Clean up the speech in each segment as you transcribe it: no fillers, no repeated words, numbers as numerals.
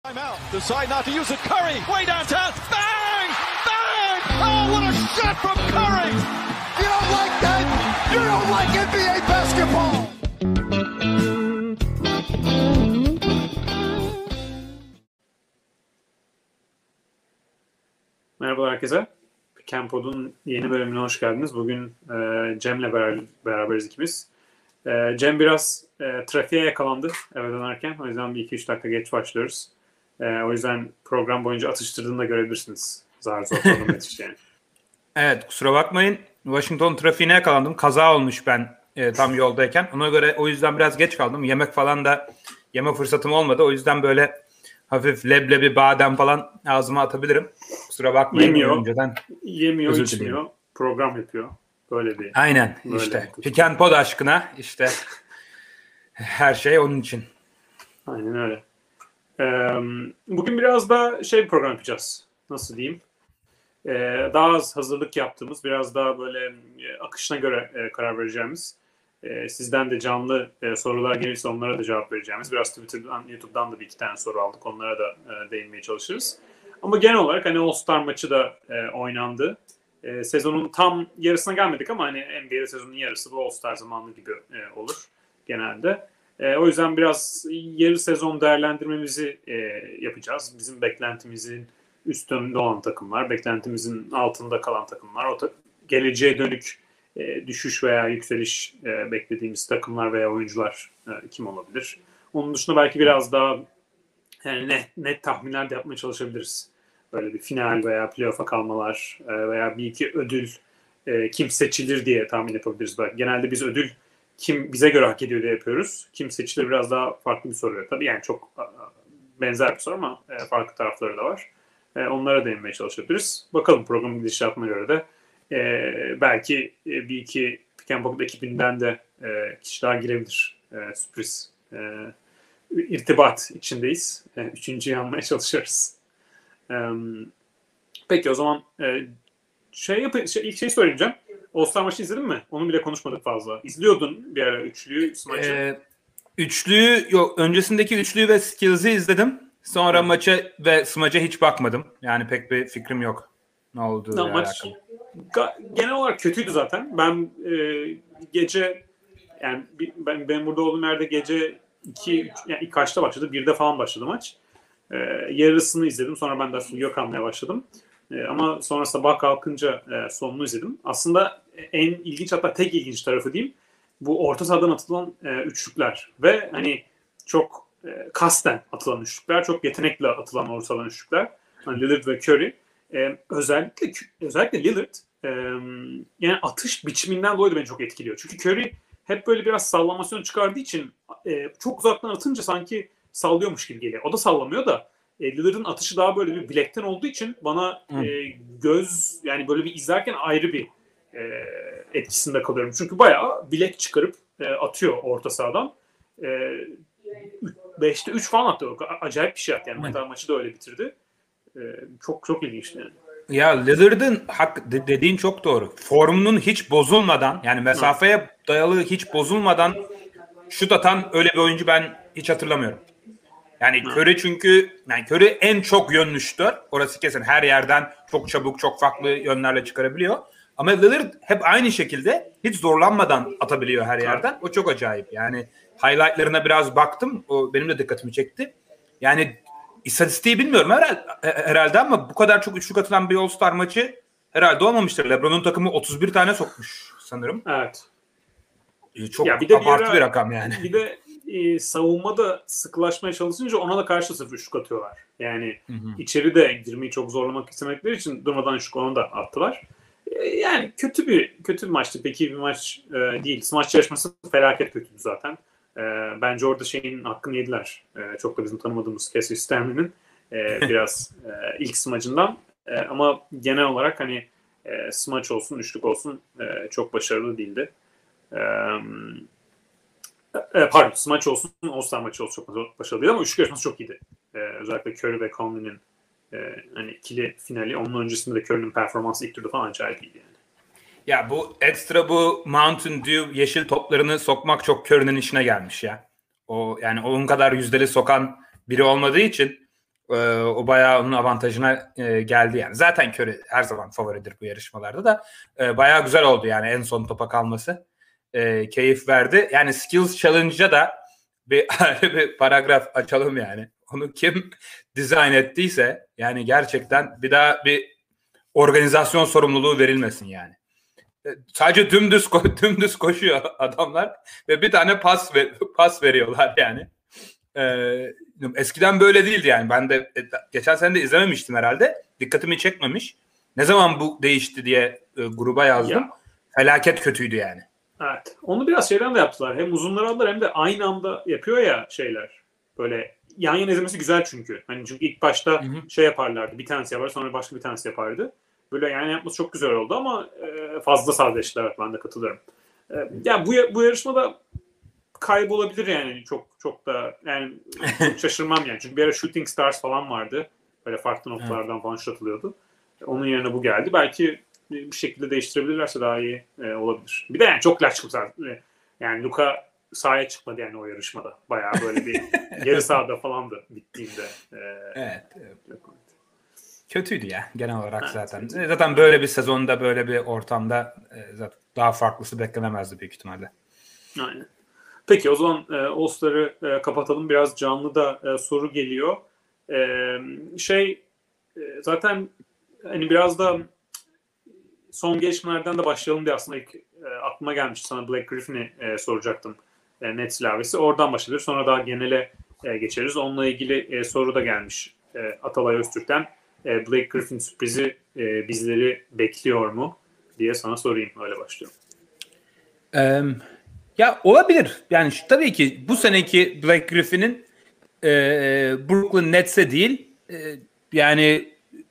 Timeout. Decide not to use it. Curry, way downtown. Bang! Bang! Oh, what a shot from Curry! You don't like that? You don't like NBA basketball! Merhaba herkese. Campod'un yeni bölümüne hoş geldiniz. Bugün Cem'le beraberiz ikimiz. Cem biraz trafiğe yakalandı eve dönerken. O yüzden bir 2-3 dakika geç başlıyoruz. O yüzden program boyunca atıştırdığını da görebilirsiniz. Zar zor program yetişeceğini. Evet, kusura bakmayın. Washington trafiğine yakalandım. Kaza olmuş ben tam yoldayken. Ona göre o yüzden biraz geç kaldım. Yemek falan da yeme fırsatım olmadı. O yüzden böyle hafif leblebi, badem falan ağzıma atabilirim. Kusura bakmayın. Yemiyor, içmiyor. Program yapıyor. Böyle bir. Aynen böyle işte. Pick and Pod aşkına işte her şey onun için. Aynen öyle. Bugün biraz da bir program yapacağız. Nasıl diyeyim? Daha az hazırlık yaptığımız, biraz daha böyle akışına göre karar vereceğimiz, sizden de canlı sorular gelirse onlara da cevap vereceğimiz, biraz Twitter'dan, YouTube'dan da bir iki tane soru aldık. Onlara da değinmeye çalışırız. Ama genel olarak hani All-Star maçı da oynandı. Sezonun tam yarısına gelmedik ama hani NBA'de sezonun yarısı bu All-Star zamanı gibi olur genelde. O yüzden biraz yarı sezon değerlendirmemizi yapacağız. Bizim beklentimizin üstünde olan takımlar, beklentimizin altında kalan takımlar, geleceğe dönük düşüş veya yükseliş beklediğimiz takımlar veya oyuncular kim olabilir? Onun dışında belki biraz daha yani net tahminler de yapmaya çalışabiliriz. Böyle bir final veya playoff'a kalmalar veya bir iki ödül kim seçilir diye tahmin yapabiliriz. Belki. Genelde biz ödül kim bize göre hak ediyor diye yapıyoruz. Kim seçilir biraz daha farklı bir soru. Tabii yani çok benzer bir soru ama farklı tarafları da var. Onlara değinmeye çalışabiliriz. Bakalım programın gidişatına göre de belki bir iki Pick and Pocket ekibinden de kişi daha girebilir. Sürpriz. İrtibat içindeyiz. Üçüncüyü almaya çalışıyoruz. Peki o zaman ilk şeyi söyleyeceğim. All-Star maçı izledin mi? Onu bile konuşmadık fazla. İzliyordun bir ara üçlüyü, maçı. Üçlüyü yok. Öncesindeki üçlüyü ve Skills'i izledim. Sonra maça ve smaca hiç bakmadım. Yani pek bir fikrim yok. Ne olduğu maç genel olarak kötüydü zaten. Ben gece yani ben burada olduğum yerde gece 2 yani ilk kaçta başladı? 1'de falan başladı maç. Yarısını izledim. Sonra ben de uyuyor kalmaya başladım. Ama sonra sabah kalkınca sonunu izledim. Aslında en ilginç, hatta tek ilginç tarafı diyeyim, bu orta sahadan atılan üçlükler ve hani çok kasten atılan üçlükler, çok yetenekle atılan orta sahadan üçlükler. Hani Lillard ve Curry. Özellikle Lillard yani atış biçiminden dolayı da beni çok etkiliyor. Çünkü Curry hep böyle biraz sallamasyon çıkardığı için çok uzaktan atınca sanki sallıyormuş gibi geliyor. O da sallamıyor da Lillard'ın atışı daha böyle bir bilekten olduğu için bana göz yani böyle bir izlerken ayrı bir etkisinde kalıyorum. Çünkü bayağı bilek çıkarıp atıyor orta sahadan. 5'te 3 falan attı. Acayip bir şey attı yani. Hatta maçı da öyle bitirdi. Çok çok ilginçti yani. Ya Lillard'ın dediğin çok doğru. Formunun hiç bozulmadan, yani mesafeye dayalı hiç bozulmadan şut atan öyle bir oyuncu ben hiç hatırlamıyorum. Yani Curry çünkü Curry en çok yönlü şutör. Orası kesin, her yerden çok çabuk, çok farklı yönlerle çıkarabiliyor. Ama Lillard hep aynı şekilde hiç zorlanmadan atabiliyor her yerden. O çok acayip. Yani highlightlarına biraz baktım. O benim de dikkatimi çekti. Yani istatistiği bilmiyorum herhalde ama bu kadar çok üçlük atılan bir All-Star maçı herhalde olmamıştır. LeBron'un takımı 31 tane sokmuş sanırım. Evet. Çok abartı bir rakam yani. Bir de savunmada sıkılaşmaya çalışınca ona da karşı sıfır üçlük atıyorlar. Yani içeri de girmeyi çok zorlamak istemekleri için durmadan üçlük onu da attılar. Yani kötü bir maçtı. Peki bir maç değil. Smaç yarışması felaket kötüydü zaten. Bence orada şeyin hakkını yediler. Çok da bizim tanımadığımız Cassius Stanley'nin biraz ilk smacından. Ama genel olarak hani smaç olsun, üçlük olsun çok başarılı değildi. Smaç olsun, All-Star maçı olsun çok başarılı değil ama üçlük yarışması çok iyiydi. Özellikle Curry ve Conley'nin hani ikili finali. Onun öncesinde de Curry'nin performansı ilk turda falan acayip iyiydi yani. Ya bu Mountain Dew yeşil toplarını sokmak çok Curry'nin işine gelmiş ya. O yani onun kadar yüzdeli sokan biri olmadığı için O bayağı onun avantajına geldi yani. Zaten Curry her zaman favoridir bu yarışmalarda da. Bayağı güzel oldu yani en son topa kalması. Keyif verdi. Yani Skills Challenge'a da bir paragraf açalım yani. Onu kim dizayn ettiyse yani gerçekten bir daha bir organizasyon sorumluluğu verilmesin yani. Sadece dümdüz koşuyor adamlar ve bir tane pas veriyorlar yani. Eskiden böyle değildi yani. Ben de geçen sene de izlememiştim herhalde. Dikkatimi çekmemiş. Ne zaman bu değişti diye gruba yazdım. Ya. Felaket kötüydü yani. Evet. Onu biraz şeyden de yaptılar. Hem uzunları aldılar hem de aynı anda yapıyor ya şeyler. Böyle yan yana izlemesi güzel çünkü. Hani çünkü ilk başta şey yaparlardı. Bir tanesi yapar, sonra başka bir tanesi yapardı. Böyle yani yapması çok güzel oldu ama fazla sadeleştiler. Evet, ben de katılıyorum. Yani bu yarışmada kaybolabilir yani çok da yani çok şaşırmam yani. Çünkü bir ara Shooting Stars falan vardı. Böyle farklı noktalardan falan şut atılıyordu. Onun yerine bu geldi. Belki bir şekilde değiştirebilirlerse daha iyi olabilir. Bir de yani çok ilaç çıkmışlar. Yani Luka sahaya çıkmadı yani o yarışmada. Bayağı böyle bir yarı sahada falandı bittiğinde. Evet. Kötüydü ya genel olarak evet, zaten. Kötü. Zaten böyle bir sezonda böyle bir ortamda zaten daha farklısı beklenemezdi büyük ihtimalle. Aynen. Peki o zaman All-Star'ı kapatalım. Biraz canlı da soru geliyor. Zaten hani biraz da son gelişmelerden de başlayalım diye aslında ilk aklıma gelmişti. Sana Blake Griffin'i soracaktım. Nets ilavesi. Oradan başlayalım. Sonra daha genele geçeriz. Onunla ilgili soru da gelmiş Atalay Öztürk'ten. Blake Griffin sürprizi bizleri bekliyor mu diye sana sorayım. Öyle başlıyorum. Ya olabilir. Yani tabii ki bu seneki Blake Griffin'in Brooklyn Nets'e değil yani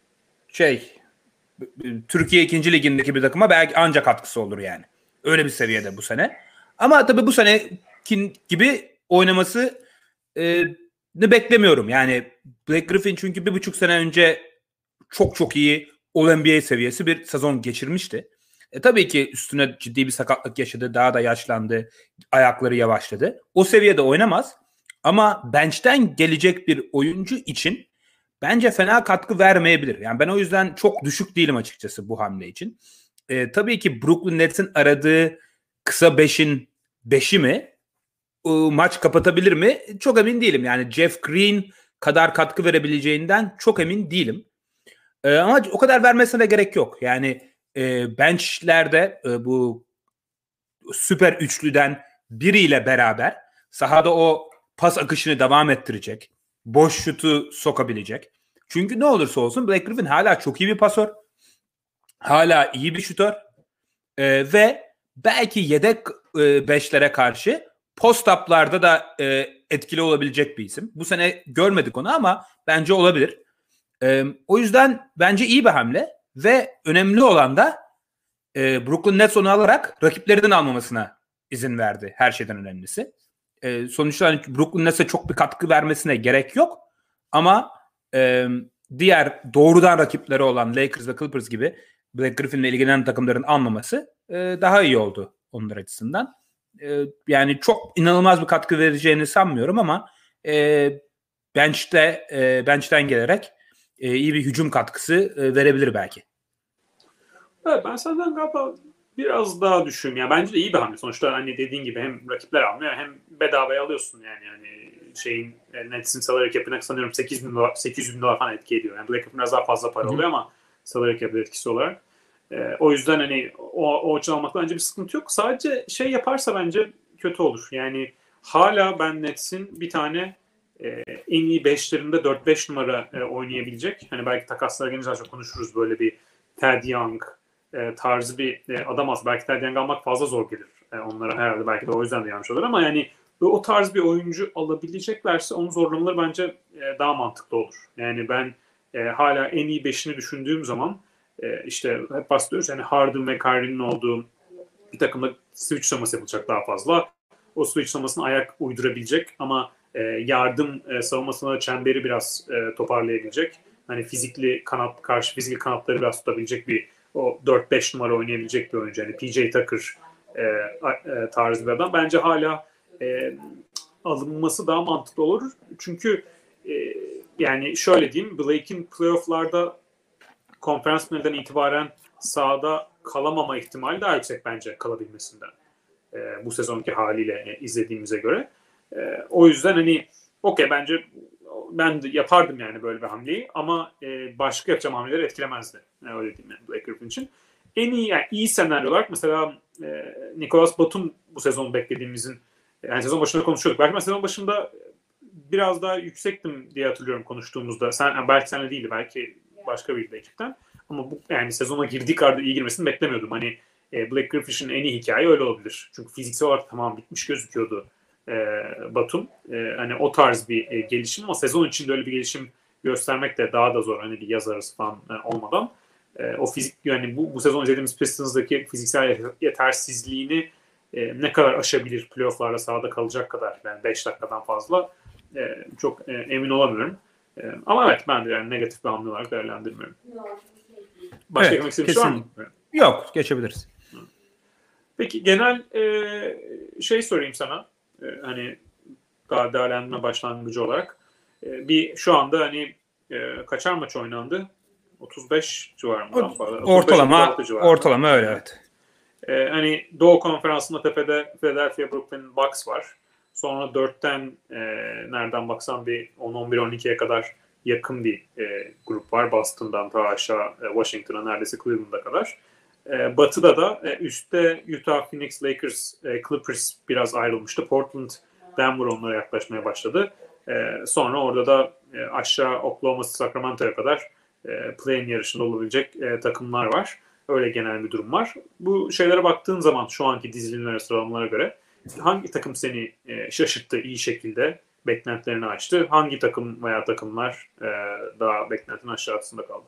Türkiye 2. Ligi'ndeki bir takıma belki ancak katkısı olur yani. Öyle bir seviyede bu sene. Ama tabii bu seneki gibi oynaması ne beklemiyorum. Yani Blake Griffin çünkü 1,5 sene önce çok iyi All-NBA seviyesi bir sezon geçirmişti. Tabii ki üstüne ciddi bir sakatlık yaşadı. Daha da yaşlandı. Ayakları yavaşladı. O seviyede oynamaz. Ama bench'ten gelecek bir oyuncu için bence fena katkı vermeyebilir. Yani ben o yüzden çok düşük değilim açıkçası bu hamle için. Tabii ki Brooklyn Nets'in aradığı kısa 5'in 5'i mi? Maç kapatabilir mi? Çok emin değilim. Yani Jeff Green kadar katkı verebileceğinden çok emin değilim. Ama o kadar vermesine de gerek yok. Yani benchlerde bu süper üçlüden biriyle beraber sahada o pas akışını devam ettirecek. Boş şutu sokabilecek. Çünkü ne olursa olsun Blake Griffin hala çok iyi bir pasör. Hala iyi bir şutör. Ve belki yedek beşlere karşı post-up'larda da etkili olabilecek bir isim. Bu sene görmedik onu ama bence olabilir. O yüzden bence iyi bir hamle ve önemli olan da Brooklyn Nets onu alarak rakiplerinin almamasına izin verdi. Her şeyden önemlisi. Sonuçta hani Brooklyn Nets'e çok bir katkı vermesine gerek yok ama diğer doğrudan rakipleri olan Lakers ve Clippers gibi Blake Griffin'le ilgilenen takımların almaması daha iyi oldu onlar açısından. Yani çok inanılmaz bir katkı vereceğini sanmıyorum ama bench'ten gelerek iyi bir hücum katkısı verebilir belki. Evet, ben senden galiba biraz daha düşüyorum. Yani bence de iyi bir hamle. Sonuçta hani dediğin gibi hem rakipler almıyor hem bedavaya alıyorsun yani Nets'in salary cap'ine sanıyorum 800 bin dolar falan etki ediyor. Yani Blake Griffin biraz daha fazla para oluyor ama salary cap etkisi olarak. O yüzden hani o açıdan almakta bence bir sıkıntı yok. Sadece yaparsa bence kötü olur. Yani hala ben Nets'in bir tane en iyi 5'lerinde 4-5 numara oynayabilecek. Hani belki takaslara gelince çok konuşuruz, böyle bir Ted Young tarzı bir adam az. Belki Ted Young almak fazla zor gelir onlara herhalde. Belki de o yüzden de yanlış olur ama yani o tarz bir oyuncu alabileceklerse onun zorlamaları bence daha mantıklı olur. Yani ben hala en iyi 5'ini düşündüğüm zaman işte hep bahsediyoruz yani Harden ve Kyrie'nin olduğu bir takımda switch savunması yapılacak daha fazla. O switch savunmasına ayak uydurabilecek ama yardım savunmasına çemberi biraz toparlayabilecek. Hani karşı fizikli kanatları biraz tutabilecek bir o 4-5 numara oynayabilecek bir oyuncu. Yani PJ Tucker tarzı bir adam. Bence hala alınması daha mantıklı olur. Çünkü yani şöyle diyeyim, Blake'in playoff'larda konferans finalinden itibaren sahada kalamama ihtimali daha yüksek bence kalabilmesinden. Bu sezonki haliyle izlediğimize göre. O yüzden hani okey, bence ben de yapardım yani böyle bir hamleyi ama başka yapacağım hamleleri etkilemezdi. Öyle diyeyim yani Blake Griffin için. En iyi, yani iyi senaryolar mesela Nicolas Batum bu sezon beklediğimizin, yani sezon başında konuşuyorduk. Belki ben sezon başında biraz daha yüksektim diye hatırlıyorum konuştuğumuzda. Belki senle değildi, belki başka bir ekipten. Ama bu yani sezona girdiği kadar iyi girmesini beklemiyordum. Hani Blake Griffin'in en iyi hikaye öyle olabilir. Çünkü fiziksel olarak tamam bitmiş gözüküyordu Batum. Hani o tarz bir gelişim, ama sezon içinde öyle bir gelişim göstermek de daha da zor. Hani bir yaz arası falan olmadan. O fizik, yani bu sezon izlediğimiz Pistons'daki fiziksel yetersizliğini ne kadar aşabilir playoff'larda sahada kalacak kadar, yani 5 dakikadan fazla çok emin olamıyorum. Ama evet, ben de yani negatif bir hamle olarak değerlendirmiyorum. Başka eklemek istediğin şey var mı? Yok, geçebiliriz. Peki genel şey sorayım sana. Hani daha değerlendirme başlangıcı olarak. Şu anda hani kaçar maç oynandı? 35 civarında. Ortalama öyle, evet. Hani Doğu Konferansı'nda tepede Philadelphia, Brooklyn, Bucks var. Sonra 4'ten nereden baksan bir 10-11-12'ye kadar yakın bir grup var. Boston'dan ta aşağı Washington'a, neredeyse Cleveland'a kadar. Batı'da da üstte Utah, Phoenix, Lakers, Clippers biraz ayrılmıştı. Portland, Denver onlara yaklaşmaya başladı. Sonra orada da aşağı Oklahoma, Sacramento'ya kadar play-in yarışında olabilecek takımlar var. Öyle genel bir durum var. Bu şeylere baktığın zaman şu anki dizilimlere, sıralamalara göre hangi takım seni şaşırttı iyi şekilde, beklentilerini aştı? Hangi takım veya takımlar daha beklentinin aşağısında kaldı?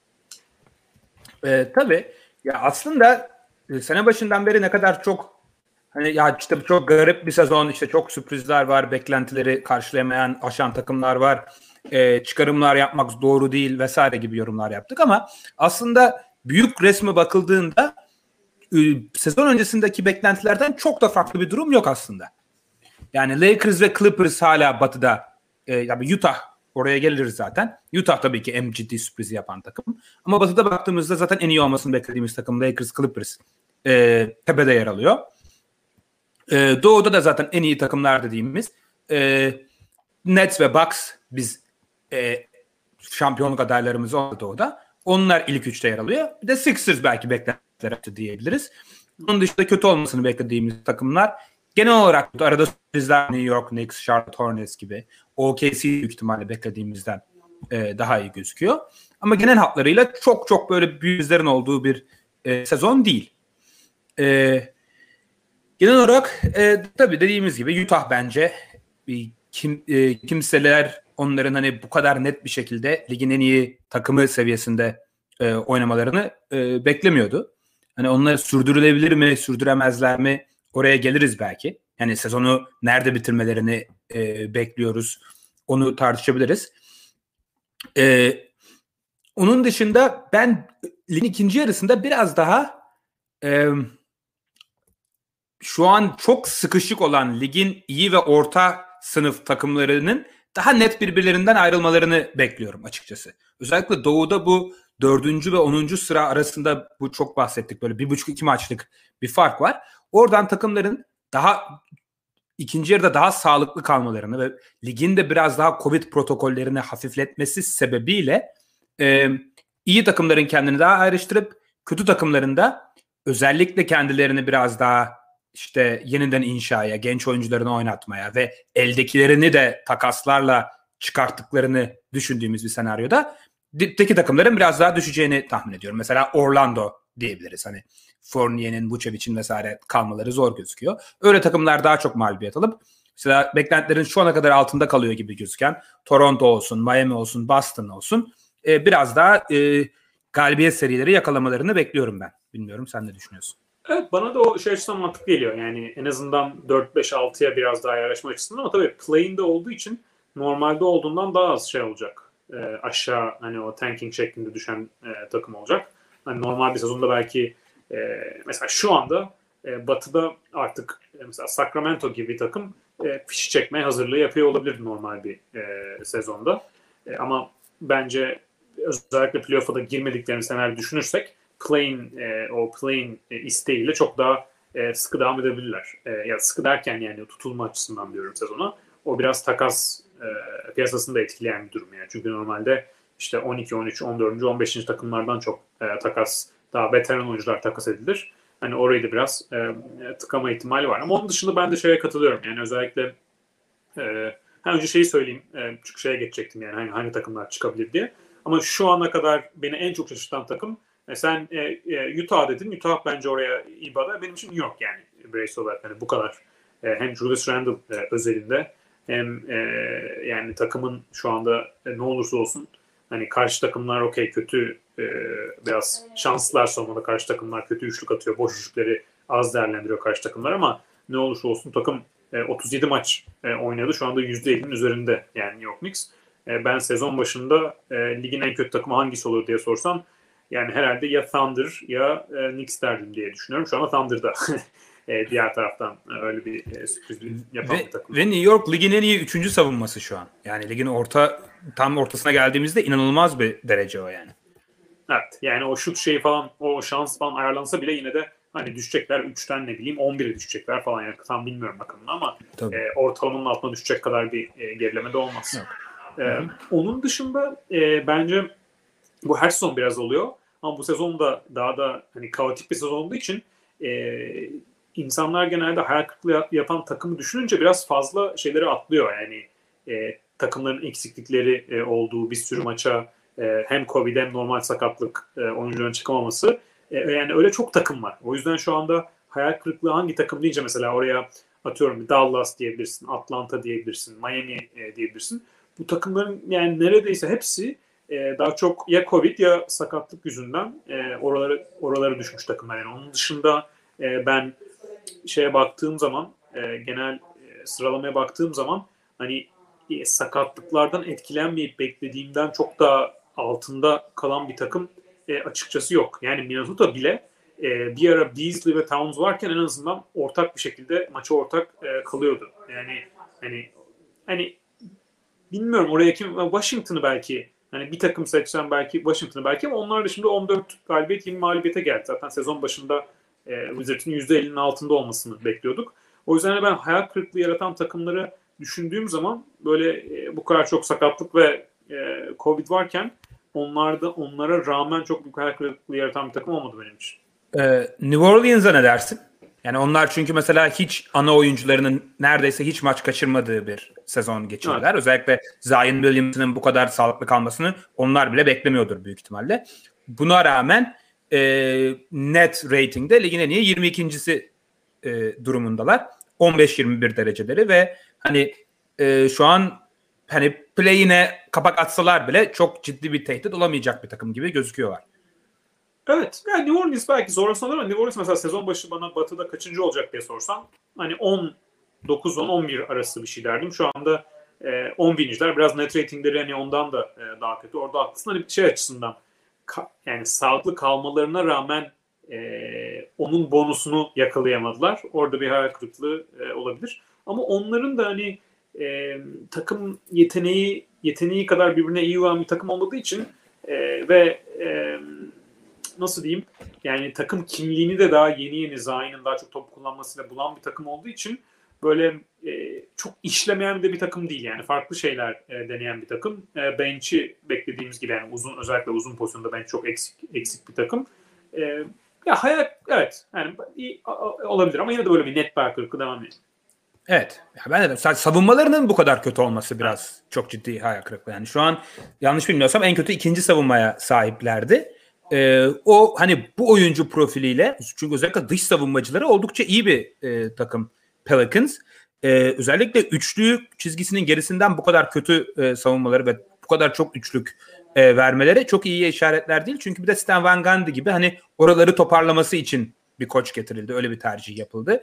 Tabii. Ya aslında sene başından beri ne kadar çok hani ya işte çok garip bir sezon, işte çok sürprizler var, beklentileri karşılayamayan, aşan takımlar var, çıkarımlar yapmak doğru değil vesaire gibi yorumlar yaptık, ama aslında büyük resme bakıldığında sezon öncesindeki beklentilerden çok da farklı bir durum yok aslında. Yani Lakers ve Clippers hala Batı'da, yani Utah, oraya geliriz zaten. Utah tabii ki en ciddi sürprizi yapan takım. Ama Batı'da baktığımızda zaten en iyi olmasını beklediğimiz takım Lakers, Clippers tepede yer alıyor. Doğu'da da zaten en iyi takımlar dediğimiz Nets ve Bucks, biz şampiyonluk adaylarımız oldu Doğu'da. Onlar ilk üçte yer alıyor. Bir de Sixers belki beklentiler diyebiliriz. Bunun dışında kötü olmasını beklediğimiz takımlar genel olarak arada sürprizler, New York Knicks, Charlotte Hornets gibi, OKC büyük ihtimalle beklediğimizden daha iyi gözüküyor. Ama genel hatlarıyla çok çok böyle büyüzlerin olduğu bir sezon değil. Genel olarak tabii dediğimiz gibi Utah bence kimseler onların hani bu kadar net bir şekilde ligin en iyi takımı seviyesinde oynamalarını beklemiyordu. Hani onları sürdürülebilir mi, sürdüremezler mi? Oraya geliriz belki. Yani sezonu nerede bitirmelerini bekliyoruz. Onu tartışabiliriz. Onun dışında ben ligin ikinci yarısında biraz daha şu an çok sıkışık olan ligin iyi ve orta sınıf takımlarının daha net birbirlerinden ayrılmalarını bekliyorum açıkçası. Özellikle Doğu'da bu 4. ve 10. sıra arasında bu çok bahsettik. Böyle 1,5-2 maçlık bir fark var. Oradan takımların daha ikinci yarıda daha sağlıklı kalmalarını ve ligin de biraz daha Covid protokollerini hafifletmesi sebebiyle iyi takımların kendini daha ayrıştırıp kötü takımların da özellikle kendilerini biraz daha işte yeniden inşaya, genç oyuncularını oynatmaya ve eldekilerini de takaslarla çıkarttıklarını düşündüğümüz bir senaryoda dipteki takımların biraz daha düşeceğini tahmin ediyorum. Mesela Orlando diyebiliriz. Hani Fournier'in, Vucevic'in vesaire kalmaları zor gözüküyor. Öyle takımlar daha çok mağlubiyet alıp mesela beklentilerin şu ana kadar altında kalıyor gibi gözüken Toronto olsun, Miami olsun, Boston olsun biraz daha galibiyet serileri yakalamalarını bekliyorum ben. Bilmiyorum, sen ne düşünüyorsun? Evet, bana da o şey açısından mantıklı geliyor. Yani en azından 4-5-6'ya biraz daha yerleşme açısından, ama tabii play'inde olduğu için normalde olduğundan daha az şey olacak. Aşağı hani o tanking şeklinde düşen takım olacak. Hani normal bir sezonda belki mesela şu anda Batı'da artık mesela Sacramento gibi bir takım fişi çekmeye hazırlığı yapıyor olabilir normal bir sezonda. Ama bence özellikle playoff'a da girmediklerini senaryo düşünürsek play-in isteğiyle çok daha sıkı devam edebilirler. Ya sıkı derken yani tutulma açısından diyorum sezona. O biraz takas piyasasını da etkileyen bir durum yani. Çünkü normalde işte 12, 13, 14, 15. takımlardan çok takas, daha veteran oyuncular takas edilir. Hani orayı da biraz tıkama ihtimali var. Ama onun dışında ben de şeye katılıyorum. Yani özellikle önce şeyi söyleyeyim. Çünkü şeye geçecektim yani hangi takımlar çıkabilir diye. Ama şu ana kadar beni en çok şaşırtan takım sen Utah dedin. Utah bence oraya İBA'da. Benim için New York yani bireysel olarak. Yani bu kadar hem Julius Randle özelinde hem yani takımın şu anda ne olursa olsun hani karşı takımlar okey kötü biraz şanslılar sonunda karşı takımlar kötü üçlük atıyor. Boş üçlükleri az değerlendiriyor karşı takımlar ama ne olursa olsun takım 37 maç oynadı. Şu anda %50'nin üzerinde yani New York Knicks. Ben sezon başında ligin en kötü takımı hangisi olur diye sorsam yani herhalde ya Thunder ya Knicks derdim diye düşünüyorum. Şu anda Thunder'da. Diğer taraftan öyle bir sürpriz yapan bir takım. Ve New York ligin en iyi 3. savunması şu an. Yani ligin tam ortasına geldiğimizde inanılmaz bir derece o yani. Evet. Yani o şut şeyi falan, o şans falan ayarlansa bile yine de hani düşecekler 3'ten ne bileyim 11'e düşecekler falan. Yani tam bilmiyorum rakamını ama ortalamanın altına düşecek kadar bir gerileme de olmaz. Onun dışında bence bu her sezon biraz oluyor. Ama bu sezon da daha da hani kaotik bir sezon olduğu için insanlar genelde hayal kırıklığı yapan takımı düşününce biraz fazla şeyleri atlıyor. Yani takımların eksiklikleri olduğu bir sürü maça hem Covid hem normal sakatlık oyuncuların çıkamaması. Yani öyle çok takım var. O yüzden şu anda hayal kırıklığı hangi takım deyince mesela oraya atıyorum Dallas diyebilirsin, Atlanta diyebilirsin, Miami diyebilirsin. Bu takımların yani neredeyse hepsi daha çok ya Covid ya sakatlık yüzünden oralara düşmüş takımlar. Yani onun dışında ben şeye baktığım zaman genel sıralamaya baktığım zaman hani sakatlıklardan etkilenmeyip beklediğimden çok daha altında kalan bir takım açıkçası yok. Yani Minnesota bile bir ara Beasley ve Towns varken en azından ortak bir şekilde maça ortak kalıyordu. Yani hani bilmiyorum oraya kim Washington'ı belki hani bir takım seçsem belki Washington'ı belki ama onlar da şimdi 14 galibiyet 20 mağlubiyete geldi. Zaten sezon başında Wizards'ın %50'nin altında olmasını bekliyorduk. O yüzden ben hayal kırıklığı yaratan takımları düşündüğüm zaman böyle bu kadar çok sakatlık ve Covid varken onlara rağmen çok büyük hayal kırıklığı yaratan bir takım olmadı benim için. New Orleans'a ne dersin? Yani onlar çünkü mesela hiç ana oyuncularının neredeyse hiç maç kaçırmadığı bir sezon geçirdiler. Evet. Özellikle Zion Williamson'ın bu kadar sağlıklı kalmasını onlar bile beklemiyordur büyük ihtimalle. Buna rağmen net ratingde ligin en iyi 22.si durumundalar. 15-21 dereceleri ve hani şu an hani play'ine kapak atsalar bile çok ciddi bir tehdit olamayacak bir takım gibi gözüküyorlar. Evet. Yani New Orleans belki zorlasın ama New Orleans mesela sezon başı bana Batı'da kaçıncı olacak diye sorsan hani 9-10-11 arası bir şey derdim. Şu anda 10.000'ciler. Biraz net ratingleri hani ondan da daha kötü. Orada haklısın. Hani bir şey açısından yani sağlıklı kalmalarına rağmen onun bonusunu yakalayamadılar. Orada bir hayal kırıklığı olabilir. Ama onların da hani takım yeteneği kadar birbirine iyi olan bir takım olmadığı için ve nasıl diyeyim yani takım kimliğini de daha yeni Zayn'in daha çok top kullanmasıyla bulan bir takım olduğu için böyle çok işlemeyen de bir takım değil yani farklı şeyler deneyen bir takım. Bench'i beklediğimiz gibi yani özellikle uzun pozisyonda bench çok eksik bir takım. Ya hayal evet yani olabilir ama yine de böyle bir net bir kırıklığı devam ediyor. Evet. Ya ben de savunmalarının bu kadar kötü olması biraz çok ciddi hayal kırıklığı. Yani şu an yanlış bilmiyorsam en kötü ikinci savunmaya sahiplerdi. O hani bu oyuncu profiliyle çünkü özellikle dış savunmacıları oldukça iyi bir takım Pelicans. Özellikle üçlü çizgisinin gerisinden bu kadar kötü savunmaları ve bu kadar çok üçlük vermeleri çok iyi işaretler değil. Çünkü bir de Stan Van Gundy gibi hani oraları toparlaması için bir koç getirildi. Öyle bir tercih yapıldı.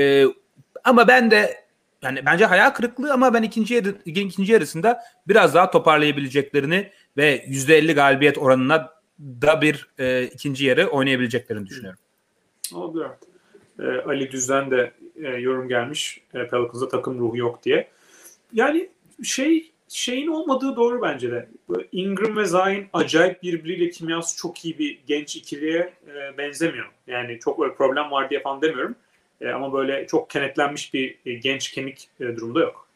Ama ben de yani bence hayal kırıklığı ama ben ikinci yarısında biraz daha toparlayabileceklerini ve %50 galibiyet oranına da bir ikinci yarı oynayabileceklerini düşünüyorum. Olabilir. Ali Düz'den de yorum gelmiş. Pelicans'da takım ruhu yok diye. Yani şeyin olmadığı doğru bence de. Ingram ve Zion acayip birbiriyle kimyası çok iyi bir genç ikiliye benzemiyor. Yani çok böyle problem var diye falan demiyorum. Ama böyle çok kenetlenmiş bir genç kemik durumda yok.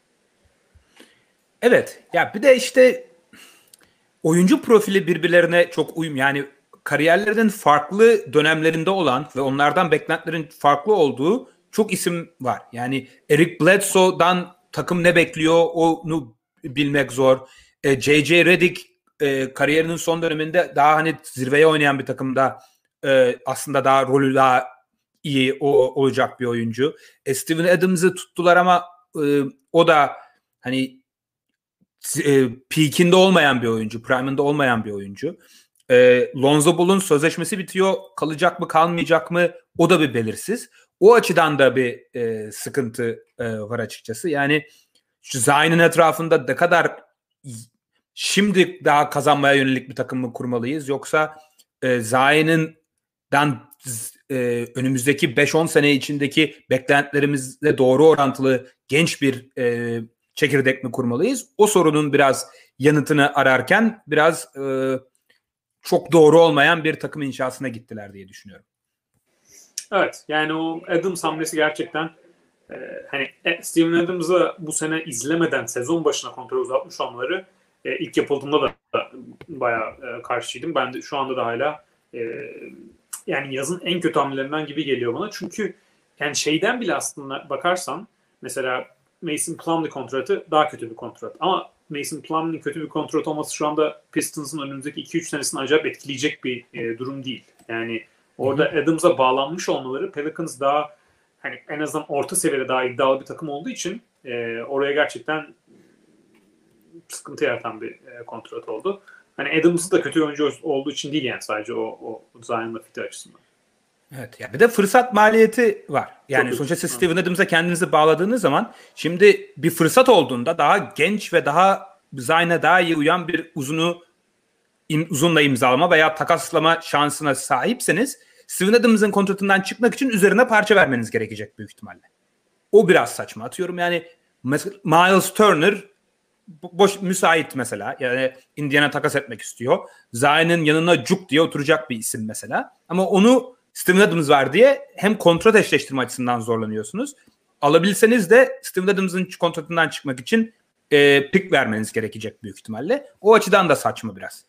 Evet. Ya bir de işte oyuncu profili birbirlerine çok uyum. Yani kariyerlerinin farklı dönemlerinde olan ve onlardan beklentilerin farklı olduğu çok isim var. Yani Eric Bledsoe'dan takım ne bekliyor onu bilmek zor. J.J. Redick kariyerinin son döneminde daha hani zirveye oynayan bir takımda aslında daha rolü daha iyi olacak bir oyuncu. Steven Adams'ı tuttular ama o da hani peak'inde olmayan bir oyuncu, prime'ında olmayan bir oyuncu. Lonzo Ball'un sözleşmesi bitiyor. Kalacak mı, kalmayacak mı? O da bir belirsiz. O açıdan da bir sıkıntı var açıkçası. Yani şu Zion'ın etrafında ne kadar şimdi daha kazanmaya yönelik bir takım mı kurmalıyız? Yoksa Zion'dan önümüzdeki 5-10 sene içindeki beklentilerimizle doğru orantılı genç bir çekirdek mi kurmalıyız? O sorunun biraz yanıtını ararken biraz çok doğru olmayan bir takım inşasına gittiler diye düşünüyorum. Evet, yani o Adams hamlesi gerçekten hani Steven Adams'ı bu sene izlemeden sezon başına kontrol uzatmış olmaları ilk yapıldığında da bayağı karşıydım. Ben de şu anda da hala yani yazın en kötü hamlelerinden gibi geliyor bana. Çünkü yani şeyden bile aslında bakarsan mesela Mason Plumlee kontratı daha kötü bir kontrat. Ama Mason Plumlee'nin kötü bir kontrat olması şu anda Pistons'ın önümüzdeki 2-3 senesini acayip etkileyecek bir durum değil. Yani orada Adams'a bağlanmış olmaları Pelicans daha hani en azından orta seviyede daha iddialı bir takım olduğu için oraya gerçekten sıkıntı yaratan bir kontrat oldu. Hani Adams'ı da kötü oyuncu olduğu için değil yani sadece o Zion'la fiti açısından. Evet ya bir de fırsat maliyeti var. Yani çok sonuçta siz Steven Adams'a kendinizi bağladığınız zaman şimdi bir fırsat olduğunda daha genç ve daha Zion'a daha iyi uyan bir uzunla imzalama veya takaslama şansına sahipseniz Steven Adams'ın kontratından çıkmak için üzerine parça vermeniz gerekecek büyük ihtimalle. O biraz saçma. Atıyorum yani Miles Turner boş müsait mesela. Yani Indiana takas etmek istiyor. Zion'ın yanına cuk diye oturacak bir isim mesela. Ama onu Steven Adams var diye hem kontrat eşleştirme açısından zorlanıyorsunuz. Alabilseniz de Steven Adams'ın kontratından çıkmak için pick vermeniz gerekecek büyük ihtimalle. O açıdan da saçma biraz.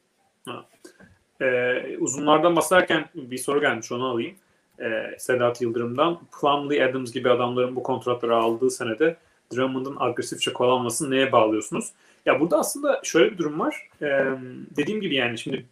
Uzunlardan bahsederken bir soru gelmiş, onu alayım. Sedat Yıldırım'dan. Plumlee, Adams gibi adamların bu kontratları aldığı senede Drummond'un agresifçe kovalanmasını neye bağlıyorsunuz? Ya burada aslında şöyle bir durum var. Dediğim gibi yani şimdi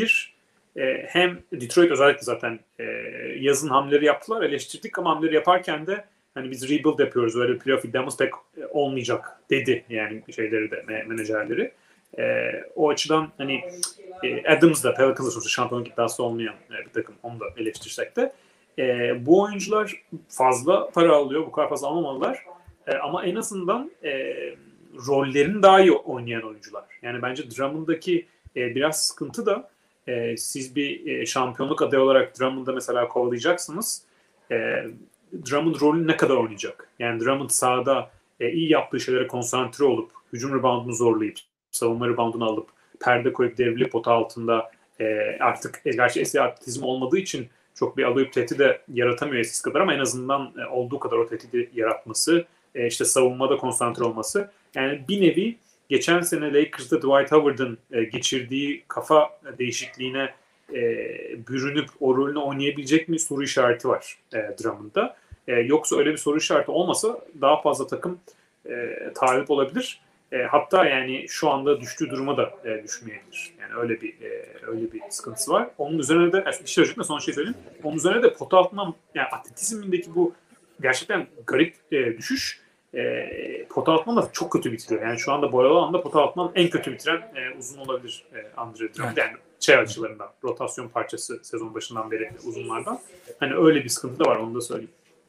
hem Detroit özellikle zaten yazın hamleleri yaptılar, eleştirdik ama hamleleri yaparken de hani biz rebuild yapıyoruz, öyle playoff iddiamız pek olmayacak dedi yani şeyleri de menajerleri. O açıdan hani Adams da Pelicans'da sonuçta şampiyonluk iddiası olmayan bir takım, onu da eleştirsek de bu oyuncular fazla para alıyor, bu kadar fazla almamalılar ama en azından rollerini daha iyi oynayan oyuncular. Yani bence Drummond'daki biraz sıkıntı da siz bir şampiyonluk adayı olarak Drummond'da mesela kovalayacaksınız. Drummond rolü ne kadar oynayacak? Yani Drummond sahada iyi yaptığı şeylere konsantre olup hücum reboundunu zorlayıp savunma reboundunu alıp perde koyup devrilip pota altında artık gerçi eski atletizm olmadığı için çok bir alayıp tehdit de yaratamıyor eskisi kadar ama en azından olduğu kadar o tehdidi yaratması, işte savunmada konsantre olması. Yani bir nevi geçen sene Lakers'ta Dwight Howard'ın geçirdiği kafa değişikliğine bürünüp o rolünü oynayabilecek mi soru işareti var Drummond'da. Yoksa öyle bir soru işareti olmasa daha fazla takım talip olabilir. Hatta yani şu anda düştüğü duruma da düşmeyebilir. Yani öyle bir sıkıntısı var. Onun üzerine de son şey söyleyeyim. Onun üzerine de pota altından yani atletizmindeki bu gerçekten garip düşüş pota altından da çok kötü bitiriyor. Yani şu anda boyalı alanda pota altından en kötü bitiren uzun olabilir Andre Drummond. Yani açılarından, rotasyon parçası sezon başından beri uzunlardan. Hani öyle bir sıkıntı da var, onu da söyleyeyim.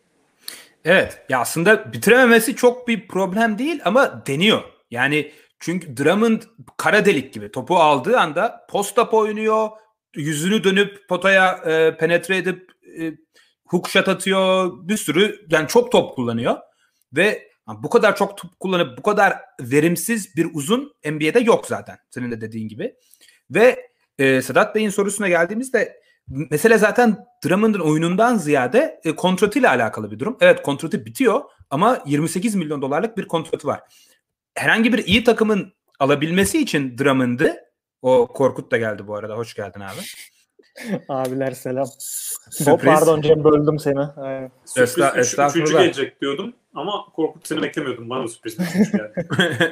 Evet. Ya aslında bitirememesi çok bir problem değil ama deniyor. Yani çünkü Drummond kara delik gibi topu aldığı anda post-up oynuyor. Yüzünü dönüp potaya penetre edip hook shot atıyor. Bir sürü yani çok top kullanıyor. Ve Ama bu kadar çok top kullanıp bu kadar verimsiz bir uzun NBA'de yok zaten. Senin de dediğin gibi. Ve Sedat Bey'in sorusuna geldiğimizde mesele zaten Drummond'un oyunundan ziyade kontratıyla alakalı bir durum. Evet, kontratı bitiyor ama 28 milyon dolarlık bir kontratı var. Herhangi bir iyi takımın alabilmesi için Drummond'ı, o Korkut da geldi bu arada. Hoş geldin abi. Abiler selam. Sürpriz. Pardon Cem, böldüm seni. Aynen. Sürpriz üçüncü gelecek diyordum ama Korkut seni beklemiyordum. Bana da sürpriz üçüncü geldi.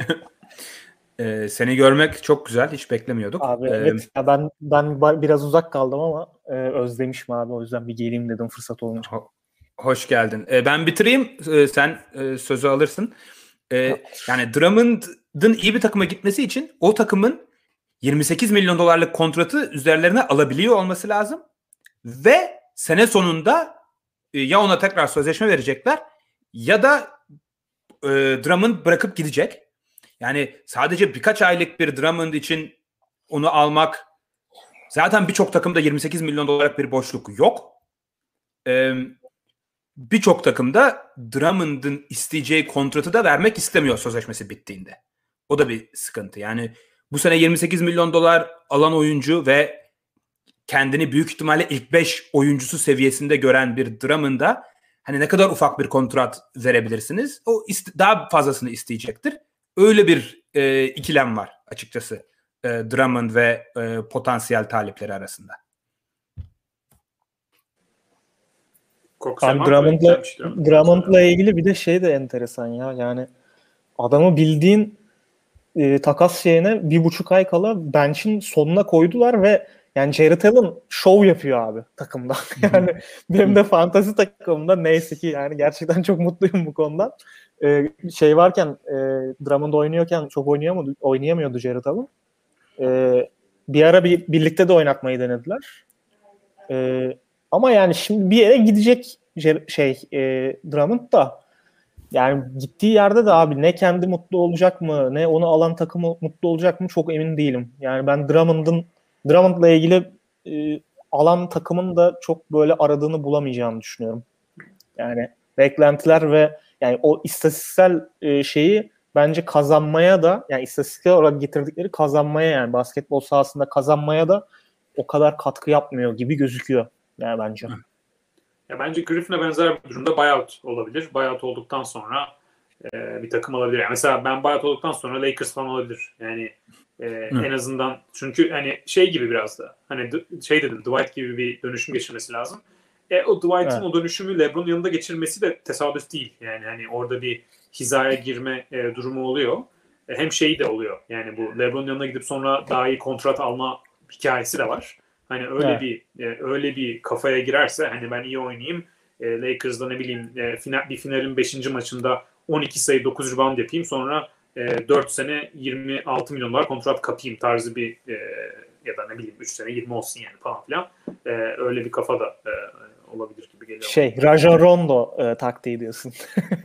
Seni görmek çok güzel. Hiç beklemiyorduk. Abi evet ya, ben biraz uzak kaldım ama özlemişim abi. O yüzden bir geleyim dedim fırsat olunca. Hoş geldin. Ben bitireyim. Sen sözü alırsın. Yani Drummond'ın iyi bir takıma gitmesi için o takımın 28 milyon dolarlık kontratı üzerlerine alabiliyor olması lazım. Ve sene sonunda ya ona tekrar sözleşme verecekler ya da Drummond bırakıp gidecek. Yani sadece birkaç aylık bir Drummond için onu almak, zaten birçok takımda 28 milyon dolarlık bir boşluk yok. Birçok takımda Drummond'ın isteyeceği kontratı da vermek istemiyor sözleşmesi bittiğinde. O da bir sıkıntı. Yani bu sene 28 milyon dolar alan oyuncu ve kendini büyük ihtimalle ilk 5 oyuncusu seviyesinde gören bir Drummond'a hani ne kadar ufak bir kontrat verebilirsiniz? O daha fazlasını isteyecektir. Öyle bir ikilem var açıkçası Drummond ve potansiyel talipleri arasında. Abi Drummond'la ilgili bir de şey de enteresan ya. Yani adamı bildiğin takas şeyine 1,5 ay kala bench'in sonuna koydular ve yani Jarrett Allen şov yapıyor abi takımda. Yani benim de fantasy takımımda, neyse ki yani gerçekten çok mutluyum bu konudan. Şey varken Drummond oynuyorken çok oynayamıyordu Jarrett Allen. Bir ara birlikte de oynatmayı denediler. Ama yani şimdi bir yere gidecek Drummond da. Yani gittiği yerde de abi ne kendi mutlu olacak mı, ne onu alan takımı mutlu olacak mı çok emin değilim. Yani ben Drummond'la ilgili alan takımın da çok böyle aradığını bulamayacağını düşünüyorum. Yani beklentiler ve yani o istatistiksel şeyi bence kazanmaya da, yani istatistiksel olarak getirdikleri kazanmaya, yani basketbol sahasında kazanmaya da o kadar katkı yapmıyor gibi gözüküyor yani bence. Ya bence Griffin'e benzer bir durumda buyout olabilir. Buyout olduktan sonra bir takım alabilir. Yani mesela ben buyout olduktan sonra Lakers falan olabilir. Yani en azından, çünkü hani şey gibi biraz da hani şey dedim, Dwight gibi bir dönüşüm geçirmesi lazım. O Dwight'ın o dönüşümü LeBron'un yanında geçirmesi de tesadüf değil. Yani hani orada bir hizaya girme durumu oluyor. Hem şeyi de oluyor. Yani bu LeBron'un yanına gidip sonra daha iyi kontrat alma hikayesi de var. Hani öyle bir kafaya girerse, hani ben iyi oynayayım, Lakers'da ne bileyim bir finalin 5. maçında 12 sayı 9 rebound yapayım, sonra 4 sene 26 milyon dolar kontrat kapayım tarzı bir ya da ne bileyim 3 sene 20 olsun yani falan filan. Öyle bir kafa da olabilir gibi geliyor. Rajon Rondo taktiği diyorsun.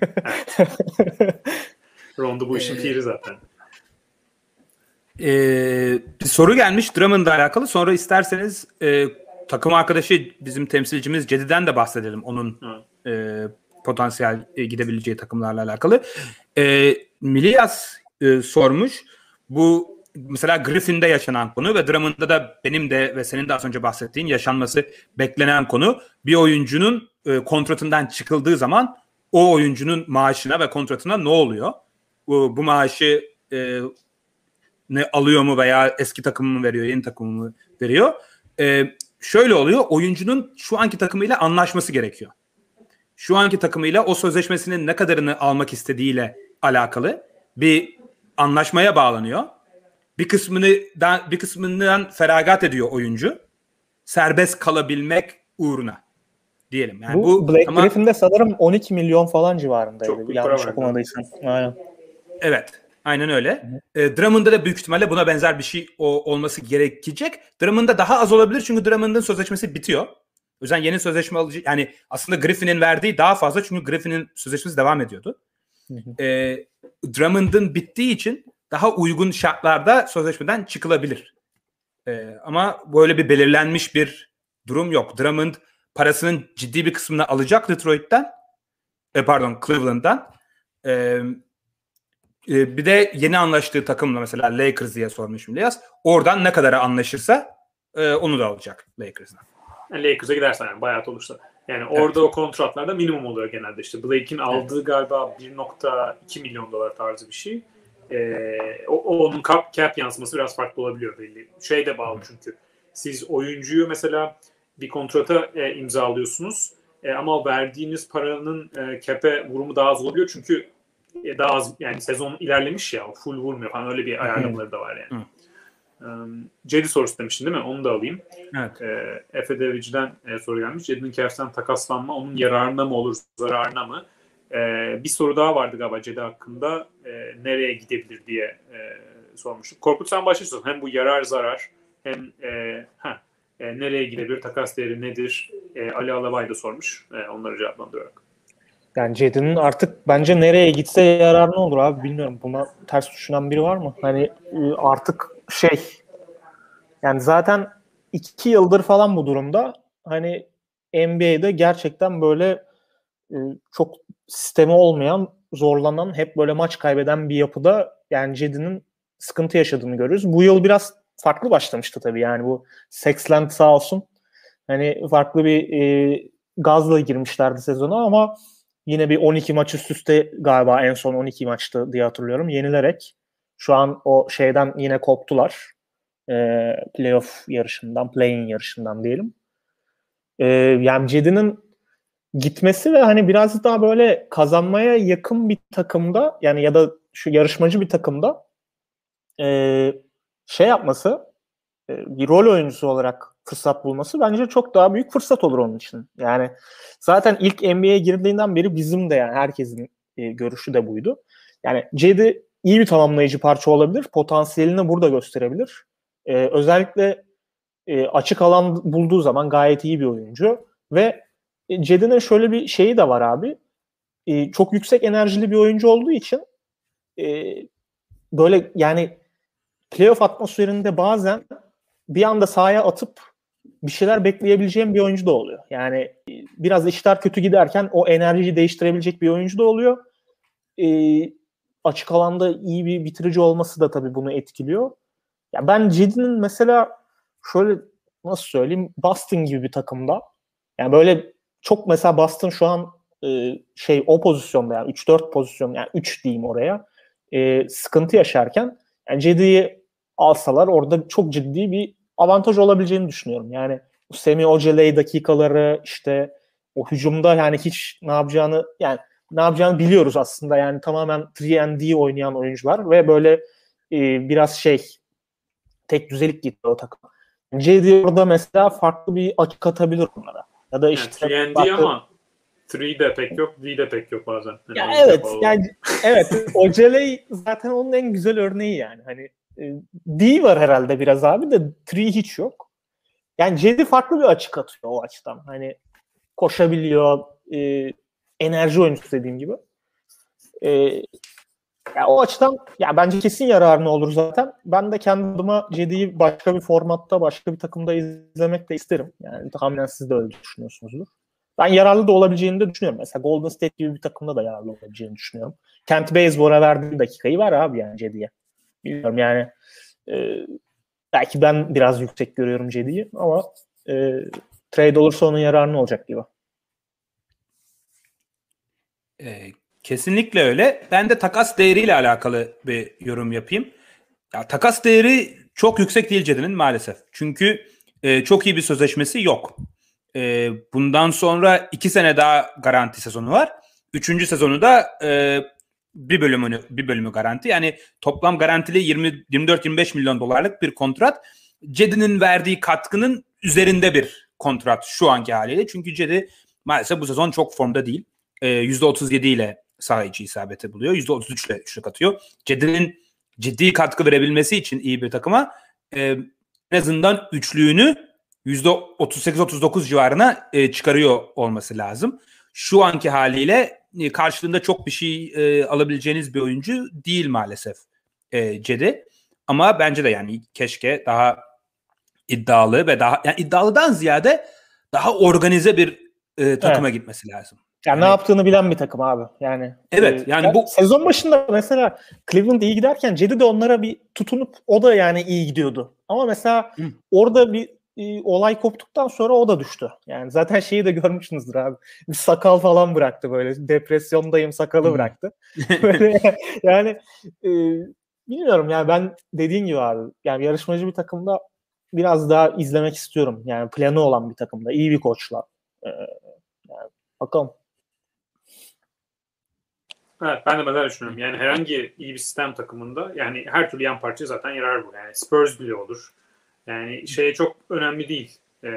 Rondo bu işin piri zaten. Bir soru gelmiş Drummond'la alakalı. Sonra isterseniz takım arkadaşı bizim temsilcimiz Cedi'den de bahsedelim. Onun potansiyel gidebileceği takımlarla alakalı. Milyas sormuş. Bu mesela Griffin'de yaşanan konu ve Drummond'da da benim de ve senin de az önce bahsettiğin yaşanması beklenen konu. Bir oyuncunun kontratından çıkıldığı zaman o oyuncunun maaşına ve kontratına ne oluyor? Bu maaşı ne alıyor mu veya eski takımı mı veriyor, yeni takımı mı veriyor? Şöyle oluyor, oyuncunun şu anki takımıyla anlaşması gerekiyor. Şu anki takımıyla o sözleşmesinin ne kadarını almak istediğiyle alakalı bir anlaşmaya bağlanıyor. Bir kısmından feragat ediyor oyuncu. Serbest kalabilmek uğruna diyelim. Yani bu Blake Griffin'de sanırım 12 milyon falan civarındaydı. Çok büyük yanlış para okumadıysam. Aynen. Evet. Aynen öyle. Drummond'da da büyük ihtimalle buna benzer bir şey olması gerekecek. Drummond'da daha az olabilir çünkü Drummond'ın sözleşmesi bitiyor. O yüzden yeni sözleşme alıcı, yani aslında Griffin'in verdiği daha fazla çünkü Griffin'in sözleşmesi devam ediyordu. Drummond'ın bittiği için daha uygun şartlarda sözleşmeden çıkılabilir. Ama böyle bir belirlenmiş bir durum yok. Drummond parasının ciddi bir kısmını alacak Detroit'ten. Cleveland'dan. Bir de yeni anlaştığı takımla mesela Lakers diye sormuşum İlyas. Oradan ne kadar anlaşırsa onu da alacak Lakers'dan. Yani Lakers'a gidersen yani bayat olursa. Yani orada o kontratlarda minimum oluyor genelde. İşte Blake'in aldığı galiba 1.2 milyon dolar tarzı bir şey. Onun cap yansıması biraz farklı olabiliyor belli. Şey de bağlı çünkü. Siz oyuncuyu mesela bir kontrata imzalıyorsunuz. Ama verdiğiniz paranın cap'e vurumu daha az olabiliyor. Çünkü daha az yani sezon ilerlemiş ya. Full vurmuyor falan. Öyle bir ayarlamaları da var yani. Cedi sorusu demiştin değil mi? Onu da alayım. Evet. Efe Devici'den soru gelmiş. Cedi'nin Cavs'ten takaslanma onun yararına mı olur, zararına mı? Bir soru daha vardı galiba Cedi hakkında. Nereye gidebilir diye sormuştuk. Korkut sen başlıyorsun. Hem bu yarar zarar hem nereye gidebilir, takas değeri nedir? Ali Alabay da sormuş. Onları cevaplandırarak. Yani Cedi'nin artık bence nereye gitse yararlı olur abi, bilmiyorum. Buna ters düşünen biri var mı? Hani artık yani zaten 2 yıldır falan bu durumda. Hani NBA'de gerçekten böyle çok sistemi olmayan, zorlanan, hep böyle maç kaybeden bir yapıda yani Cedi'nin sıkıntı yaşadığını görüyoruz. Bu yıl biraz farklı başlamıştı tabii. Yani bu Sexland sağ olsun. Hani farklı bir gazla girmişlerdi sezona ama yine bir 12 maç üst üste galiba en son 12 maçtı diye hatırlıyorum. Yenilerek şu an o şeyden yine koptular. Playoff yarışından, play-in yarışından diyelim. Yani Cedi'nin gitmesi ve hani biraz daha böyle kazanmaya yakın bir takımda yani ya da şu yarışmacı bir takımda yapması, bir rol oyuncusu olarak fırsat bulması bence çok daha büyük fırsat olur onun için. Yani zaten ilk NBA'ye girdiğinden beri bizim de yani herkesin görüşü de buydu. Yani Cedi iyi bir tamamlayıcı parça olabilir. Potansiyelini burada gösterebilir. Özellikle açık alan bulduğu zaman gayet iyi bir oyuncu. Ve Cedi'nin şöyle bir şeyi de var abi. Çok yüksek enerjili bir oyuncu olduğu için böyle yani playoff atmosferinde bazen bir anda sahaya atıp bir şeyler bekleyebileceğim bir oyuncu da oluyor. Yani biraz işler kötü giderken o enerjiyi değiştirebilecek bir oyuncu da oluyor. Açık alanda iyi bir bitirici olması da tabii bunu etkiliyor. Ya ben Cedi'nin mesela şöyle nasıl söyleyeyim, Boston gibi bir takımda yani böyle çok mesela Boston şu an o pozisyonda yani 3-4 pozisyon yani 3 diyeyim oraya sıkıntı yaşarken yani Cedi'yi alsalar orada çok ciddi bir avantaj olabileceğini düşünüyorum. Yani Semi Ojeley dakikaları işte o hücumda yani hiç ne yapacağını biliyoruz aslında. Yani tamamen 3&D oynayan oyuncular ve böyle biraz tek düzelik gitti o takım. Cedi orada mesela farklı bir açık atabilir onlara. Ya da işte yani 3&D ama 3 de pek yok, D de pek yok bazen. Yani evet, evet. Ojeley zaten onun en güzel örneği yani. Hani D var herhalde biraz abi de 3 hiç yok. Yani Cedi farklı bir açık atıyor o açıdan. Hani koşabiliyor, enerji oyuncusu dediğim gibi. Ya o açıdan ya bence kesin yararına olur zaten. Ben de kendi adıma Cedi'yi başka bir formatta, başka bir takımda izlemek de isterim. Yani tahminen siz de öyle düşünüyorsunuzdur. Ben yararlı da olabileceğini de düşünüyorum. Mesela Golden State gibi bir takımda da yararlı olabileceğini düşünüyorum. Kent Bazemore'a verdiği dakikayı var abi yani Cedi'ye. Bilmiyorum yani belki ben biraz yüksek görüyorum Cedi'yi ama trade olursa onun yararına olacak gibi. Kesinlikle öyle. Ben de takas değeriyle alakalı bir yorum yapayım. Ya, takas değeri çok yüksek değil Cedi'nin maalesef. Çünkü çok iyi bir sözleşmesi yok. Bundan sonra 2 sene daha garanti sezonu var. 3. sezonu da bir bölümü garanti. Yani toplam garantili 24-25 milyon dolarlık bir kontrat. Cedi'nin verdiği katkının üzerinde bir kontrat şu anki haliyle. Çünkü Cedi maalesef bu sezon çok formda değil. %37 ile saha içi isabeti buluyor. %33 ile üçlük atıyor. Cedi'nin ciddi katkı verebilmesi için iyi bir takıma en azından üçlüğünü %38-39 civarına çıkarıyor olması lazım. Şu anki haliyle karşılığında çok bir şey alabileceğiniz bir oyuncu değil maalesef Cedi. Ama bence de yani keşke daha iddialı ve daha yani iddialıdan ziyade daha organize bir takıma gitmesi lazım. Yani ne yaptığını bilen bir takım abi. Yani evet yani bu sezon başında mesela Cleveland iyi giderken Cedi de onlara bir tutunup o da yani iyi gidiyordu. Ama mesela orada bir olay koptuktan sonra o da düştü. Yani zaten şeyi de görmüşsünüzdür abi. Bir sakal falan bıraktı böyle. Depresyondayım sakalı bıraktı. Böyle yani bilmiyorum yani ben dediğin gibi abi yani yarışmacı bir takımda biraz daha izlemek istiyorum. Yani planı olan bir takımda, iyi bir koçla. Yani bakalım. Evet, ben de benzer düşünüyorum. Yani herhangi iyi bir sistem takımında yani her türlü yan parça zaten yarar bu. Yani Spurs bile olur. Yani şeye çok önemli değil.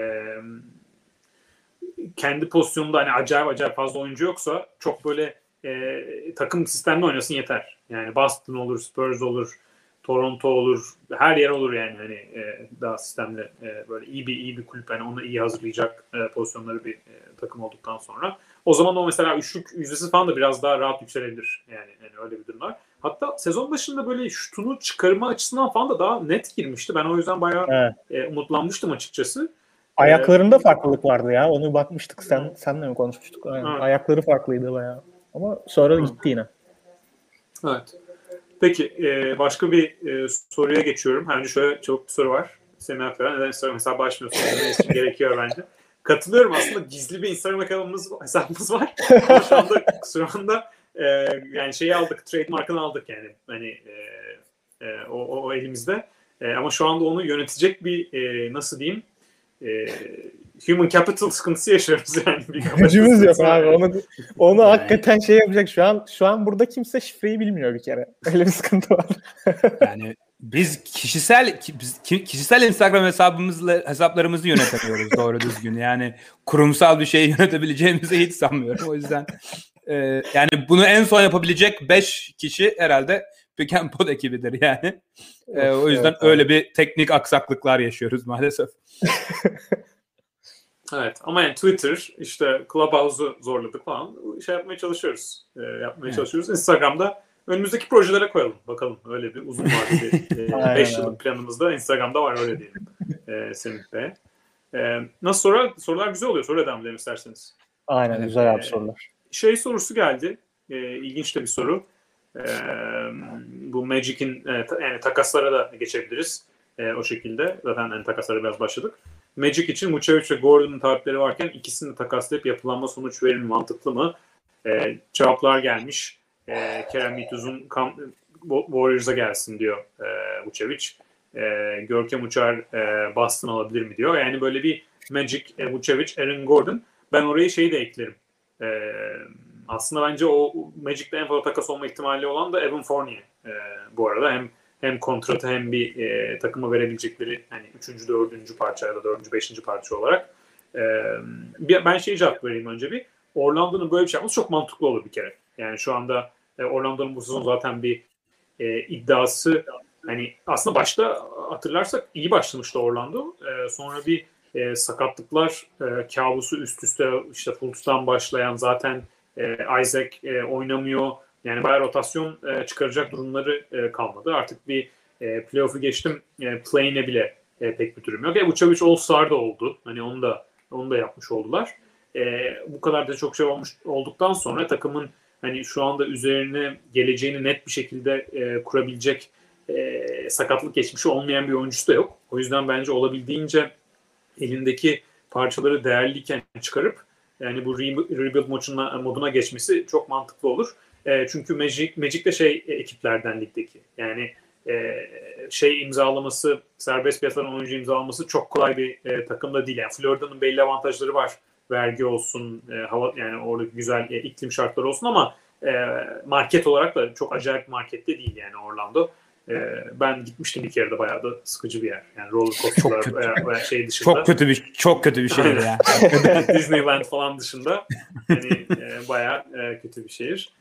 Kendi pozisyonunda hani acayip fazla oyuncu yoksa çok böyle takım sistemde oynasın yeter. Yani Boston olur, Spurs olur, Toronto olur, her yer olur yani hani daha sistemde böyle iyi bir kulüp yani onu iyi hazırlayacak pozisyonları bir takım olduktan sonra. O zaman o mesela üçlük yüzdesi falan da biraz daha rahat yükselebilir yani öyle bir durum var. Hatta sezon başında böyle şutunu çıkarma açısından falan da daha net girmişti. Ben o yüzden bayağı umutlanmıştım açıkçası. Ayaklarında farklılık vardı ya. Onu bakmıştık. Senle mi konuşmuştuk? Evet. Ayakları farklıydı bayağı. Ama sonra gitti yine. Evet. Peki başka bir soruya geçiyorum. Önce şöyle çok bir soru var. Semih Aktar'a neden Instagram hesabı açmıyorsun? Ne için gerekiyor bence. Katılıyorum aslında gizli bir Instagram hesabımız var. Ama şu anda yani şeyi aldık, trademark'ını aldık yani. Hani o elimizde. Ama şu anda onu yönetecek bir nasıl diyeyim human capital sıkıntısı yaşıyoruz yani. Gücümüz yok abi. Onu hakikaten şey yapacak. Şu an burada kimse şifreyi bilmiyor bir kere. Öyle bir sıkıntı var. Yani biz kişisel Instagram hesaplarımızı yönetemiyoruz doğru düzgün. Yani kurumsal bir şeyi yönetebileceğimizi hiç sanmıyorum. O yüzden yani bunu en son yapabilecek 5 kişi herhalde Pick and Pod ekibidir yani. O yüzden öyle bir teknik aksaklıklar yaşıyoruz maalesef. Evet ama yani Twitter işte Clubhouse'u zorladık falan şey yapmaya çalışıyoruz. Çalışıyoruz. Instagram'da önümüzdeki projelere koyalım. Bakalım öyle bir uzun vadeli 5 yıllık planımızda Instagram'da var öyle diyelim. Semih Bey. Nasıl sorular güzel oluyor. Soru devam edelim isterseniz. Aynen güzel abi sorular. Şey sorusu geldi. İlginç de bir soru. Bu Magic'in yani takaslara da geçebiliriz. O şekilde. Zaten yani takaslara biraz başladık. Magic için Vucevic ve Gordon'un talepleri varken ikisini de takaslayıp yapılanma sonuç verir mi? Mantıklı mı? Cevaplar gelmiş. Kerem Mituz'un Warriors'a gelsin diyor Vucevic. Görkem Uçar Boston alabilir mi diyor. Yani böyle bir Magic, Vucevic, Aaron Gordon. Ben oraya şeyi de eklerim. Aslında bence o Magic'te en fazla takas olma ihtimali olan da Evan Fournier bu arada. Hem kontratı hem bir takıma verebilecekleri hani 3. 4. parça ya da 4. 5. parça olarak. Ben cevap vereyim önce bir. Orlando'nun böyle bir şey yapması çok mantıklı olur bir kere. Yani şu anda Orlando'nun bu sezon zaten bir iddiası hani aslında başta hatırlarsak iyi başlamıştı Orlando. Sonra bir sakatlıklar kabusu üst üste işte Fultz'tan başlayan zaten Isaac oynamıyor. Yani bayağı rotasyon çıkaracak durumları kalmadı. Artık bir playoff'u geçtim play'ine bile pek bir durum yok. Vucevic All-Star'da oldu. Hani onu da yapmış oldular. Bu kadar da çok şey olduktan sonra takımın hani şu anda üzerine geleceğini net bir şekilde kurabilecek sakatlık geçmişi olmayan bir oyuncusu da yok. O yüzden bence olabildiğince elindeki parçaları değerliyken çıkarıp yani bu rebuild moduna geçmesi çok mantıklı olur. Çünkü Magic de ekiplerden ligdeki. Yani imzalaması, serbest piyasadan oyuncu imzalaması çok kolay bir takımda değil. Yani Florida'nın belli avantajları var. Vergi olsun, hava yani orada güzel iklim şartları olsun ama market olarak da çok acayip markette değil yani Orlando. Ben gitmiştim bir kere de bayağı da sıkıcı bir yer. Yani roller coaster'lar veya şey dışında. Çok kötü bir şehir yani. Disneyland falan dışında hani bayağı kötü bir şehir.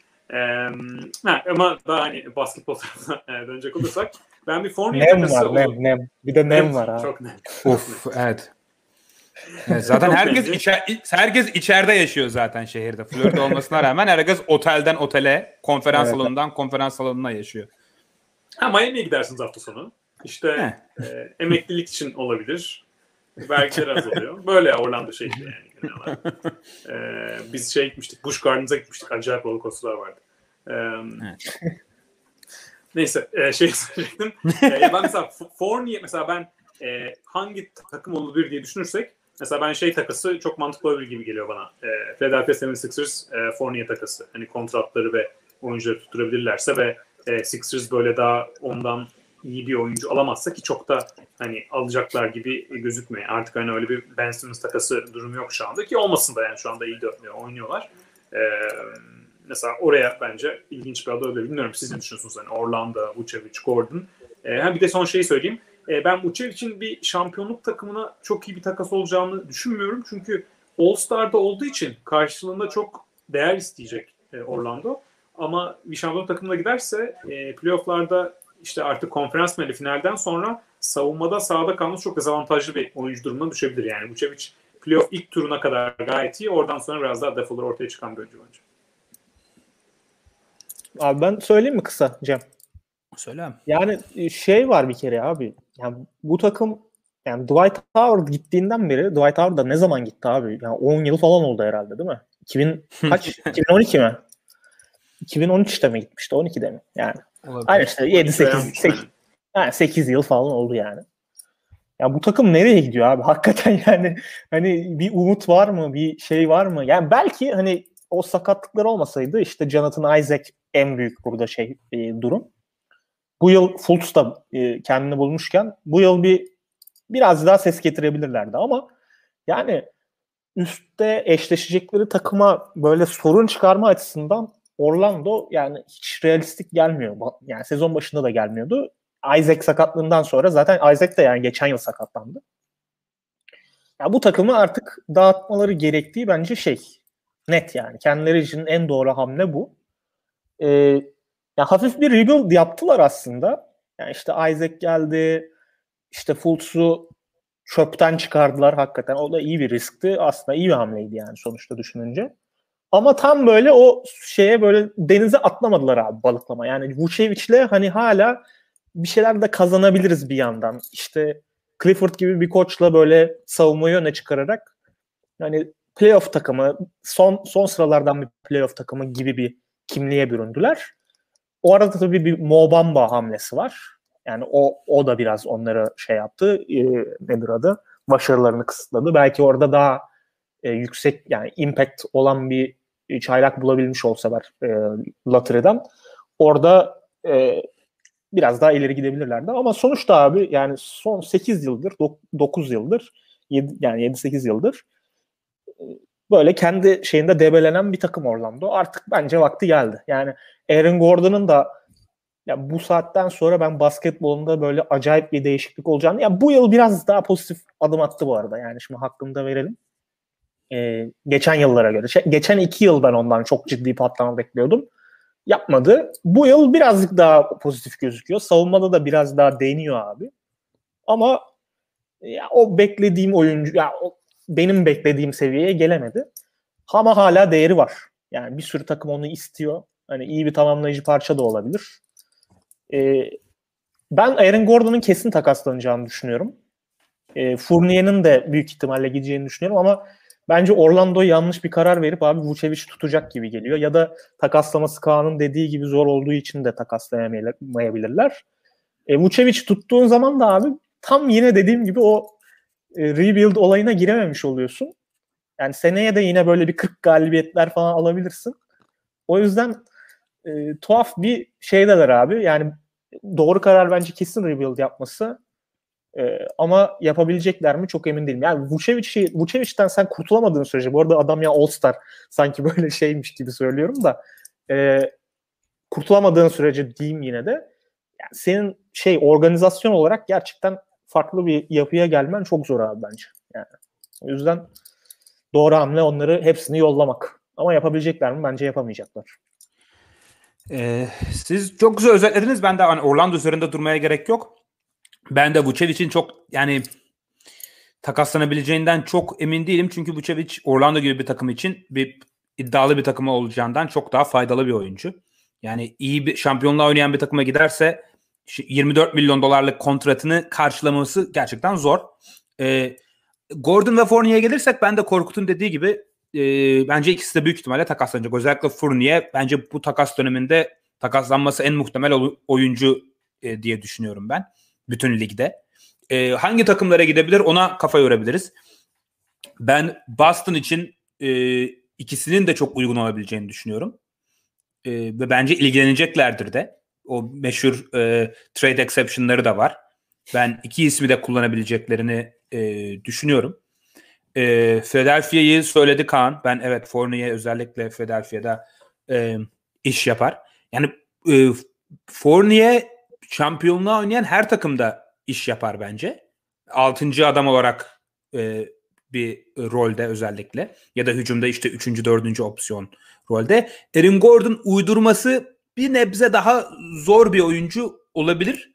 Ama daha hani basketbol tarafına dönecek olursak ben bir Fournier takası olur. Nem. Bir de nem var ha. Çok nem. Of evet. Zaten herkes içeride yaşıyor zaten şehirde. Florida olmasına rağmen herkes otelden otele, konferans salonundan konferans salonuna yaşıyor. Miami'ye gidersiniz hafta sonu. İşte emeklilik için olabilir. Vergiler az oluyor. Böyle Orlando şehri yani. Biz gitmiştik. Busch Gardens'a gitmiştik. Acayip roller coaster'lar vardı. Evet. Neyse söyleyecektim. Ben mesela Fournier ben hangi takım olabilir diye düşünürsek mesela ben takası çok mantıklı olabilir gibi geliyor bana. Philadelphia 76ers Fournier takası. Hani kontratları ve oyuncuları tutturabilirlerse ve Sixers böyle daha ondan iyi bir oyuncu alamazsa ki çok da hani alacaklar gibi gözükmüyor. Artık hani öyle bir Ben Simmons takası durumu yok şu anda ki olmasın da yani şu anda iyi de oynuyorlar. Mesela oraya bence ilginç bir aday olabilir. Bilmiyorum siz ne düşünüyorsunuz? Yani Orlando, Vucevic, Gordon. Bir de son şeyi söyleyeyim. Ben Vucevic'in bir şampiyonluk takımına çok iyi bir takas olacağını düşünmüyorum. Çünkü All-Star'da olduğu için karşılığında çok değer isteyecek Orlando. Ama bir şampiyonluk takımına giderse playoff'larda işte artık konferans finali finalden sonra savunmada sahada kalması çok dezavantajlı bir oyuncu durumuna düşebilir. Yani Vucevic playoff ilk turuna kadar gayet iyi. Oradan sonra biraz daha defoları ortaya çıkan bir oyuncu bence. Abi ben söyleyeyim mi kısa Cem? Söyle. Yani var bir kere abi. Yani bu takım yani Dwight Howard gittiğinden beri Dwight Howard da ne zaman gitti abi? Yani 10 yıl falan oldu herhalde değil mi? 2012 mi? 2013'te mi gitmişti? 12'de mi? Yani. Aynen işte 8 yıl falan oldu yani. Ya bu takım nereye gidiyor abi? Hakikaten yani hani bir umut var mı? Bir şey var mı? Yani belki hani o sakatlıklar olmasaydı işte Jonathan Isaac en büyük burada durum. Bu yıl Fultz da kendini bulmuşken bu yıl biraz daha ses getirebilirlerdi ama yani üstte eşleşecekleri takıma böyle sorun çıkarma açısından Orlando yani hiç realistik gelmiyor. Yani sezon başında da gelmiyordu. Isaac sakatlığından sonra zaten Isaac de yani geçen yıl sakatlandı. Ya bu takımı artık dağıtmaları gerektiği bence net yani. Kendileri için en doğru hamle bu. Ya hafif bir rebuild yaptılar aslında. Yani işte Isaac geldi. İşte Fultz'u çöpten çıkardılar hakikaten. O da iyi bir riskti. Aslında iyi bir hamleydi yani sonuçta düşününce. Ama tam böyle o böyle denize atlamadılar abi balıklama. Yani Vucevic'le hani hala bir şeyler de kazanabiliriz bir yandan. İşte Clifford gibi bir koçla böyle savunmayı öne çıkararak yani playoff takımı son sıralardan bir playoff takımı gibi bir kimliğe büründüler. O arada tabii bir Mo Bamba hamlesi var. Yani o da biraz onları yaptı. Nedir adı? Başarılarını kısıtladı. Belki orada daha yüksek yani impact olan bir çaylak bulabilmiş olsalar Lottery'den orada biraz daha ileri gidebilirlerdi. Ama sonuçta abi yani son 8 yıldır 9 yıldır yani 7-8 yıldır böyle kendi şeyinde debelenen bir takım Orlando. Artık bence vakti geldi. Yani Aaron Gordon'un da ya bu saatten sonra ben basketbolunda böyle acayip bir değişiklik olacağını ya bu yıl biraz daha pozitif adım attı bu arada. Yani şimdi hakkını da verelim. Geçen yıllara göre. Geçen 2 yıl ben ondan çok ciddi patlama bekliyordum. Yapmadı. Bu yıl birazcık daha pozitif gözüküyor. Savunmada da biraz daha deniyor abi. Ama ya o beklediğim oyuncu benim beklediğim seviyeye gelemedi. Ama hala değeri var. Yani bir sürü takım onu istiyor. Hani iyi bir tamamlayıcı parça da olabilir. Ben Aaron Gordon'un kesin takaslanacağını düşünüyorum. Fournier'in de büyük ihtimalle gideceğini düşünüyorum ama bence Orlando yanlış bir karar verip abi Vucevic tutacak gibi geliyor. Ya da takaslaması Kaan'ın dediği gibi zor olduğu için de takaslayamayabilirler. Vucevic tuttuğun zaman da abi tam yine dediğim gibi o rebuild olayına girememiş oluyorsun. Yani seneye de yine böyle bir 40 galibiyetler falan alabilirsin. O yüzden tuhaf bir şeydeler abi. Yani doğru karar bence kesin rebuild yapması. Ama yapabilecekler mi çok emin değilim. Yani Vucevic'ten sen kurtulamadığın sürece, bu arada adam ya All-Star sanki böyle şeymiş gibi söylüyorum da kurtulamadığın sürece diyeyim yine de yani senin organizasyon olarak gerçekten farklı bir yapıya gelmen çok zor abi bence. Yani o yüzden doğru hamle onları hepsini yollamak. Ama yapabilecekler mi? Bence yapamayacaklar. Siz çok güzel özetlediniz. Ben de hani Orlando üzerinde durmaya gerek yok. Ben de Vucevic'in çok yani takaslanabileceğinden çok emin değilim. Çünkü Vucevic Orlando gibi bir takım için iddialı bir takıma olacağından çok daha faydalı bir oyuncu. Yani iyi bir şampiyonluğa oynayan bir takıma giderse 24 milyon dolarlık kontratını karşılaması gerçekten zor. Gordon ve Fournier'e gelirsek ben de Korkut'un dediği gibi bence ikisi de büyük ihtimalle takaslanacak. Özellikle Fournier bence bu takas döneminde takaslanması en muhtemel oyuncu diye düşünüyorum ben. Bütün ligde. Hangi takımlara gidebilir ona kafa yorabiliriz. Ben Boston için ikisinin de çok uygun olabileceğini düşünüyorum. Ve bence ilgileneceklerdir de. O meşhur trade exception'ları da var. Ben iki ismi de kullanabileceklerini düşünüyorum. Philadelphia'yı söyledi Kaan. Ben evet Fournier özellikle Philadelphia'da iş yapar. Yani Fournier şampiyonluğa oynayan her takımda iş yapar bence. 6. adam olarak bir rolde özellikle. Ya da hücumda işte 3. 4. opsiyon rolde. Aaron Gordon uydurması bir nebze daha zor bir oyuncu olabilir.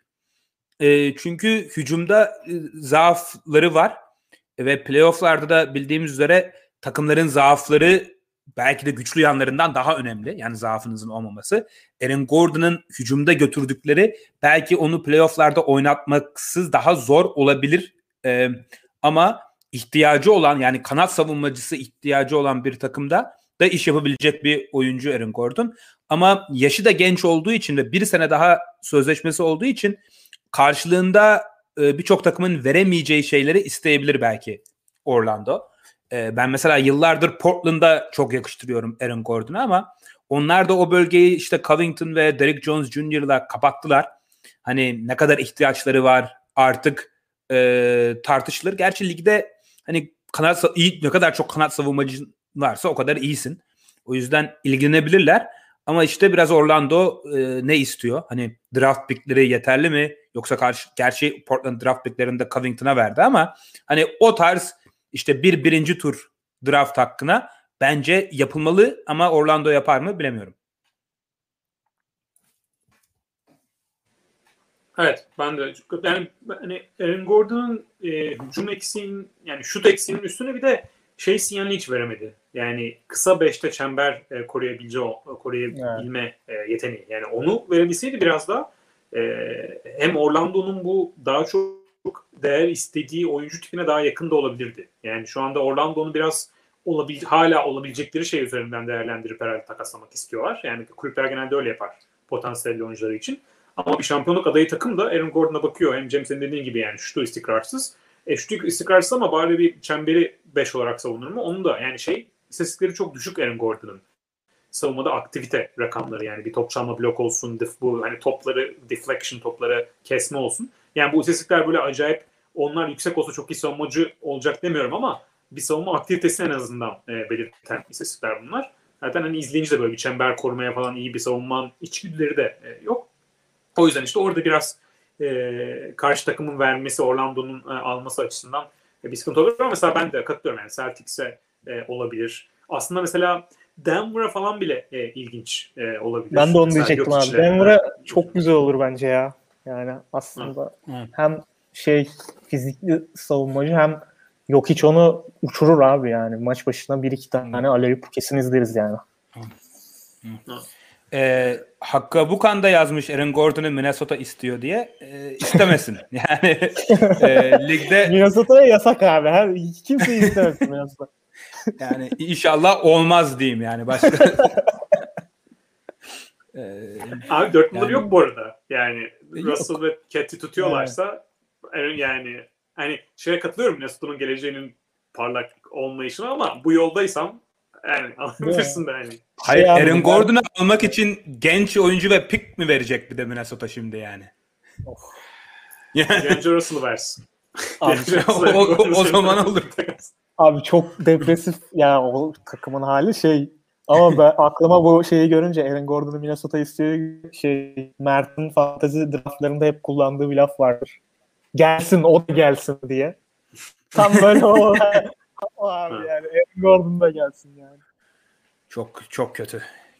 Çünkü hücumda zaafları var. Ve playoff'larda da bildiğimiz üzere takımların zaafları belki de güçlü yanlarından daha önemli. Yani zaafınızın olmaması. Aaron Gordon'ın hücumda götürdükleri belki onu playoff'larda oynatmaksız daha zor olabilir. Ama ihtiyacı olan yani kanat savunmacısı ihtiyacı olan bir takımda da iş yapabilecek bir oyuncu Aaron Gordon. Ama yaşı da genç olduğu için ve bir sene daha sözleşmesi olduğu için karşılığında birçok takımın veremeyeceği şeyleri isteyebilir belki Orlando. Ben mesela yıllardır Portland'a çok yakıştırıyorum Aaron Gordon'a ama onlar da o bölgeyi işte Covington ve Derrick Jones Jr.'la kapattılar. Hani ne kadar ihtiyaçları var artık tartışılır. Gerçi ligde hani ne kadar çok kanat savunmacı varsa o kadar iyisin. O yüzden ilgilenebilirler. Ama işte biraz Orlando ne istiyor? Hani draft pickleri yeterli mi? Yoksa gerçi Portland draft picklerinde Covington'a verdi ama hani o tarz işte birinci tur draft hakkına bence yapılmalı ama Orlando yapar mı bilemiyorum. Evet, ben de yani hani Aaron Gordon'un hücum eksiğinin yani şut eksiğinin üstüne bir de sinyalini hiç veremedi. Yani kısa 5'te çember koruyabilme yeteneği. Yani onu verebilseydi biraz da hem Orlando'nun bu daha çok değer istediği oyuncu tipine daha yakın da olabilirdi. Yani şu anda Orlando'nun biraz hala olabilecekleri şey üzerinden değerlendirip herhalde takaslamak istiyorlar. Yani kulüpler genelde öyle yapar potansiyelli oyuncuları için. Ama bir şampiyonluk adayı takım da Aaron Gordon'a bakıyor. Hem Cem senin dediğin gibi yani şutu istikrarsız. Şutu istikrarsız ama bari bir çemberi 5 olarak savunur mu? Onu da yani istatistikleri çok düşük Aaron Gordon'ın. Savunmada aktivite rakamları yani bir top çalma blok olsun, bu hani topları deflection topları kesme olsun. Yani bu istatistikler böyle acayip onlar yüksek olsa çok iyi savunmacı olacak demiyorum ama bir savunma aktivitesini en azından belirten istatistikler bunlar. Zaten hani izleyince de böyle bir çember korumaya falan iyi bir savunman içgüdüleri de yok. O yüzden işte orada biraz karşı takımın vermesi, Orlando'nun alması açısından bir sıkıntı olur. Ama mesela ben de katılıyorum yani Celtics'e olabilir. Aslında mesela Denver'a falan bile ilginç olabilir. Ben de onu diyecektim abi. Denver'a çok güzel olur bence ya. Yani aslında hem fizikli savunmacı hem yok hiç onu uçurur abi yani. Maç başına 1-2 tane aleyhüp kesin izleriz yani. Hakkı Bukan da yazmış Aaron Gordon'u Minnesota istiyor diye. İstemesin. Yani ligde Minnesota'ya yasak abi. Kimse istemesin Minnesota. Yani inşallah olmaz diyeyim yani başka. Abi 4 numara yok bu arada. Yani Russell ve Cat'i tutuyorlarsa yani hani katılıyorum Minnesota'nın geleceğinin parlak olmayışına ama bu yoldaysam yani anlatırsın da hani. Hayır Aaron Gordon'u almak için genç oyuncu ve pick mi verecek bir de Minnesota şimdi yani? Genç Russell'ı versin. Abi, o zaman olur. Abi çok depresif yani o takımın hali ama ben aklıma bu şeyi görünce Aaron Gordon'u Minnesota istiyor Mert'in fantezi draftlarında hep kullandığı bir laf vardır. Gelsin o da gelsin diye. Tam böyle o abi yani Aaron Gordon da gelsin yani. Çok kötü.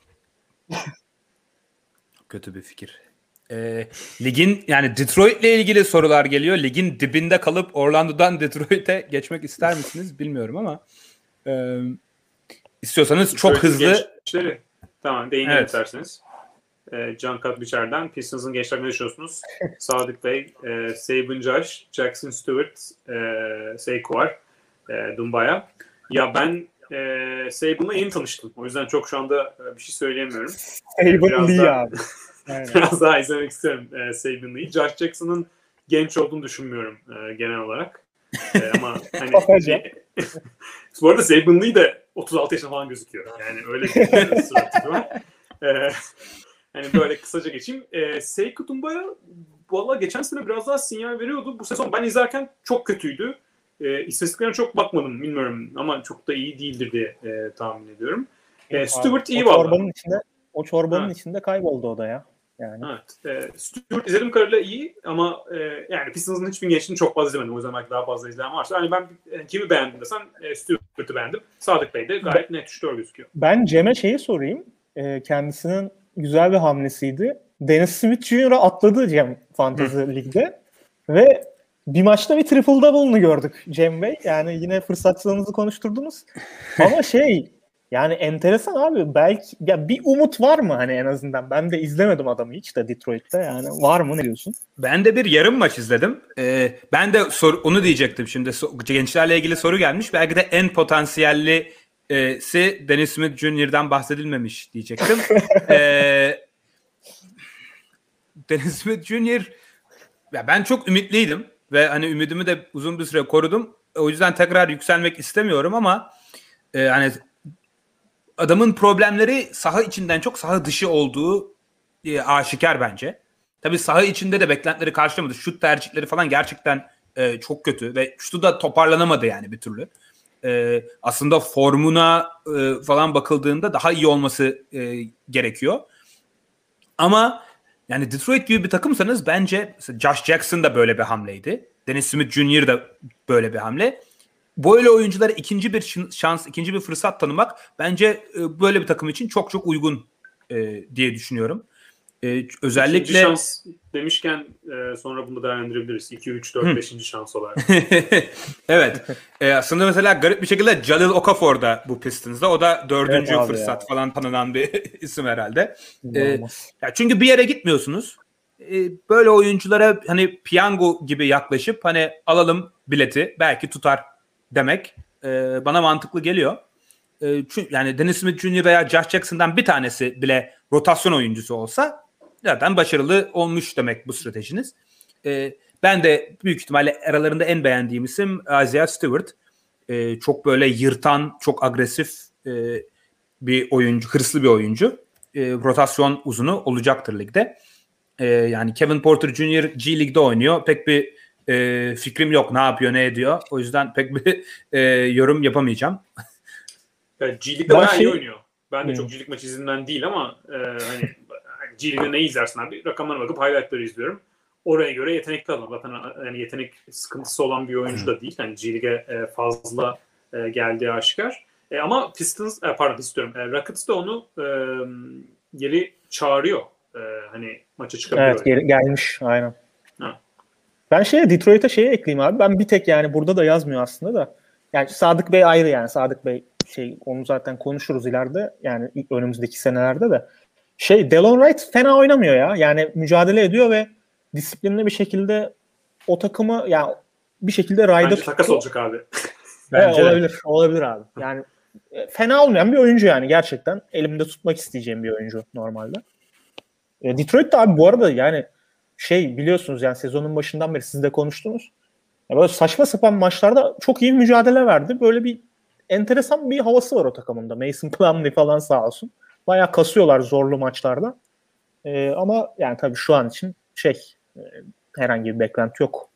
Kötü bir fikir. Ligin yani Detroit'le ilgili sorular geliyor. Ligin dibinde kalıp Orlando'dan Detroit'e geçmek ister misiniz bilmiyorum ama istiyorsanız çok hızlı. Gençleri. Tamam değinelim isterseniz. Can Katbiçer'den Pistons'ın gençler ne düşünüyorsunuz? Sadık Bey, Saban Josh, Jackson Stewart, Seiko var. Dumba'ya. Ya ben Saban'la yeni tanıştım. O yüzden çok şu anda bir şey söyleyemiyorum. Saban Lee abi. Biraz daha izlemek istiyorum Saban Lee'yi. Josh Jackson'ın genç olduğunu düşünmüyorum genel olarak. Ama hani bu arada Saban Lee de 36 yaşında falan gözüküyor. Yani öyle bir suratı var. Hani böyle kısaca geçeyim. Sekou Doumba'ya valla geçen sene biraz daha sinyal veriyordu. Bu sezon ben izlerken çok kötüydü. İstatistiklerine çok bakmadım bilmiyorum ama çok da iyi değildir diye tahmin ediyorum. Stewart iyi valla. O çorbanın içinde kayboldu o da ya. Yani. Evet. Stewart izlediğim kadarıyla iyi ama yani Pistons'ın hiçbir gençliğini çok fazla izlemedim. O yüzden belki daha fazla izleyen varsa. Hani ben kimi beğendim desen Stewart'ı beğendim. Sadık Bey de gayet net şutör gözüküyor. Ben Cem'e şeyi sorayım. Kendisinin güzel bir hamlesiydi. Dennis Smith Jr.'a atladı Cem Fantasy Lig'de. Ve bir maçta bir triple double'ını gördük Cem Bey. Yani yine fırsatçılığınızı konuşturdunuz. Ama yani enteresan abi. Belki ya bir umut var mı hani en azından? Ben de izlemedim adamı hiç de Detroit'te. Yani var mı, ne diyorsun? Ben de bir yarım maç izledim. Ben de onu diyecektim şimdi. Gençlerle ilgili soru gelmiş. Belki de en potansiyellisi Dennis Smith Jr.'dan bahsedilmemiş diyecektim. Dennis Smith Jr. ya ben çok ümitliydim ve hani ümidimi de uzun bir süre korudum. O yüzden tekrar yükselmek istemiyorum ama hani adamın problemleri saha içinden çok saha dışı olduğu aşikar bence. Tabii saha içinde de beklentileri karşılamadı. Şut tercihleri falan gerçekten çok kötü ve şutu da toparlanamadı yani bir türlü. Aslında formuna falan bakıldığında daha iyi olması gerekiyor. Ama yani Detroit gibi bir takımsanız bence Josh Jackson da böyle bir hamleydi. Dennis Smith Jr. da böyle bir hamle. Böyle oyunculara ikinci bir şans, ikinci bir fırsat tanımak bence böyle bir takım için çok çok uygun diye düşünüyorum. Özellikle İkinci şans demişken sonra bunu değerlendirebiliriz. 2, 3, 4, 5. şans olarak. Evet. Aslında mesela garip bir şekilde Jahlil Okafor da bu Pistons'da. O da 4. fırsat ya falan tanınan bir isim herhalde. Ya çünkü bir yere gitmiyorsunuz. Böyle oyunculara hani piyango gibi yaklaşıp hani alalım bileti belki tutar demek bana mantıklı geliyor. Çünkü yani Dennis Smith Jr. veya Josh Jackson'dan bir tanesi bile rotasyon oyuncusu olsa zaten başarılı olmuş demek bu stratejiniz. Ben de büyük ihtimalle aralarında en beğendiğim isim Isaiah Stewart. Çok böyle yırtan, çok agresif bir oyuncu, hırslı bir oyuncu. Rotasyon uzunu olacaktır ligde. Yani Kevin Porter Jr. G League'de oynuyor. Pek bir fikrim yok ne yapıyor, ne ediyor. O yüzden pek bir yorum yapamayacağım. Yani G League'de bayağı iyi oynuyor. Ben de çok G League maçı izlediğimden değil ama hani G League'de ne izlersin abi? Rakamlara bakıp highlightları izliyorum. Oraya göre yetenekli adam. Zaten yani yetenek sıkıntısı olan bir oyuncu da değil. Yani G League'e fazla geldiği aşikar. Ama Pistons, Rockets da onu geri çağırıyor. Hani maça çıkabiliyor. Evet, gelmiş aynen. Ha. Ben Detroit'e ekleyeyim abi. Ben bir tek yani burada da yazmıyor aslında da. Yani Sadık Bey ayrı yani. Sadık Bey onu zaten konuşuruz ileride. Yani önümüzdeki senelerde de. Delon Wright fena oynamıyor ya. Yani mücadele ediyor ve disiplinli bir şekilde o takımı yani bir şekilde rayda bence takas olacak abi. Bence olabilir abi. Yani fena olmayan bir oyuncu yani gerçekten. Elimde tutmak isteyeceğim bir oyuncu normalde. Detroit de abi bu arada yani biliyorsunuz yani sezonun başından beri siz de konuştunuz. Ya böyle saçma sapan maçlarda çok iyi mücadele verdi. Böyle bir enteresan bir havası var o takımında. Mason Plumlee falan sağ olsun. Bayağı kasıyorlar zorlu maçlarda. Ama yani tabii şu an için herhangi bir beklenti yok.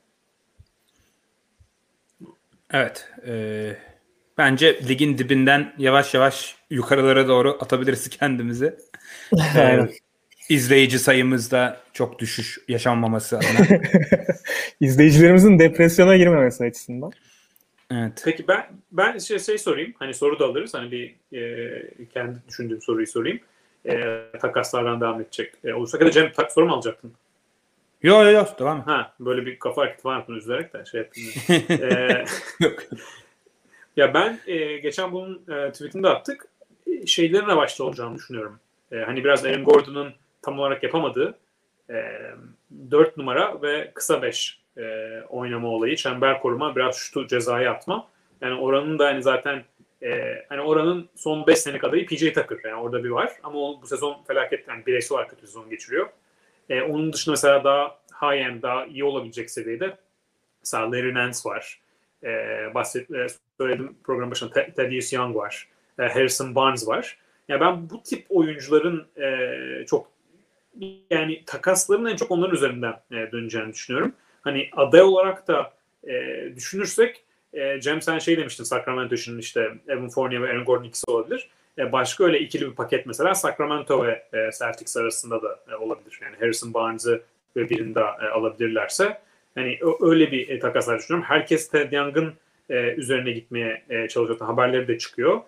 Evet. Bence ligin dibinden yavaş yavaş yukarılara doğru atabiliriz kendimizi. İzleyici sayımızda çok düşüş yaşanmaması adına. İzleyicilerimizin depresyona girmemesi açısından. Evet. Peki ben sorayım. Hani soru da alırız. Hani bir kendi düşündüğüm soruyu sorayım. Takaslardan devam edecek olursak. Ya da Cem soru mu alacaktın? Yok devam et. Böyle bir kafa hareketi falan yaptın üzülerek de yaptım. Ya ben geçen bunun tweetini de attık. Şeylerin başta olacağını düşünüyorum. Hani biraz Aaron Gordon'un tam olarak yapamadığı 4 numara ve kısa 5 oynama olayı, çember koruma, biraz şutu cezaya atma. Yani oranın da hani zaten hani oranın son 5 senelik adayı PJ Tucker. Yani orada bir var. Ama bu sezon felaket, yani bireysel olarak kötü sezon geçiriyor. Onun dışında mesela daha high end, daha iyi olabilecek seviyede mesela Larry Nance var. Söyledim program başında Thaddeus Young var. Harrison Barnes var. Yani ben bu tip oyuncuların çok, yani takasların en çok onların üzerinden döneceğini düşünüyorum. Hani aday olarak da düşünürsek Cem sen şey demiştin, Sacramento için işte Evan Fournier ve Aaron Gordon ikisi olabilir. Başka öyle ikili bir paket mesela Sacramento ve Celtics arasında da olabilir. Yani Harrison Barnes'ı ve birini daha alabilirlerse. Hani öyle bir takaslar düşünüyorum. Herkes Ted Young'ın üzerine gitmeye çalışıyor. Haberleri de çıkıyor.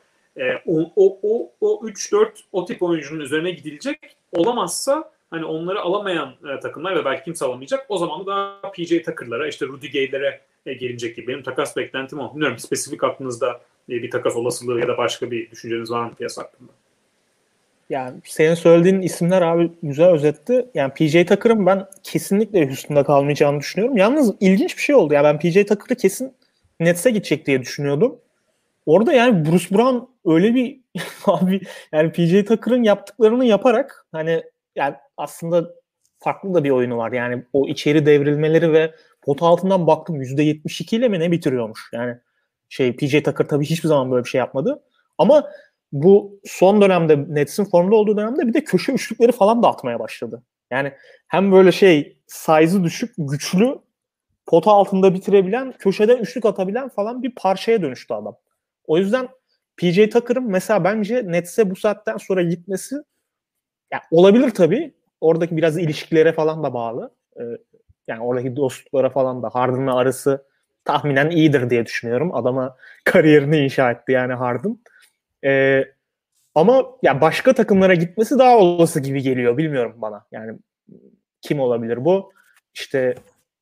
O 3-4 o tip oyuncunun üzerine gidilecek. Olamazsa hani onları alamayan takımlar ve belki kimse alamayacak. O zaman da daha PJ Tucker'lara, işte Rudy Gay'lere gelinecek gibi. Benim takas beklentim o. Bilmiyorum, spesifik aklınızda bir takas olasılığı ya da başka bir düşünceniz var mı piyasa hakkında? Yani senin söylediğin isimler abi güzel özetti. Yani PJ Tucker'ın ben kesinlikle üstünde kalmayacağını düşünüyorum. Yalnız ilginç bir şey oldu. Ya ben PJ Tucker'ı kesin Nets'e gidecek diye düşünüyordum. Orada yani Bruce Brown öyle bir abi, yani PJ Tucker'ın yaptıklarını yaparak hani yani aslında farklı da bir oyunu var. Yani o içeri devrilmeleri ve pot altından baktım %72 ile mi ne bitiriyormuş. Yani PJ Tucker tabii hiçbir zaman böyle bir şey yapmadı. Ama bu son dönemde Nets'in formda olduğu dönemde bir de köşe üçlükleri falan da atmaya başladı. Yani hem böyle size'ı düşük, güçlü, pota altında bitirebilen, köşeden üçlük atabilen falan bir parçaya dönüştü adam. O yüzden PJ Tucker'ın mesela bence Nets'e bu saatten sonra gitmesi olabilir tabii. Oradaki biraz ilişkilere falan da bağlı. Yani oradaki dostluklara falan da. Harden'la arası tahminen iyidir diye düşünüyorum. Adama kariyerini inşa etti yani Harden. Ama ya başka takımlara gitmesi daha olası gibi geliyor. Bilmiyorum bana. Yani kim olabilir bu? İşte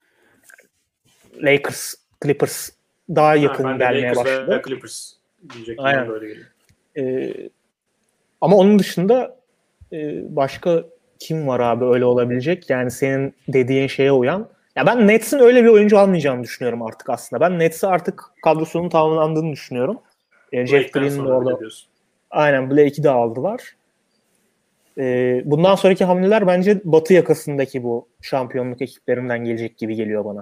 Lakers, Clippers daha yakın gelmeye başladı. Lakers Clippers diyecektim. Aynen. Böyle geliyor. Ama onun dışında başka kim var abi öyle olabilecek? Yani senin dediğin şeye uyan. Ya ben Nets'in öyle bir oyuncu almayacağını düşünüyorum artık aslında. Ben Nets'i artık kadrosunun tamamlandığını düşünüyorum. Jeff Green'in de orada. Aynen, Blake'i de aldılar. Bundan sonraki hamleler bence Batı yakasındaki bu şampiyonluk ekiplerinden gelecek gibi geliyor bana.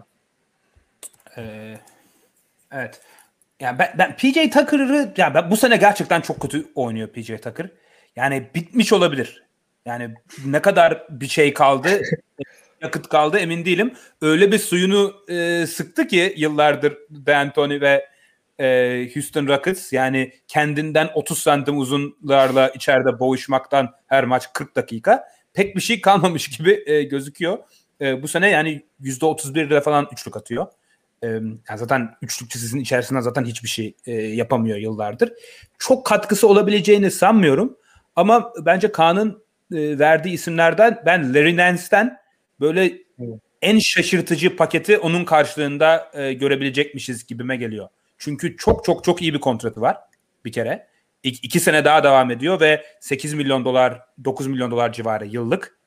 Evet. Yani ben PJ Tucker'ı, ya ben bu sene gerçekten çok kötü oynuyor PJ Tucker. Yani bitmiş olabilir. Yani ne kadar bir şey kaldı, yakıt kaldı emin değilim. Öyle bir suyunu sıktı ki yıllardır D'Antoni ve Houston Rockets, yani kendinden 30 santim uzunlarla içeride boğuşmaktan her maç 40 dakika pek bir şey kalmamış gibi gözüküyor. Bu sene yani %31 ile falan üçlük atıyor. Yani zaten üçlük çizgisinin içerisinden zaten hiçbir şey yapamıyor yıllardır. Çok katkısı olabileceğini sanmıyorum. Ama bence Kaan'ın verdiği isimlerden ben Larry Nance'den böyle en şaşırtıcı paketi onun karşılığında görebilecekmişiz gibime geliyor. Çünkü çok çok çok iyi bir kontratı var bir kere. 2 sene daha devam ediyor ve 8 milyon dolar, 9 milyon dolar civarı yıllık.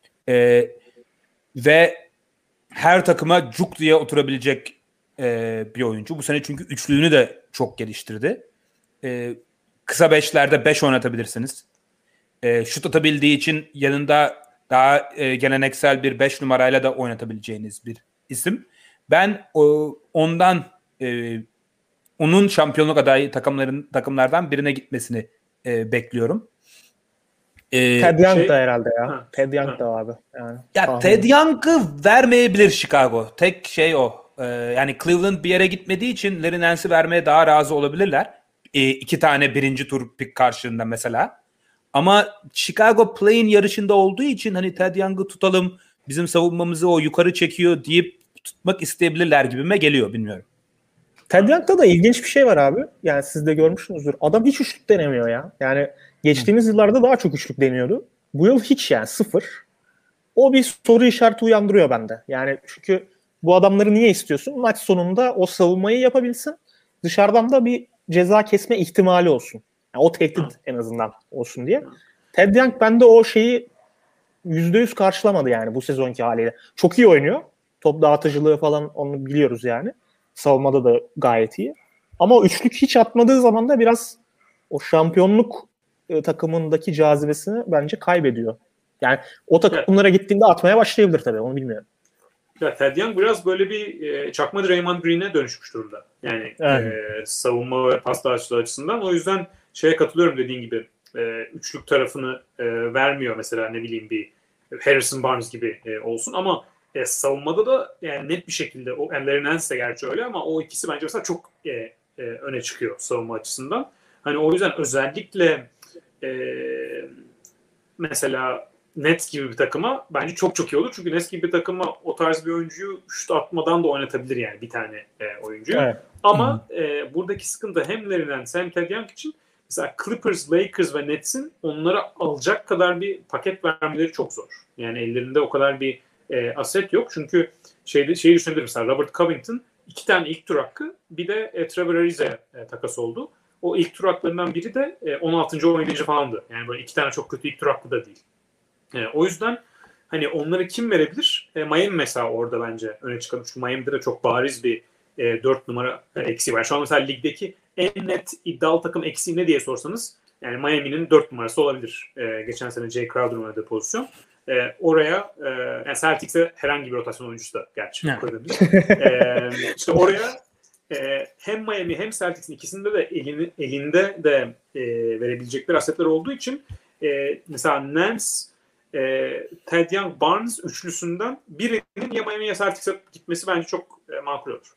Ve her takıma cuk diye oturabilecek bir oyuncu. Bu sene çünkü üçlüğünü de çok geliştirdi. Kısa beşlerde 5 oynatabilirsiniz. Şut atabildiği için yanında daha geleneksel bir 5 numarayla da oynatabileceğiniz bir isim. Ben ondan onun şampiyonluk adayı takımlardan birine gitmesini bekliyorum. Ted Young da herhalde ya. Ted Young da abi. Yani, ya Ted Young'ı vermeyebilir Chicago. Tek şey o. Yani Cleveland bir yere gitmediği için Larry Nance'i vermeye daha razı olabilirler. 2 tane birinci tur pick karşılığında mesela. Ama Chicago play-in yarışında olduğu için hani Ted Young'ı tutalım, bizim savunmamızı o yukarı çekiyor deyip tutmak isteyebilirler gibime geliyor, bilmiyorum. Ted Young'da da ilginç bir şey var abi. Yani siz de görmüşsünüzdür. Adam hiç üçlük denemiyor ya. Yani geçtiğimiz yıllarda daha çok üçlük deniyordu. Bu yıl hiç, yani 0. O bir soru işareti uyandırıyor bende. Yani çünkü bu adamları niye istiyorsun? Maç sonunda o savunmayı yapabilsin. Dışarıdan da bir ceza kesme ihtimali olsun. Yani o tehdit en azından olsun diye. Ted Young bende o şeyi %100 karşılamadı yani bu sezonki haliyle. Çok iyi oynuyor. Top dağıtıcılığı falan onu biliyoruz yani. Savunmada da gayet iyi. Ama o üçlük hiç atmadığı zaman da biraz o şampiyonluk takımındaki cazibesini bence kaybediyor. Yani o takımlara gittiğinde atmaya başlayabilir tabii, onu bilmiyorum. Ya Thad Young biraz böyle bir çakma Draymond Green'e dönüşmüş durumda. Yani savunma ve pas dağıtıcılığı açısından. O yüzden şeye katılıyorum, dediğin gibi üçlük tarafını vermiyor mesela, ne bileyim bir Harrison Barnes gibi olsun ama savunmada da yani net bir şekilde o Larry Nance de gerçi öyle ama o ikisi bence mesela çok öne çıkıyor savunma açısından. Hani o yüzden özellikle mesela Nets gibi bir takıma bence çok çok iyi olur. Çünkü Nets gibi bir takıma o tarz bir oyuncuyu şut atmadan da oynatabilir yani bir tane oyuncuyu. Evet. Ama buradaki sıkıntı hem Larry Nance hem Thad Young için mesela Clippers, Lakers ve Nets'in onlara alacak kadar bir paket vermeleri çok zor. Yani ellerinde o kadar bir aset yok. Çünkü şeyi düşünebilirim mesela Robert Covington 2 tane ilk tur hakkı, bir de Trevor Ariza takas oldu. O ilk tur haklarından biri de 16. oynayıcı falandı. Yani böyle 2 tane çok kötü ilk tur hakkı da değil. O yüzden hani onları kim verebilir? Miami mesela orada bence öne çıkan. Çünkü Miami'de de çok bariz bir 4 numara eksiği var. Şu an mesela ligdeki en net iddialı takım eksiği ne diye sorsanız yani Miami'nin 4 numarası olabilir. Geçen sene Jay Crowder oynadığı pozisyon. Oraya yani Celtics'e herhangi bir rotasyon oyuncusu da gerçi koyabilir. İşte oraya hem Miami hem Celtics'in ikisinde de elinde de verebilecekleri asetler olduğu için mesela Nance, Thad Young, Barnes üçlüsünden birinin ya Miami'ye Celtics'e gitmesi bence çok makul olur.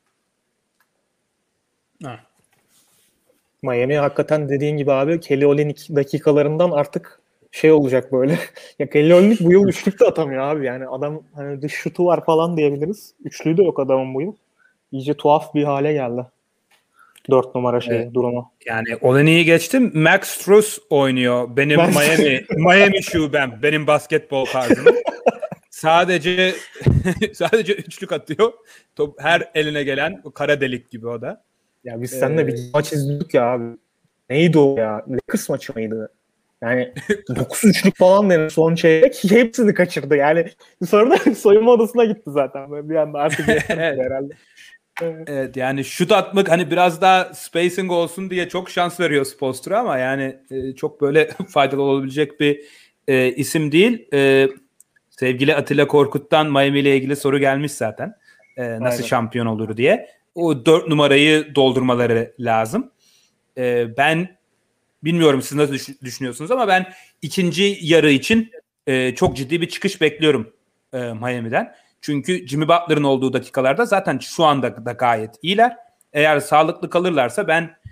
Miami hakikaten dediğin gibi abi Kelly Olynyk dakikalarından artık şey olacak böyle. Ya Kelly Olynyk bu yıl üçlük de atamıyor abi. Yani adam hani dış şutu var falan diyebiliriz. Üçlüğü de yok adamın bu yıl. İyice tuhaf bir hale geldi. 4 numara durumu. Yani Olynyk'i geçtim. Max Strus oynuyor. Benim Miami şubem. Benim basketbol tarzım. sadece üçlük atıyor. Top her eline gelen kara delik gibi o da. Ya biz seninle bir maç izledik ya abi. Neydi o ya? Lakers maçı mıydı? Yani 9 üçlük falan denir son çeyrek. Hepsini kaçırdı. Yani sonra da soyunma odasına gitti zaten. Böyle bir anda artık herhalde. Evet yani şut atmak hani biraz daha spacing olsun diye çok şans veriyor Spoelstra ama yani çok böyle faydalı olabilecek bir isim değil. Sevgili Atilla Korkut'tan Miami ile ilgili soru gelmiş zaten. Nasıl şampiyon olur diye. O 4 numarayı doldurmaları lazım. Ben bilmiyorum siz nasıl düşünüyorsunuz ama ben ikinci yarı için çok ciddi bir çıkış bekliyorum Miami'den. Çünkü Jimmy Butler'ın olduğu dakikalarda zaten şu anda da gayet iyiler. Eğer sağlıklı kalırlarsa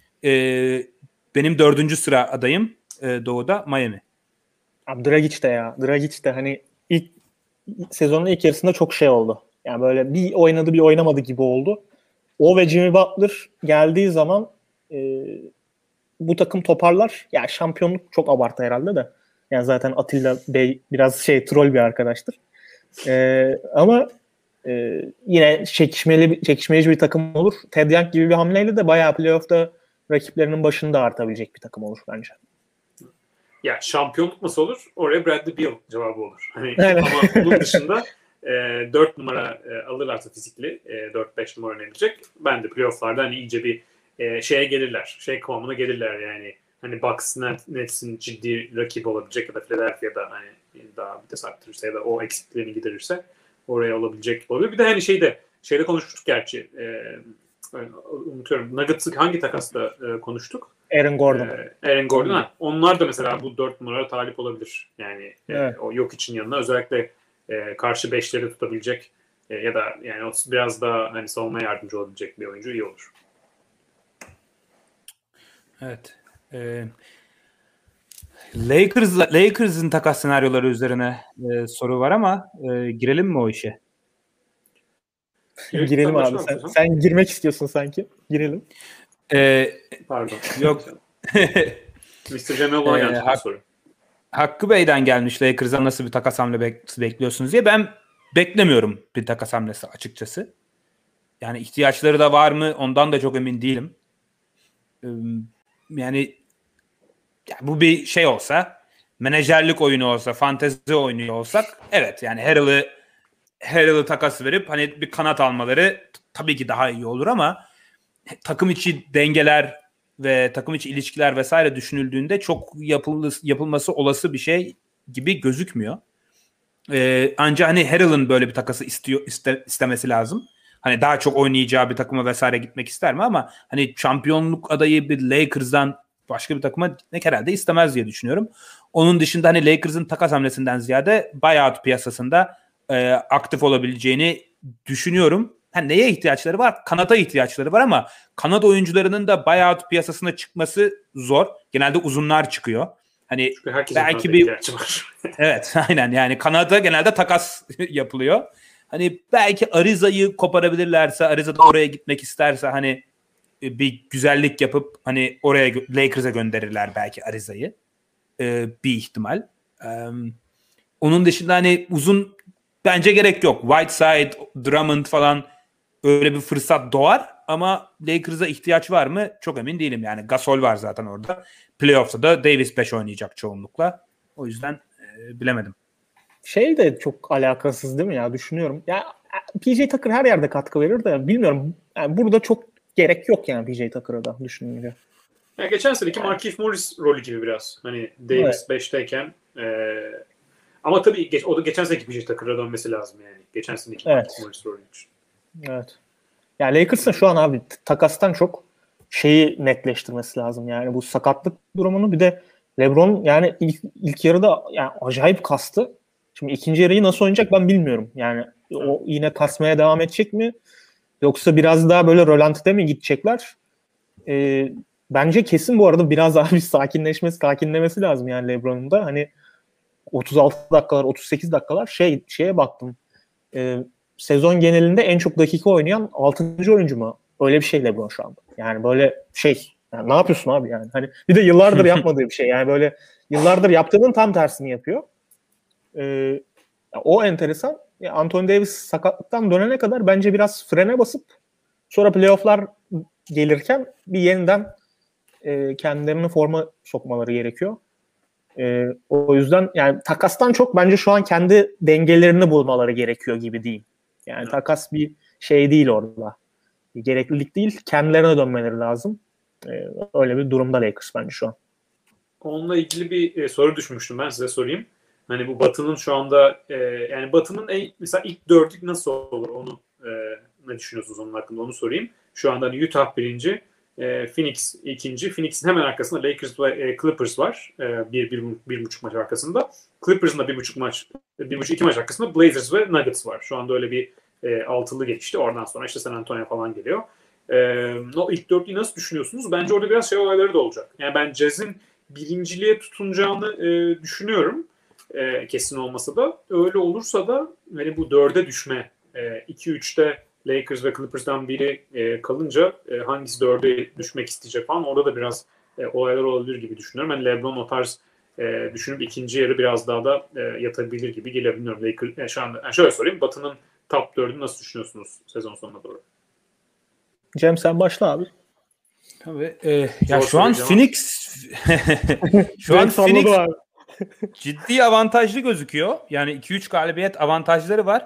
benim 4. sıra adayım Doğu'da Miami. Abi Dragic de ya. Dragic de hani sezonun ilk yarısında çok şey oldu. Yani böyle bir oynadı bir oynamadı gibi oldu. O ve Jimmy Butler geldiği zaman bu takım toparlar. Ya şampiyonluk çok abartı herhalde de. Yani zaten Atilla Bey biraz troll bir arkadaştır. Ama yine çekişmeli bir takım olur. Thad Young gibi bir hamleyle de bayağı playoff'ta rakiplerinin başında artabilecek bir takım olur bence. Ya şampiyonluk nasıl olur? Oraya Bradley Beal cevabı olur. Hani, ama bunun dışında 4 numara alırlarsa fizikli 4-5 numara oynayabilecek. Ben de playoff'larda hani iyice bir şeye gelirler. Kıvamına gelirler yani. Hani Bucks, Nets'in ciddi rakibi olabilecek ya da Philadelphia'da hani daha bir de arttırırsa ya da o eksiklerini giderirse oraya olabilecek olabilir. Bir de hani şeyde konuşmuştuk gerçi. Unutuyorum. Nuggets'ı hangi takasla konuştuk? Aaron Gordon. Aaron Gordon. Onlar da mesela bu 4 numara talip olabilir. Yani o yok için yanına özellikle karşı 5'leri tutabilecek ya da yani o biraz daha hani savunmaya yardımcı olabilecek bir oyuncu iyi olur. Evet. Lakers'ın takas senaryoları üzerine soru var ama girelim mi o işe? Girelim abi. Sen girmek istiyorsun sanki. Girelim. Pardon. Yok. Mr. Cemil bana gelmiş soru. Hakkı Bey'den gelmiş Lakers'a nasıl bir takas hamlesi bekliyorsunuz diye. Ben beklemiyorum bir takas hamlesi açıkçası. Yani ihtiyaçları da var mı ondan da çok emin değilim. Yani bu bir şey olsa, menajerlik oyunu olsa, fantezi oyunu olsak evet yani Harrell'ı takas verip hani bir kanat almaları tabii ki daha iyi olur ama takım içi dengeler ve takım içi ilişkiler vesaire düşünüldüğünde çok yapılması olası bir şey gibi gözükmüyor. Ancak hani Harrell'ın böyle bir takası istemesi lazım. Hani daha çok oynayacağı bir takıma vesaire gitmek ister mi, ama hani şampiyonluk adayı bir Lakers'dan başka bir takıma gitmek herhalde istemez diye düşünüyorum. Onun dışında hani Lakers'ın takas hamlesinden ziyade buyout piyasasında aktif olabileceğini düşünüyorum. Yani neye ihtiyaçları var? Kanata ihtiyaçları var, ama kanat oyuncularının da buyout piyasasına çıkması zor. Genelde uzunlar çıkıyor. Hani belki bir evet, aynen, yani kanada genelde takas yapılıyor. Hani belki Ariza'yı koparabilirlerse, Ariza'da oraya gitmek isterse hani bir güzellik yapıp hani oraya Lakers'a gönderirler belki Ariza'yı. Bir ihtimal. Onun dışında hani uzun bence gerek yok. Whiteside, Drummond falan öyle bir fırsat doğar, ama Lakers'a ihtiyaç var mı? Çok emin değilim. Yani Gasol var zaten orada. Playoff'ta da Davis 5 oynayacak çoğunlukla. O yüzden bilemedim. Şey de çok alakasız değil mi ya, düşünüyorum. Ya PJ Tucker her yerde katkı verir de bilmiyorum. Yani burada çok gerek yok yani PJ Tucker'a da düşününce. Yani geçen seneki Markieff Morris rolü gibi biraz. Hani Davis 5'teyken ama tabii o da geçen seneki PJ Tucker'a dönmesi lazım yani. Geçen seneki Markieff Morris rolü için. Evet. Yani Lakers'ın şu an abi takastan çok şeyi netleştirmesi lazım. Yani bu sakatlık durumunu, bir de LeBron yani ilk yarıda yani acayip kastı. Şimdi ikinci yarıyı nasıl oynayacak ben bilmiyorum. Yani o yine kasmaya devam edecek mi? Yoksa biraz daha böyle rölantide mi gidecekler? Bence kesin bu arada biraz daha bir sakinlemesi lazım yani LeBron'un da. Hani 36 dakikalar, 38 dakikalar şeye baktım. Sezon genelinde en çok dakika oynayan 6. oyuncu mu? Öyle bir şey LeBron şu anda. Yani böyle yani ne yapıyorsun abi yani? Hani bir de yıllardır yapmadığı bir şey. Yani böyle yıllardır yaptığının tam tersini yapıyor. O enteresan. Anthony Davis sakatlıktan dönene kadar bence biraz frene basıp sonra playoff'lar gelirken bir yeniden kendilerini forma sokmaları gerekiyor. O yüzden yani takastan çok bence şu an kendi dengelerini bulmaları gerekiyor gibi değil. Yani takas bir şey değil orada. Bir gereklilik değil. Kendilerine dönmeleri lazım. Öyle bir durumda Lakers bence şu an. Onunla ilgili bir soru düşmüştüm, ben size sorayım. Hani bu Batı'nın şu anda yani Batı'nın mesela ilk dörtlük nasıl olur, onu ne düşünüyorsunuz onun hakkında, onu sorayım. Şu anda hani Utah birinci, Phoenix ikinci. Phoenix'in hemen arkasında Lakers ve Clippers var. Bir buçuk maç arkasında. Clippers'ın da iki maç arkasında Blazers ve Nuggets var. Şu anda öyle bir altılı geçti. Oradan sonra işte San Antonio falan geliyor. O ilk dörtlüğü nasıl düşünüyorsunuz? Bence orada biraz olayları da olacak. Yani ben Jazz'in birinciliğe tutunacağını düşünüyorum. Kesin olmasa da. Öyle olursa da hani bu dörde düşme, 2-3'te Lakers ve Clippers'dan biri kalınca hangisi dörde düşmek isteyecek falan, orada da biraz olaylar olabilir gibi düşünüyorum. Yani LeBron o tarz düşünüp ikinci yarı biraz daha da yatabilir gibi geliyor. Bilmiyorum. Lakers, şu anda şöyle sorayım. Batı'nın top 4'ünü nasıl düşünüyorsunuz sezon sonuna doğru? Cem sen başla abi. Tabii. Ya şu an Phoenix şu an Phoenix ciddi avantajlı gözüküyor. Yani 2-3 galibiyet avantajları var.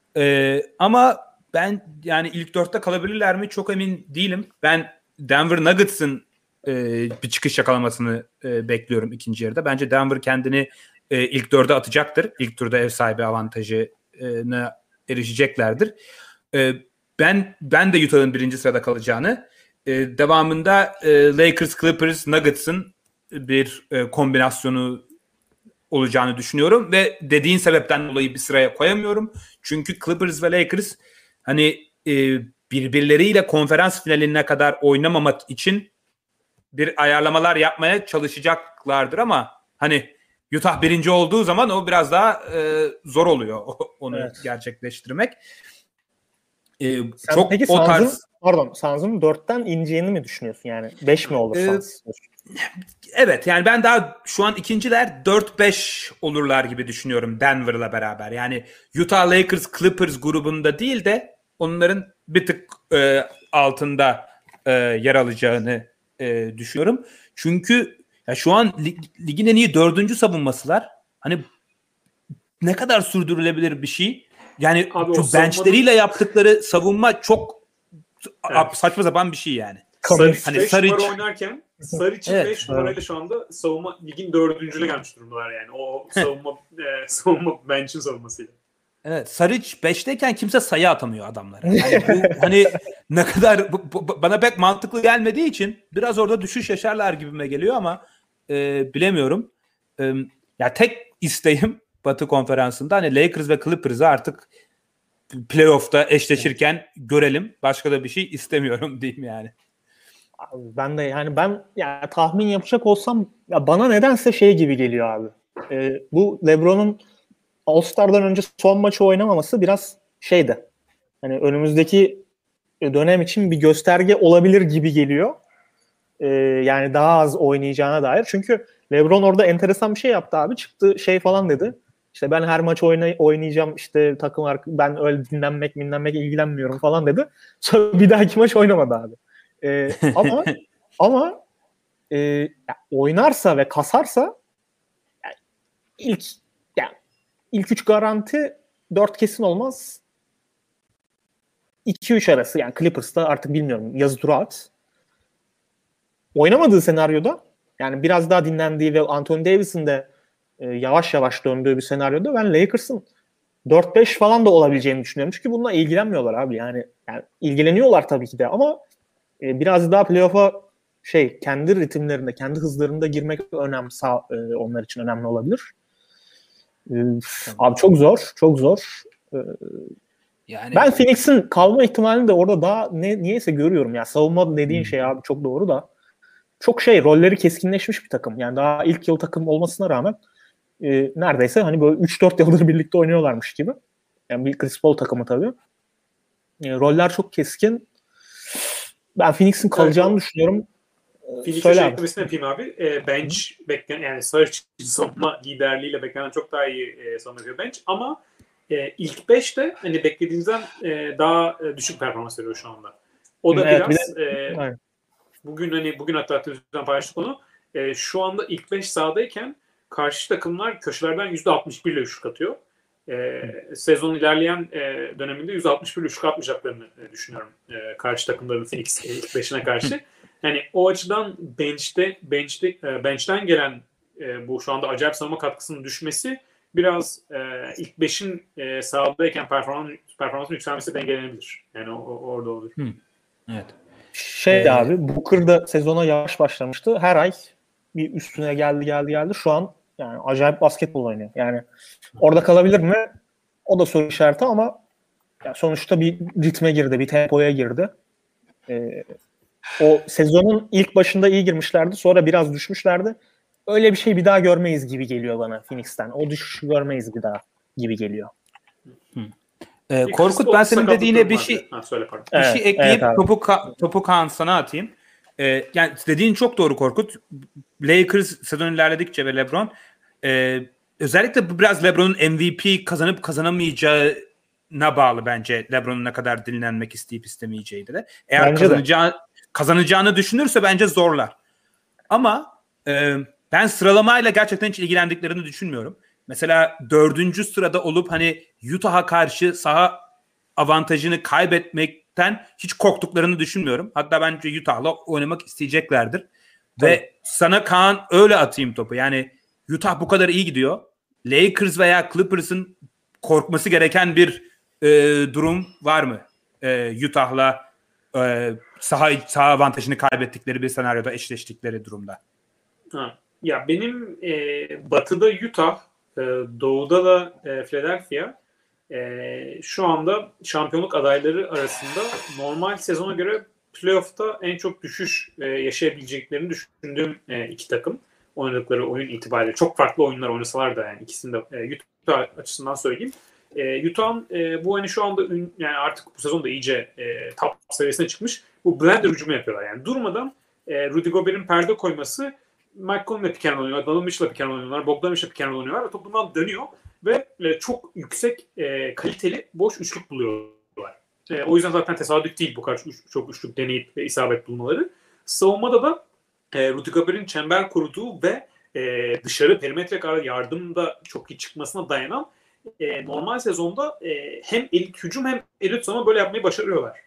Ama ben yani ilk 4'te kalabilirler mi çok emin değilim. Ben Denver Nuggets'ın bir çıkış yakalamasını bekliyorum ikinci yarıda. Bence Denver kendini ilk 4'e atacaktır. İlk turda ev sahibi avantajına erişeceklerdir. Ben de Utah'ın birinci sırada kalacağını, devamında Lakers, Clippers, Nuggets'ın bir kombinasyonu olacağını düşünüyorum ve dediğin sebepten dolayı bir sıraya koyamıyorum. Çünkü Clippers ve Lakers hani birbirleriyle konferans finaline kadar oynamamak için bir ayarlamalar yapmaya çalışacaklardır, ama hani Utah birinci olduğu zaman o biraz daha zor oluyor onu gerçekleştirmek. Çok peki o tarz... Suns'ın 4'ten ineceğini mi düşünüyorsun yani? 5 mi olur Suns? Evet, yani ben daha şu an ikinciler 4-5 olurlar gibi düşünüyorum Denver'la beraber. Yani Utah, Lakers, Clippers grubunda değil de onların bir tık altında yer alacağını düşünüyorum. Çünkü ya şu an ligin en iyi 4. savunmasılar. Hani ne kadar sürdürülebilir bir şey. Yani bench'leriyle yaptıkları savunma çok saçma sapan bir şey yani. Saric 5 numara oynarken Saric'in 5 numarayla şu anda savunma ligin 4. gelmiş durumdalar yani. O savunma bench'in savunmasıyla. Evet, Saric 5'teyken kimse sayı atamıyor adamlara. Yani bu hani ne kadar bana pek mantıklı gelmediği için biraz orada düşüş yaşarlar gibime geliyor ama bilemiyorum. Ya tek isteğim Batı Konferansı'nda hani Lakers ve Clippers'ı artık playoff'ta eşleşirken görelim. Başka da bir şey istemiyorum diyeyim yani. Ben de yani tahmin yapacak olsam ya bana nedense şey gibi geliyor abi. Bu LeBron'un All-Star'dan önce son maçı oynamaması biraz şeydi. Hani önümüzdeki dönem için bir gösterge olabilir gibi geliyor. Yani daha az oynayacağına dair. Çünkü LeBron orada enteresan bir şey yaptı abi. Çıktı şey falan dedi. İşte ben her maç oynayacağım işte ben öyle dinlenmek ilgilenmiyorum falan dedi. Sonra bir dahaki maç oynamadı abi. Ama oynarsa ve kasarsa ilk 3 garanti 4 kesin olmaz. 2-3 arası yani Clippers'ta artık bilmiyorum yazı tura at. Oynamadığı senaryoda yani biraz daha dinlendiği ve Anthony Davis'in de yavaş yavaş döndüğü bir senaryoda ben Lakers'ın 4-5 falan da olabileceğini düşünüyorum. Çünkü bununla ilgilenmiyorlar abi. Yani ilgileniyorlar tabii ki de ama biraz daha playoff'a kendi ritimlerinde, kendi hızlarında girmek onlar için önemli olabilir. Abi çok zor. Yani ben Phoenix'in kalma ihtimalini de orada daha niyeyse görüyorum. Yani savunma dediğin şey abi çok doğru da çok rolleri keskinleşmiş bir takım. Yani daha ilk yıl takım olmasına rağmen neredeyse hani böyle 3-4 yıldır birlikte oynuyorlarmış gibi. Yani bir Chris Paul takımı tabii. Roller çok keskin. Ben Phoenix'in kalacağını düşünüyorum. Phoenix'e eklemesini yapayım abi. Bench beklenen yani Saric savunma liderliğiyle beklenen çok daha iyi savunma yapıyor bench ama ilk 5'te hani beklediğinizden daha düşük performans veriyor şu anda. O da biraz bugün hatta televizyondan paylaştık onu. Şu anda ilk 5 sahadayken karşı takımlar köşelerden %61 ile üçlük atıyor. Sezon ilerleyen döneminde %61 üçlük atmayacaklarını düşünüyorum. Karşı takımların Phoenix ilk 5'ine karşı. Yani o açıdan bench'ten gelen bu şu anda acayip savunma katkısının düşmesi biraz ilk 5'in sahadayken performansın yükselmesi dengelenebilir. Yani orada olur. Evet. Abi Booker da sezona yavaş başlamıştı. Her ay bir üstüne geldi. Şu an yani acayip basketbol oynuyor. Yani orada kalabilir mi? O da soru işareti ama sonuçta bir ritme girdi, bir tempoya girdi. O sezonun ilk başında iyi girmişlerdi. Sonra biraz düşmüşlerdi. Öyle bir şey bir daha görmeyiz gibi geliyor bana Phoenix'ten. O düşüşü görmeyiz bir daha gibi geliyor. Korkut ben senin dediğine bir şey ekleyip topu Kaan sana atayım. Yani dediğin çok doğru Korkut. Lakers sezon ilerledikçe ve LeBron özellikle bu biraz LeBron'un MVP kazanıp kazanamayacağına bağlı bence. LeBron'un ne kadar dinlenmek isteyip istemeyeceği de. Eğer kazanacağını düşünürse bence zorlar. Ama ben sıralamayla gerçekten hiç ilgilendiklerini düşünmüyorum. Mesela 4. sırada olup hani Utah'a karşı saha avantajını kaybetmekten hiç korktuklarını düşünmüyorum. Hatta bence Utah'la oynamak isteyeceklerdir. Tabii. Ve sana Kaan öyle atayım topu. Yani Utah bu kadar iyi gidiyor. Lakers veya Clippers'ın korkması gereken bir durum var mı? Utah'la saha avantajını kaybettikleri bir senaryoda eşleştikleri durumda. Ya benim batıda Utah, doğuda da Philadelphia şu anda şampiyonluk adayları arasında normal sezona göre playoff'ta en çok düşüş yaşayabileceklerini düşündüğüm iki takım. Oynadıkları oyun itibariyle çok farklı oyunlar oynasalar da yani ikisini de Utah açısından söyleyeyim. Utah'ın bu hani şu anda yani artık bu sezon da iyice top seviyesine çıkmış. Bu blender hücumu yapıyorlar. Yani durmadan Rudy Gobert'in perde koyması Mike Conley'le pick and roll oynuyorlar, Donovan Mitchell'la pick and roll oynuyorlar, Bogdanovic'le pick and roll oynuyorlar ve top bundan dönüyor ve çok yüksek kaliteli boş üçlük buluyorlar. O yüzden zaten tesadüf değil bu kadar çok üçlük deneyip isabet bulmaları. Savunmada da Rudy Gobert'in çember kurduğu ve dışarı perimetre kadar yardımda çok iyi çıkmasına dayanan normal sezonda hem elit hücum hem elit savunma böyle yapmayı başarıyorlar.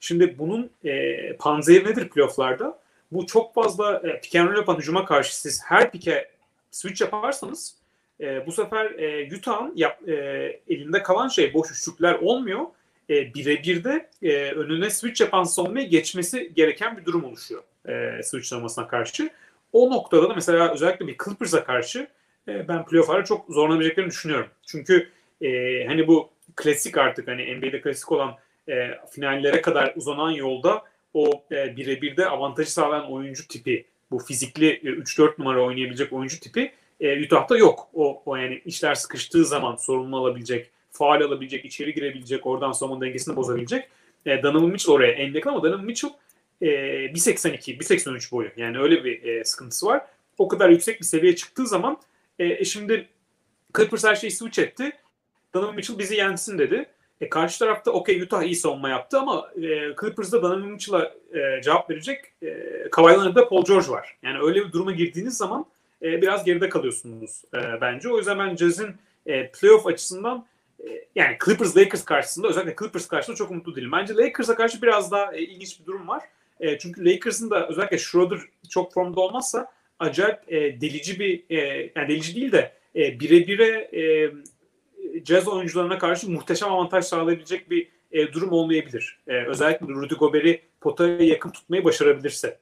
Şimdi bunun panzehiri nedir playoff'larda? Bu çok fazla pick and roll yapan hücuma karşı siz her pick'e switch yaparsanız bu sefer Utah'ın elinde kalan şey boş üçlükler olmuyor. Birebir de önüne switch yapan savunmaya geçmesi gereken bir durum oluşuyor switch savunmasına karşı. O noktada da mesela özellikle bir Clippers'a karşı ben playoff'larda çok zorlanabileceklerini düşünüyorum. Çünkü hani bu klasik artık hani NBA'de klasik olan finallere kadar uzanan yolda o birebirde avantajı sağlayan oyuncu tipi, bu fizikli 3-4 numara oynayabilecek oyuncu tipi Utah'ta yok. O yani işler sıkıştığı zaman sorumlu alabilecek, faul alabilecek, içeri girebilecek, oradan savunma dengesini bozabilecek. Donovan Mitchell oraya en yakın ama Donovan Mitchell 1.82, 1.83 boyu. Yani öyle bir sıkıntısı var. O kadar yüksek bir seviyeye çıktığı zaman şimdi Clippers her şeyi switch etti. Donovan Mitchell bizi yensin dedi. Karşı tarafta okey Utah iyi savunma yaptı ama Clippers'da Donovan Mitchell'a cevap verecek Kawhi Leonard'da Paul George var. Yani öyle bir duruma girdiğiniz zaman biraz geride kalıyorsunuz bence. O yüzden ben Jazz'in playoff açısından yani Clippers-Lakers karşısında özellikle Clippers karşısında çok umutlu değilim. Bence Lakers'a karşı biraz daha ilginç bir durum var. Çünkü Lakers'ın da özellikle Schroeder çok formda olmazsa acayip delici bir yani delici değil de birebire Jazz oyuncularına karşı muhteşem avantaj sağlayabilecek bir durum olmayabilir. Özellikle Rudy Gobert'i potaya yakın tutmayı başarabilirse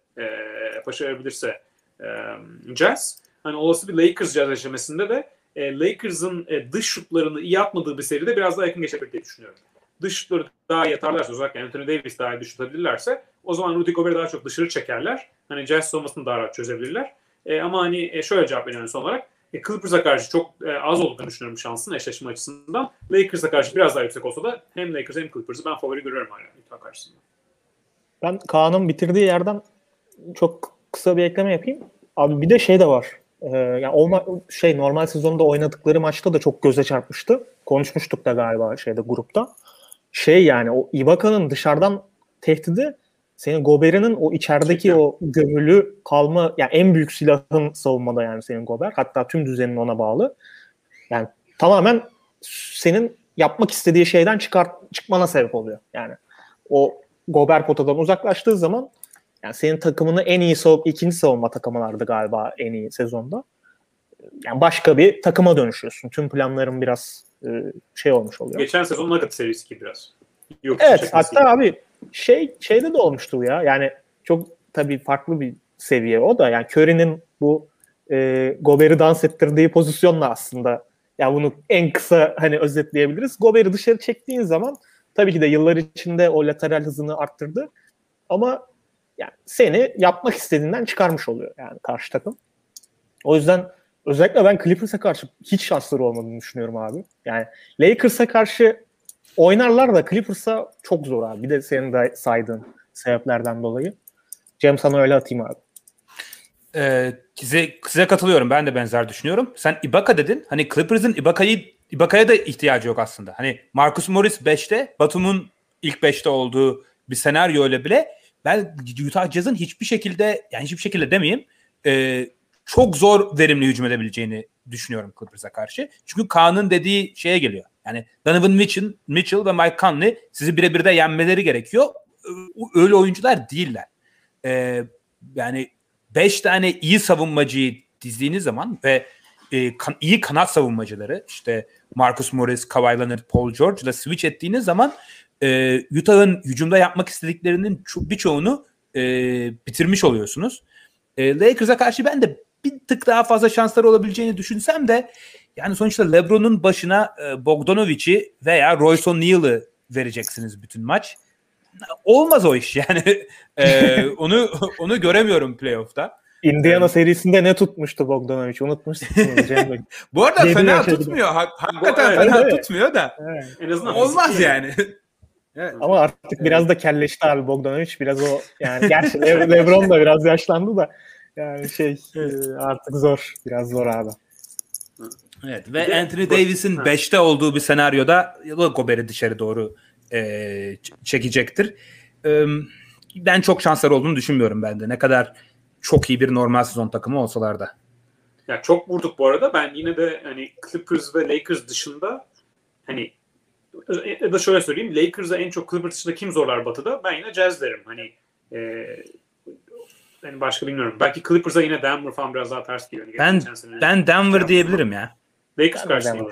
Jazz. Hani olası bir Lakers Jazz eşlemesinde de Lakers'ın dış şutlarını iyi atmadığı bir seride biraz daha yakın geçebilir diye düşünüyorum. Dış şutları daha iyi atarlarsa, özellikle Anthony Davis daha iyi dış şutabilirlerse o zaman Rudy Gobert'i daha çok dışarı çekerler. Hani Jazz savunmasını daha rahat çözebilirler. Ama hani şöyle cevap veriyorum son olarak. Clippers'a karşı çok az olduğunu düşünüyorum şansın eşleşme açısından. Lakers'a karşı biraz daha yüksek olsa da hem Lakers hem Clippers'ı ben favori görüyorum hala Utah karşısında. Ben Kaan'ın bitirdiği yerden çok kısa bir ekleme yapayım. Abi bir de şey de var. Yani normal sezonda oynadıkları maçta da çok göze çarpmıştı. Konuşmuştuk da galiba grupta. Yani o Ibaka'nın dışarıdan tehdidi senin Gobert'in o içerideki o gömülü kalma yani en büyük silahın savunmada yani senin Gobert. Hatta tüm düzenin ona bağlı. Yani tamamen senin yapmak istediği şeyden çıkmana sebep oluyor. Yani o Gobert potadan uzaklaştığı zaman yani senin takımını en iyi ikinci savunma takımlardı galiba en iyi sezonda. Yani başka bir takıma dönüşüyorsun. Tüm planların biraz olmuş oluyor. Geçen sezon Nuggets serisi gibi biraz. Yok, evet hatta abi şeyde de olmuştu ya. Yani çok tabii farklı bir seviye o da. Yani Curry'nin bu Gobert'i dans ettirdiği pozisyonla aslında yani bunu en kısa hani özetleyebiliriz. Gobert'i dışarı çektiğin zaman tabii ki de yıllar içinde o lateral hızını arttırdı. Ama yani seni yapmak istediğinden çıkarmış oluyor yani karşı takım. O yüzden özellikle ben Clippers'a karşı hiç şansları olmadığını düşünüyorum abi. Yani Lakers'a karşı oynarlar da Clippers'a çok zor abi. Bir de senin de saydığın sebeplerden dolayı. Cem sana öyle atayım abi. Size katılıyorum. Ben de benzer düşünüyorum. Sen Ibaka dedin. Hani Clippers'ın Ibaka'ya da ihtiyacı yok aslında. Hani Marcus Morris 5'te, Batum'un ilk 5'te olduğu bir senaryo öyle bile ben Utah Jazz'ın hiçbir şekilde demeyeyim çok zor verimli hücum edebileceğini düşünüyorum Clippers'a karşı. Çünkü Kaan'ın dediği şeye geliyor. Yani Donovan Mitchell ve Mike Conley sizi birebir de yenmeleri gerekiyor. Öyle oyuncular değiller. Yani 5 tane iyi savunmacıyı dizdiğiniz zaman ve iyi kanat savunmacıları işte Marcus Morris, Kawhi Leonard, Paul George ile switch ettiğiniz zaman Utah'ın hücumda yapmak istediklerinin birçoğunu bitirmiş oluyorsunuz. Lakers'a karşı ben de bir tık daha fazla şansları olabileceğini düşünsem de yani sonuçta LeBron'un başına Bogdanovic'i veya Royce O'Neal'ı vereceksiniz bütün maç. Olmaz o iş yani. Onu göremiyorum playoff'ta. Indiana serisinde ne tutmuştu Bogdanovic? Unutmuşsunuz Cem Bey. Bu arada fena tutmuyor. Hakikaten fena tutmuyor da. Evet. En azından olmaz yani. Evet. Ama artık biraz da kelleşti abi Bogdanovic. Biraz o yani gerçi LeBron da biraz yaşlandı da yani artık zor. Biraz zor abi. Evet ve Anthony Davis'in 5'te olduğu bir senaryoda Gobert'i dışarı doğru çekecektir. Ben çok şansları olduğunu düşünmüyorum ben de. Ne kadar çok iyi bir normal sezon takımı olsalar da. Ya çok vurduk bu arada. Ben yine de hani Clippers ve Lakers dışında hani ya da şöyle söyleyeyim, Lakers'a en çok Clippers dışında kim zorlar Batı'da? Ben yine Jazz derim. Hani yani başka bilmiyorum. Belki Clippers'a yine Denver falan biraz daha ters geliyor. Ben Denver diyebilirim ya. Lakers karşısında.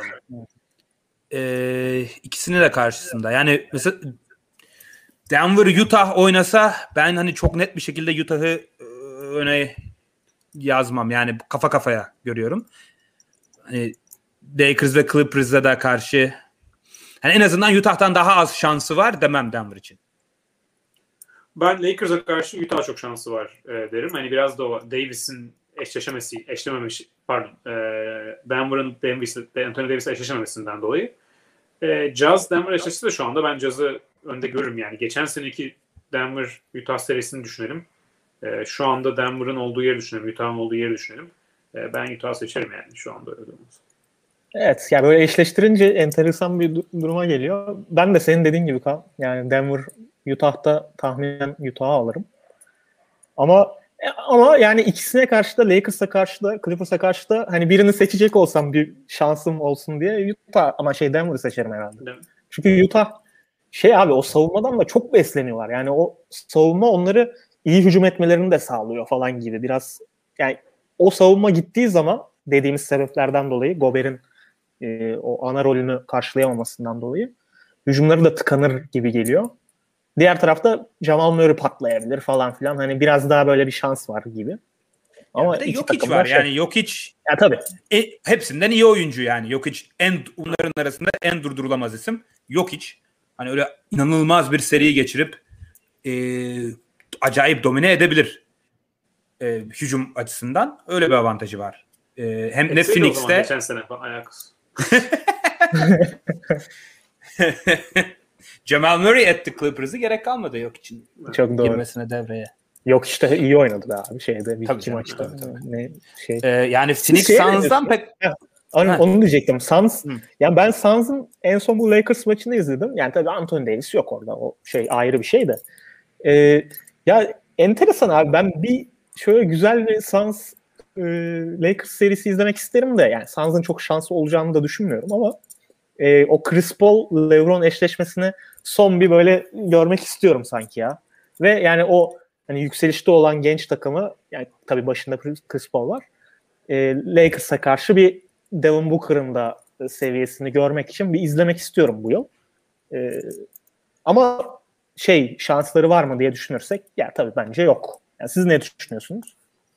İkisini de karşısında. Yani mesela Denver Utah oynasa ben hani çok net bir şekilde Utah'ı öne yazmam. Yani kafa kafaya görüyorum. Hani Lakers ve Clippers'a da karşı yani en azından Utah'tan daha az şansı var demem Denver için. Ben Lakers'a karşı Utah'a çok şansı var derim. Hani biraz da o Davis'in Denver'ın Anthony Davis'le eşleşememesinden dolayı. Jazz Denver eşleşti de şu anda ben Jazz'ı önde görürüm yani. Geçen seneki Denver Utah serisini düşünelim. Şu anda Denver'ın olduğu yeri düşünelim. Utah'ın olduğu yeri düşünelim. Ben Utah'ı seçerim yani şu anda öyle olmaz. Evet yani böyle eşleştirince enteresan bir duruma geliyor. Ben de senin dediğin gibi Kaan. Yani Denver Utah'ta tahminen Utah'ı alırım. Ama yani ikisine karşı da Lakers'a karşı da Clippers'a karşı da hani birini seçecek olsam bir şansım olsun diye Utah ama Denver'ı seçerim herhalde. Evet. Çünkü Utah abi o savunmadan da çok besleniyorlar. Yani o savunma onları iyi hücum etmelerini de sağlıyor falan gibi. Biraz yani o savunma gittiği zaman dediğimiz sebeplerden dolayı Gobert'in o ana rolünü karşılayamamasından dolayı hücumları da tıkanır gibi geliyor. Diğer tarafta Jamal Murray patlayabilir falan filan. Hani biraz daha böyle bir şans var gibi. Ama ya Jokic var. Yani Jokic ya tabii. Hepsinden iyi oyuncu yani. Jokic onların arasında en durdurulamaz isim. Jokic hani öyle inanılmaz bir seri geçirip acayip domine edebilir hücum açısından. Öyle bir avantajı var. Hem de Phoenix'te geçen sene ayakız. Jamal Murray etti Clippers'ı gerek kalmadı yok için. Çok doğru. Girmesine devreye. Yok işte iyi oynadı da abi şeyde bir iki maçta. Yani Phoenix Suns'dan pek onu diyecektim. Suns yani ben Suns'ın en son bu Lakers maçını izledim. Yani tabii Anthony Davis yok orada. O ayrı bir şey de. Ya enteresan abi ben bir şöyle güzel bir Suns Lakers serisi izlemek isterim de yani Suns'ın çok şanslı olacağını da düşünmüyorum ama o Chris Paul LeBron eşleşmesini son bir böyle görmek istiyorum sanki ya. Ve yani o hani yükselişte olan genç takımı yani tabii başında Chris Paul var. Lakers'a karşı bir Devin Booker'ın da seviyesini görmek için bir izlemek istiyorum bu yıl. Ama şansları var mı diye düşünürsek ya tabii bence yok. Yani siz ne düşünüyorsunuz?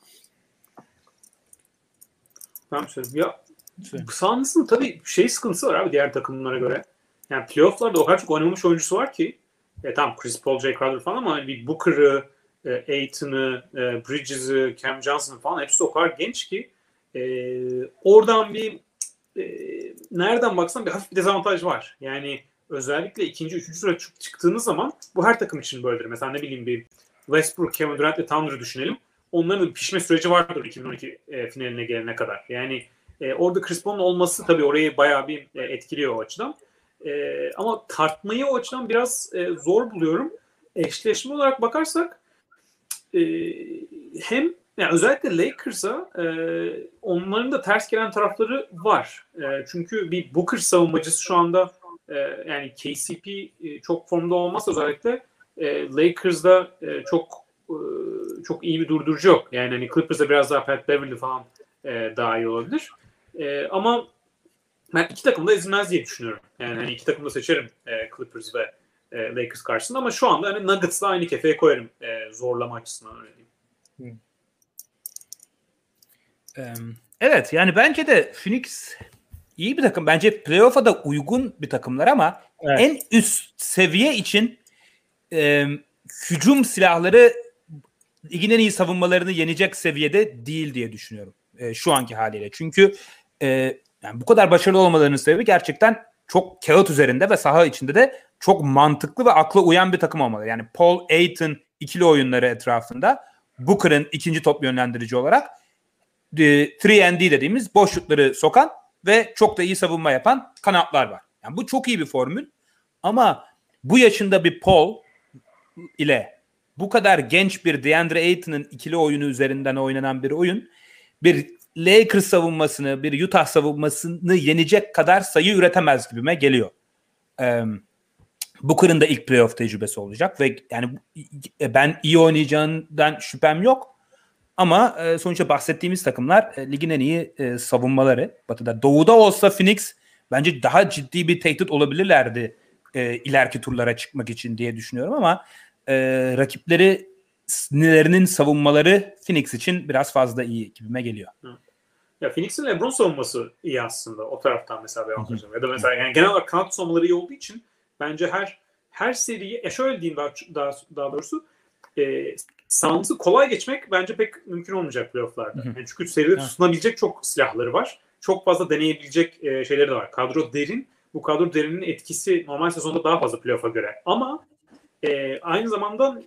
Tamam söyleyeyim. Ya Suns'ın tabii sıkıntısı var abi diğer takımlara göre. Yani playoff'larda o kadar çok oynamamış oyuncusu var ki tamam Chris Paul, Jay Crowder falan ama bir Booker'ı, Ayton'ı, Bridges'ı, Cam Johnson'ı falan hepsi o kadar genç ki oradan bir nereden baksan bir hafif bir dezavantaj var. Yani özellikle ikinci, üçüncü sıra çıktığınız zaman bu her takım için böyledir. Mesela ne bileyim bir Westbrook, Kevin Durant ve Thunder düşünelim. Onların pişme süreci vardır 2012 finaline gelene kadar. Yani orada Chris Paul'un olması tabii orayı bayağı bir etkiliyor o açıdan. Ama tartmayı o açıdan biraz zor buluyorum. Eşleşme olarak bakarsak hem yani özellikle Lakers'a onların da ters gelen tarafları var. Çünkü bir Booker savunmacısı şu anda yani KCP çok formda olmazsa özellikle Lakers'da çok iyi bir durdurucu yok. Yani hani Clippers'da biraz daha Pat Beverly falan daha iyi olabilir. Ama ben iki takım da ezilmez diye düşünüyorum. Yani hani iki takım da seçerim Clippers ve Lakers karşısında ama şu anda hani Nuggets'la aynı kefeye koyarım zorlama açısından öyle diyeyim. Evet yani bence de Phoenix iyi bir takım. Bence playoff'a da uygun bir takımlar ama evet. En üst seviye için hücum silahları ligin en iyi savunmalarını yenecek seviyede değil diye düşünüyorum. Şu anki haliyle. Çünkü yani bu kadar başarılı olmalarının sebebi gerçekten çok kağıt üzerinde ve saha içinde de çok mantıklı ve akla uyan bir takım olmalı. Yani Paul Ayton ikili oyunları etrafında Booker'ın ikinci top yönlendirici olarak 3&D dediğimiz boş şutları sokan ve çok da iyi savunma yapan kanatlar var. Yani bu çok iyi bir formül ama bu yaşında bir Paul ile bu kadar genç bir DeAndre Ayton'un ikili oyunu üzerinden oynanan bir oyun bir Lakers savunmasını, bir Utah savunmasını yenecek kadar sayı üretemez gibime geliyor. Booker'ın da ilk playoff tecrübesi olacak ve yani ben iyi oynayacağından şüphem yok. Ama sonuçta bahsettiğimiz takımlar ligin en iyi savunmaları Batı'da. Doğu'da olsa Phoenix bence daha ciddi bir tehdit olabilirlerdi ileriki turlara çıkmak için diye düşünüyorum ama rakiplerinin savunmaları Phoenix için biraz fazla iyi gibime geliyor. Ya Phoenix'in LeBron savunması iyi aslında o taraftan mesela bir avantajım. Ya da mesela yani genel olarak kanat savunmaları iyi olduğu için bence her seriyi şöyle diyeyim daha doğrusu sahansı kolay geçmek bence pek mümkün olmayacak playoff'larda. Yani çünkü seride tutunabilecek çok silahları var. Çok fazla deneyebilecek şeyleri de var. Kadro derin. Bu kadro derinin etkisi normal sezonda daha fazla playoff'a göre. Ama aynı zamanda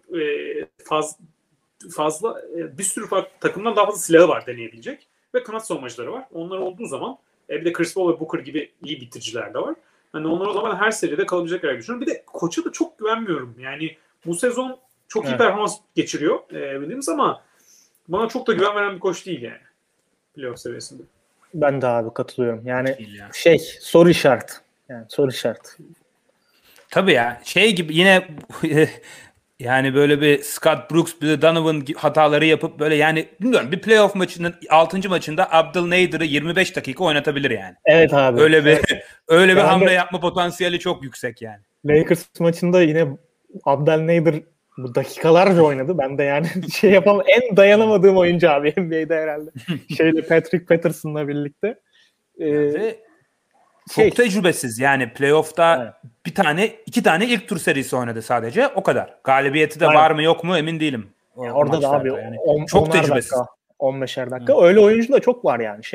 fazla bir sürü farklı takımdan daha fazla silahı var deneyebilecek. Ve kanat savunmacıları var. Onlar olduğu zaman bir de Chris Paul ve Booker gibi iyi bitiriciler de var. Hani onlar o zaman her seride kalabilecekler düşünüyorum. Bir de koça da çok güvenmiyorum. Yani bu sezon çok iyi performans geçiriyor bildiğimiz ama bana çok da güven veren bir koç değil yani. Playoff seviyesinde. Ben de abi katılıyorum. Yani soru işareti. Yani soru işareti. Tabii ya. Gibi yine yani böyle bir Scott Brooks, bir Donovan hataları yapıp böyle yani bilmiyorum bir playoff maçının 6. maçında Abdel-Nader'ı 25 dakika oynatabilir yani. Evet abi. Öyle bir hamle yapma potansiyeli çok yüksek yani. Lakers maçında yine Abdel-Nader bu dakikalarca oynadı. Ben de yani en dayanamadığım oyuncu abi NBA'de herhalde. Patrick Patterson'la birlikte. Çok tecrübesiz yani playoff'ta iki tane ilk tur serisi oynadı sadece o kadar. Galibiyeti de var mı yok mu emin değilim. Yani orada da abi yani. Çok tecrübesiz. 15'er dakika. Öyle oyuncu da çok var yani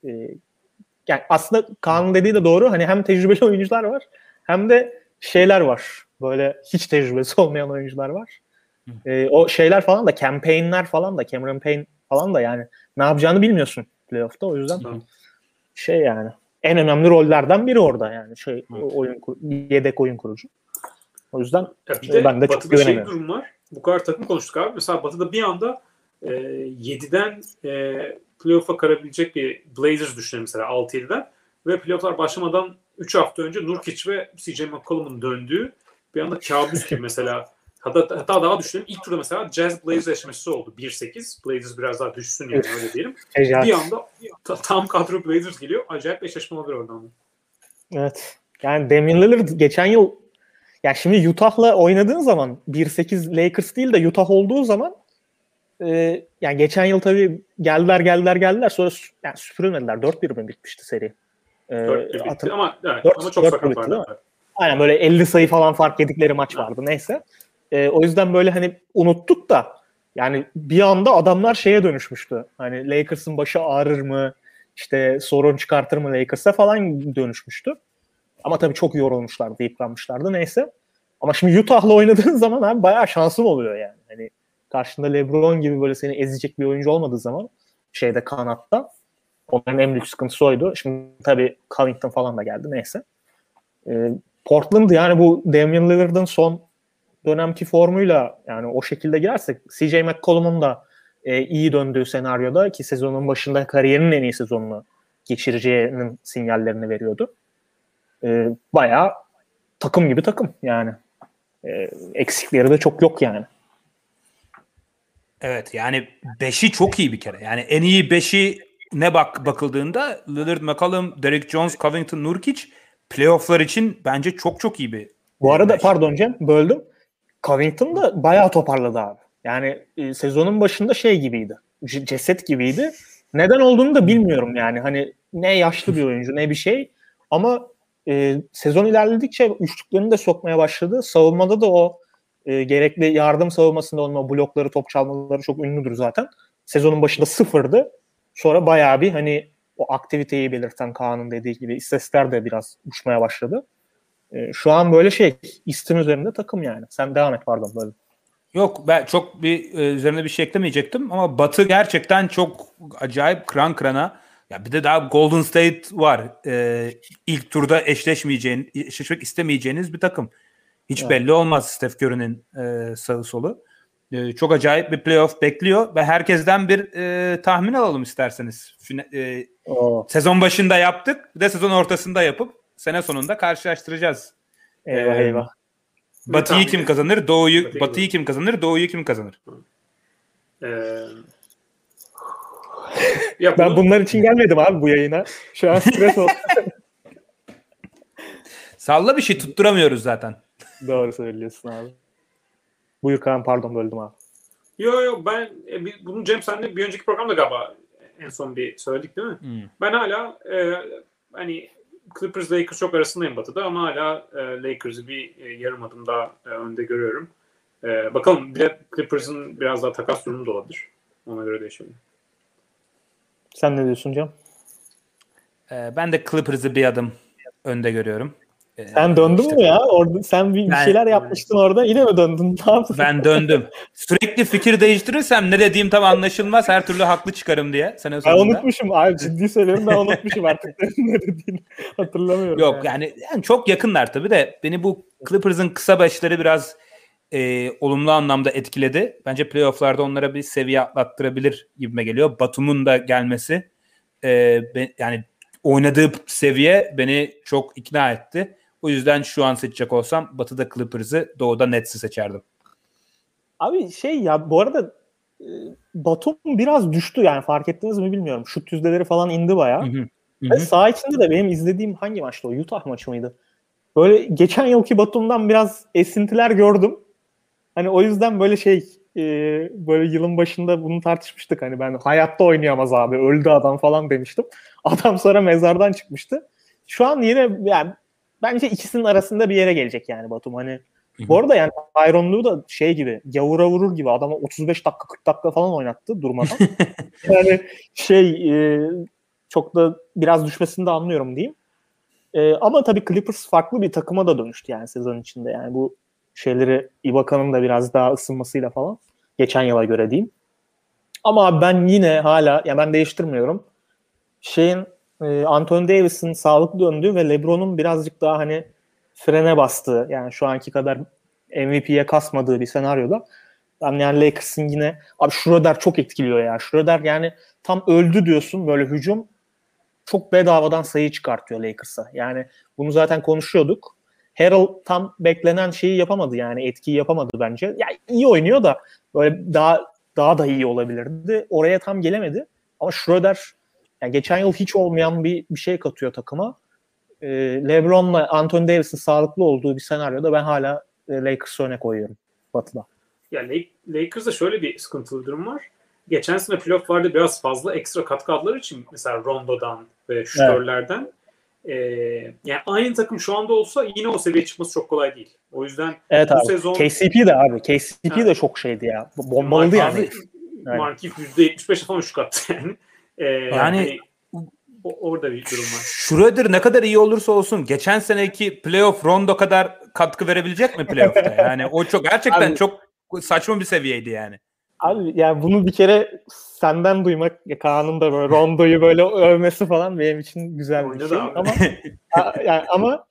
yani aslında Kaan'ın dediği de doğru. Hani hem tecrübeli oyuncular var hem de şeyler var. Böyle hiç tecrübesi olmayan oyuncular var. O şeyler falan da campaign'ler falan da Cameron Payne falan da yani ne yapacağını bilmiyorsun playoff'ta. O yüzden yani en önemli rollerden biri orada yani yedek oyun kurucu. O yüzden ben de çok güvenemiyorum. Durum var. Bu kadar takım konuştuk abi. Mesela Batı'da bir anda 7'den playoff'a kalabilecek bir Blazers düşünelim mesela 6-7'den ve playoff'lar başlamadan 3 hafta önce Nurkic ve CJ McCollum'un döndüğü bir anda kabus gibi mesela. Hatta daha düşünelim. İlk turda mesela Jazz Blazers eşleşmesi oldu. 1-8. Blazers biraz daha düşsün yani öyle diyelim. Bir anda tam kadro Blazers geliyor. Acayip eşleşme oluyor oradan. Evet. Yani Damian Lillard geçen yıl ya şimdi Utah'la oynadığın zaman 1-8 Lakers değil de Utah olduğu zaman yani geçen yıl tabii geldiler sonra yani süpürülmediler. 4-1 mi bitmişti seri? 4-1 bitti ama çok sakatlardı. Aynen böyle 50 sayı falan fark yedikleri maç vardı neyse. O yüzden böyle hani unuttuk da yani bir anda adamlar şeye dönüşmüştü. Hani Lakers'ın başı ağrır mı? İşte sorun çıkartır mı Lakers'a falan dönüşmüştü. Ama tabii çok yorulmuşlardı, yıpranmışlardı neyse. Ama şimdi Utah'la oynadığın zaman abi bayağı şansın oluyor yani. Hani karşında LeBron gibi böyle seni ezecek bir oyuncu olmadığı zaman kanatta onların en büyük sıkıntısı oydu. Şimdi tabii Covington falan da geldi neyse. Portland yani bu Damian Lillard'ın son dönemki formuyla yani o şekilde girersek CJ McCollum'un da iyi döndüğü senaryoda ki sezonun başında kariyerinin en iyi sezonunu geçireceğinin sinyallerini veriyordu. Bayağı takım gibi takım yani. Eksikleri de çok yok yani. Evet yani 5'i çok iyi bir kere. Yani en iyi 5'i bakıldığında Lillard, McCollum, Derrick Jones, Covington, Nurkic playoff'lar için bence çok çok iyi bir. Bu arada pardon Cem böldüm. Covington da bayağı toparladı abi. Yani sezonun başında gibiydi. Ceset gibiydi. Neden olduğunu da bilmiyorum yani. Hani ne yaşlı bir oyuncu ne bir şey. Ama sezon ilerledikçe üçlüklerini de sokmaya başladı. Savunmada da o gerekli yardım savunmasında onun o blokları, top çalmaları çok ünlüdür zaten. Sezonun başında 0'dı. Sonra bayağı bir hani o aktiviteyi belirten Kaan'ın dediği gibi istatistikler de biraz uçmaya başladı. Şu an böyle istim üzerinde takım yani. Sen devam et pardon böyle. Yok ben çok üzerine bir şey eklemeyecektim ama Batı gerçekten çok acayip kıran kırana. Ya bir de daha Golden State var. İlk turda eşleşmek istemeyeceğiniz bir takım. Hiç belli olmaz Steph Curry'nin sağı solu. Çok acayip bir playoff bekliyor ve herkesten bir tahmin alalım isterseniz. Sezon başında yaptık, bir de sezon ortasında yapıp sene sonunda karşılaştıracağız Eyvah eyvah. Batı'yı kim kazanır? Batı'yı kim kazanır? Doğu'yu kim kazanır? Ben bunlar için gelmedim abi bu yayına. Şu an stres oldu. Salla bir şey tutturamıyoruz zaten. Doğru söylüyorsun abi. Buyur Kaan, pardon böldüm abi. Yo ben bunu Cem senle bir önceki programda galiba en son bir söyledik değil mi? Ben hala hani Clippers Lakers çok arasındayım Batı'da ama hala Lakers'ı bir yarım adım daha önde görüyorum. Bakalım bir de Clippers'ın biraz daha takas durumu da olabilir. Ona göre değişebilir. Sen ne diyorsun Cem? Ben de Clippers'ı bir adım önde görüyorum. Sen döndün mü ya? Orada sen bir şeyler yapmıştın orada. Yine mi döndün? Ne yaptın? Ben döndüm. Sürekli fikir değiştirirsem ne dediğim tam anlaşılmaz. Her türlü haklı çıkarım diye. Ben unutmuşum. Abi ciddi söylüyorum, ben unutmuşum artık ne dediğini. Hatırlamıyorum. Yok yani çok yakınlar tabii de beni bu Clippers'ın kısa başları biraz olumlu anlamda etkiledi. Bence playoff'larda onlara bir seviye atlattırabilir gibime geliyor. Batum'un da gelmesi yani oynadığı seviye beni çok ikna etti. O yüzden şu an seçecek olsam Batı'da Clippers'ı, Doğu'da Nets'i seçerdim. Abi ya bu arada Batum biraz düştü yani, fark ettiniz mi bilmiyorum. Şut yüzdeleri falan indi bayağı. Ve saha içinde de benim izlediğim hangi maçtı o? Utah maçı mıydı? Böyle geçen yılki Batum'dan biraz esintiler gördüm. Hani o yüzden böyle böyle yılın başında bunu tartışmıştık. Hani ben hayatta oynayamaz abi, öldü adam falan demiştim. Adam sonra mezardan çıkmıştı. Şu an yine yani bence ikisinin arasında bir yere gelecek yani Batum. Hani bu arada yani Tyronn Lue da gibi gavura vurur gibi adama 35 dakika 40 dakika falan oynattı durmadan. Yani çok da biraz düşmesini de anlıyorum diyeyim. Ama tabii Clippers farklı bir takıma da dönüştü yani sezon içinde. Yani bu Ibaka'nın da biraz daha ısınmasıyla falan geçen yıla göre diyeyim. Ama ben yine hala ben değiştirmiyorum. Anthony Davis'in sağlıklı döndüğü ve LeBron'un birazcık daha hani frene bastığı, yani şu anki kadar MVP'ye kasmadığı bir senaryoda ben yani Lakers'ın yine abi Schroeder çok etkiliyor ya. Schroeder yani tam öldü diyorsun, böyle hücum çok bedavadan sayı çıkartıyor Lakers'a. Yani bunu zaten konuşuyorduk. Harrell tam beklenen şeyi yapamadı yani, etkiyi yapamadı bence. Ya iyi oynuyor da böyle daha da iyi olabilirdi. Oraya tam gelemedi. Ama Schroeder yani geçen yıl hiç olmayan bir şey katıyor takıma. LeBron'la Anthony Davis'in sağlıklı olduğu bir senaryoda ben hala Lakers'ı öne koyuyorum Batı'da. Ya Lakers'da şöyle bir sıkıntılı durum var. Geçen sene playoff'larda biraz fazla ekstra katkı aldıkları için mesela Rondo'dan ve şutörlerden yani aynı takım şu anda olsa yine o seviyeye çıkması çok kolay değil. O yüzden evet bu abi. sezon KCP de çok şeydi ya. Bombalıydı yani. Markif %75 falan şut attı yani. Yani orada bir durum var. Schroeder ne kadar iyi olursa olsun geçen seneki playoff Rondo kadar katkı verebilecek mi playoff'ta? Yani o gerçekten abi, çok saçma bir seviyeydi yani. Abi yani bunu bir kere senden duymak, Kaan'ın da böyle Rondo'yu böyle övmesi falan benim için güzel bir şey. Ama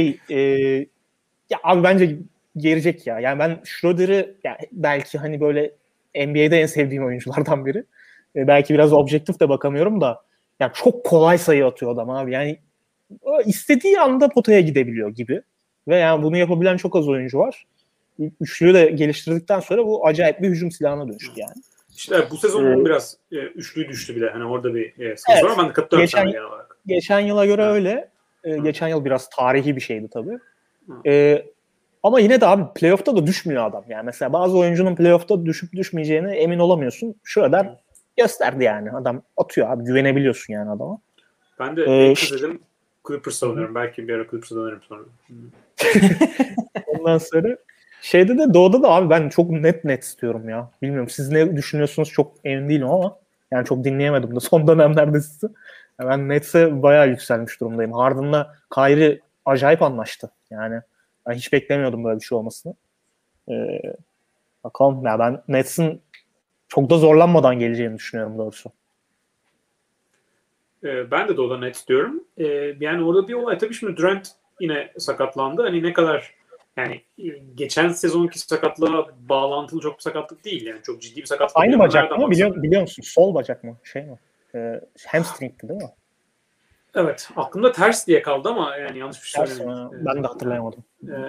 ya abi bence gelecek ya. Yani ben Schroeder'ı belki hani böyle NBA'de en sevdiğim oyunculardan biri. Belki biraz objektif de bakamıyorum da yani çok kolay sayı atıyor adam abi. Yani istediği anda potaya gidebiliyor gibi. Ve yani bunu yapabilen çok az oyuncu var. Üçlüyü de geliştirdikten sonra bu acayip bir hücum silahına dönüştü yani. İşte bu sezon biraz üçlü düştü bile. Hani orada bir sıkıntı var. Ben de katılıyorum sana genel olarak. Geçen yıla göre öyle. Geçen yıl biraz tarihi bir şeydi tabii. Ama yine de abi playoff'ta da düşmüyor adam. Yani mesela bazı oyuncunun playoff'ta düşüp düşmeyeceğine emin olamıyorsun. Şu kadar gösterdi yani. Adam atıyor abi. Güvenebiliyorsun yani adama. Ben de dedim Clippers savunuyorum. Belki bir ara Clippers'a dönerim sonra. Ondan sonra de Doğu'da da abi ben çok net istiyorum ya. Bilmiyorum siz ne düşünüyorsunuz, çok emin değilim ama yani çok dinleyemedim de son dönemlerde sizi. Ben Nets'e bayağı yükselmiş durumdayım. Harden'la Kyrie acayip anlaştı. Yani ben hiç beklemiyordum böyle bir şey olmasını. Bakalım ya, ben Nets'in çok da zorlanmadan geleceğini düşünüyorum doğrusu. Ben de Doğu'da Nets diyorum. Yani orada bir olay tabii, şimdi Durant yine sakatlandı. Hani ne kadar yani geçen sezonki sakatlığa bağlantılı çok bir sakatlık değil yani. Çok ciddi bir sakatlık. Aynı bacak mı? Biliyor musun? Sol bacak mı? Mi? Hamstring'ti değil mi? Evet. Aklımda ters diye kaldı ama yani yanlış bir şey söylemedim. Ben de hatırlayamadım.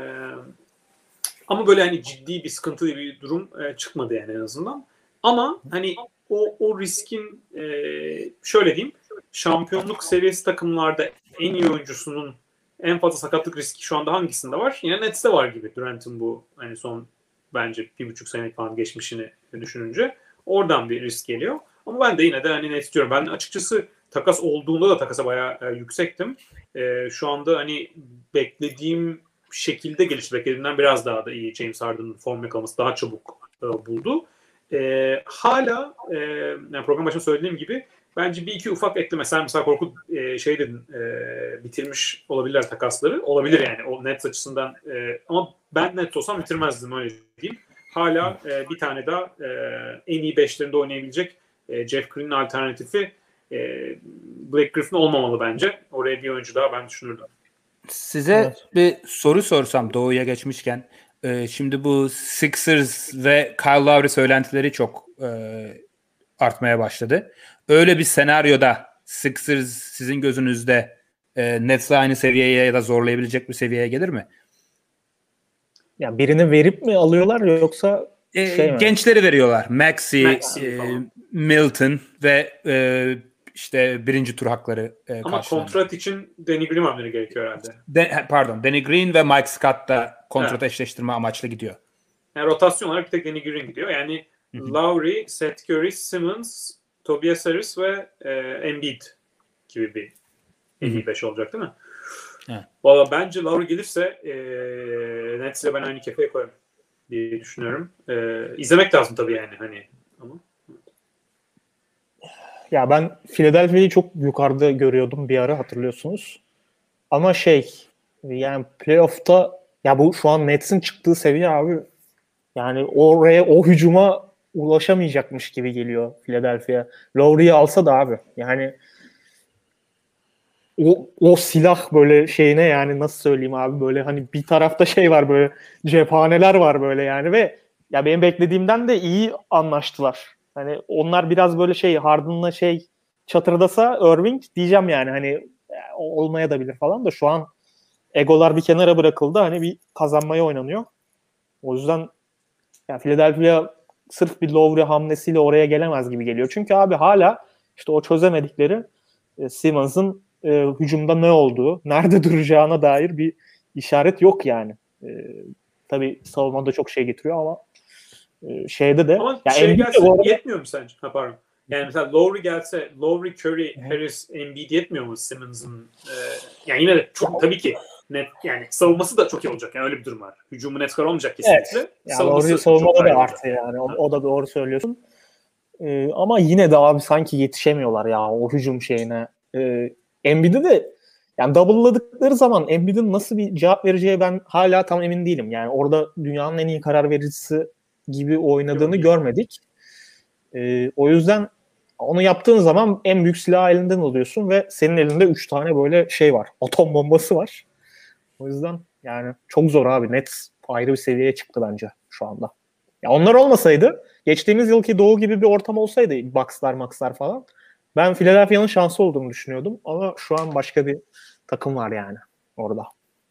Ama böyle hani ciddi bir sıkıntılı bir durum çıkmadı yani en azından. Ama hani o riskin şöyle diyeyim, şampiyonluk seviyesi takımlarda en iyi oyuncusunun en fazla sakatlık riski şu anda hangisinde var? Yine Nets'te var gibi. Durant'ın bu hani son bence 1,5 senelik falan geçmişini düşününce oradan bir risk geliyor. Ama ben de yine de hani Nets diyorum. Ben açıkçası takas olduğunda da takasa bayağı yüksektim. Şu anda hani beklediğim şekilde gelişti. Beklediğimden biraz daha da iyi. James Harden'ın form yakalaması daha çabuk buldu. Hala yani program başında söylediğim gibi bence bir iki ufak ekleme. Sen mesela Korkut şey dedin, bitirmiş olabilirler takasları. Olabilir yani o Nets açısından. Ama ben Nets olsam bitirmezdim, öyle diyeyim. Hala bir tane daha en iyi beşlerinde oynayabilecek Jeff Green'in alternatifi Blake Griffin olmamalı bence. Oraya bir oyuncu daha ben düşünürdüm. Size bir soru sorsam Doğu'ya geçmişken. Şimdi bu Sixers ve Kyle Lowry söylentileri çok artmaya başladı. Öyle bir senaryoda Sixers sizin gözünüzde Nets'le aynı seviyeye ya da zorlayabilecek bir seviyeye gelir mi? Ya birini verip mi alıyorlar yoksa gençleri veriyorlar. Maxey Milton ve işte birinci tur hakları ama kontrat için Danny Green almaları gerekiyor herhalde. Danny Green ve Mike Scott da kontrat eşleştirme amaçlı gidiyor. Yani rotasyon olarak bir tek Danny Green gidiyor. Yani Lowry, Seth Curry, Simmons, Tobias Harris ve Embiid gibi bir 55 olacak değil mi? Evet. Valla bence Lowry gelirse Nets'le ben aynı kefeye koyarım diye düşünüyorum. İzlemek lazım tabii yani hani ama. Ya ben Philadelphia'yı çok yukarıda görüyordum bir ara, hatırlıyorsunuz. Ama yani playoff'ta ya bu şu an Nets'in çıktığı seviye abi, yani oraya o hücuma ulaşamayacakmış gibi geliyor Philadelphia. Lowry'yi alsa da abi yani o silah böyle şeyine, yani nasıl söyleyeyim abi, böyle hani bir tarafta var, böyle cephaneler var böyle yani, ve ya benim beklediğimden de iyi anlaştılar. Hani onlar biraz böyle Harden'la çatırdasa Irving diyeceğim yani, hani olmaya da bilir falan da şu an egolar bir kenara bırakıldı, hani bir kazanmaya oynanıyor. O yüzden ya Philadelphia sırf bir Lowry hamlesiyle oraya gelemez gibi geliyor. Çünkü abi hala işte o çözemedikleri Simmons'ın hücumda ne olduğu, nerede duracağına dair bir işaret yok yani. Tabii savunmada çok şey getiriyor ama şeyde de. Ama gelse yetmiyor mu sence? Pardon. Yani mesela Lowry gelse, Lowry, Curry, Harris, Embiid yetmiyor mu Simmons'ın? Yani yine de çok tabii ki net, yani savunması da çok iyi olacak. Yani öyle bir durum var. Hücumu net skor olmayacak kesinlikle. Evet. Yani savunmada da artı yani. O da doğru söylüyorsun. Ama yine de abi sanki yetişemiyorlar ya o hücum şeyine. Embiid'i de yani double'ladıkları zaman Embiid'in nasıl bir cevap vereceği ben hala tam emin değilim. Yani orada dünyanın en iyi karar vericisi gibi oynadığını görmedik. O yüzden onu yaptığın zaman en büyük silahı elinden alıyorsun ve senin elinde 3 tane böyle var. Atom bombası var. O yüzden yani çok zor abi. Nets ayrı bir seviyeye çıktı bence şu anda. Ya onlar olmasaydı, geçtiğimiz yılki Doğu gibi bir ortam olsaydı, Bucks'lar falan, ben Philadelphia'nın şansı olduğunu düşünüyordum ama şu an başka bir takım var yani orada.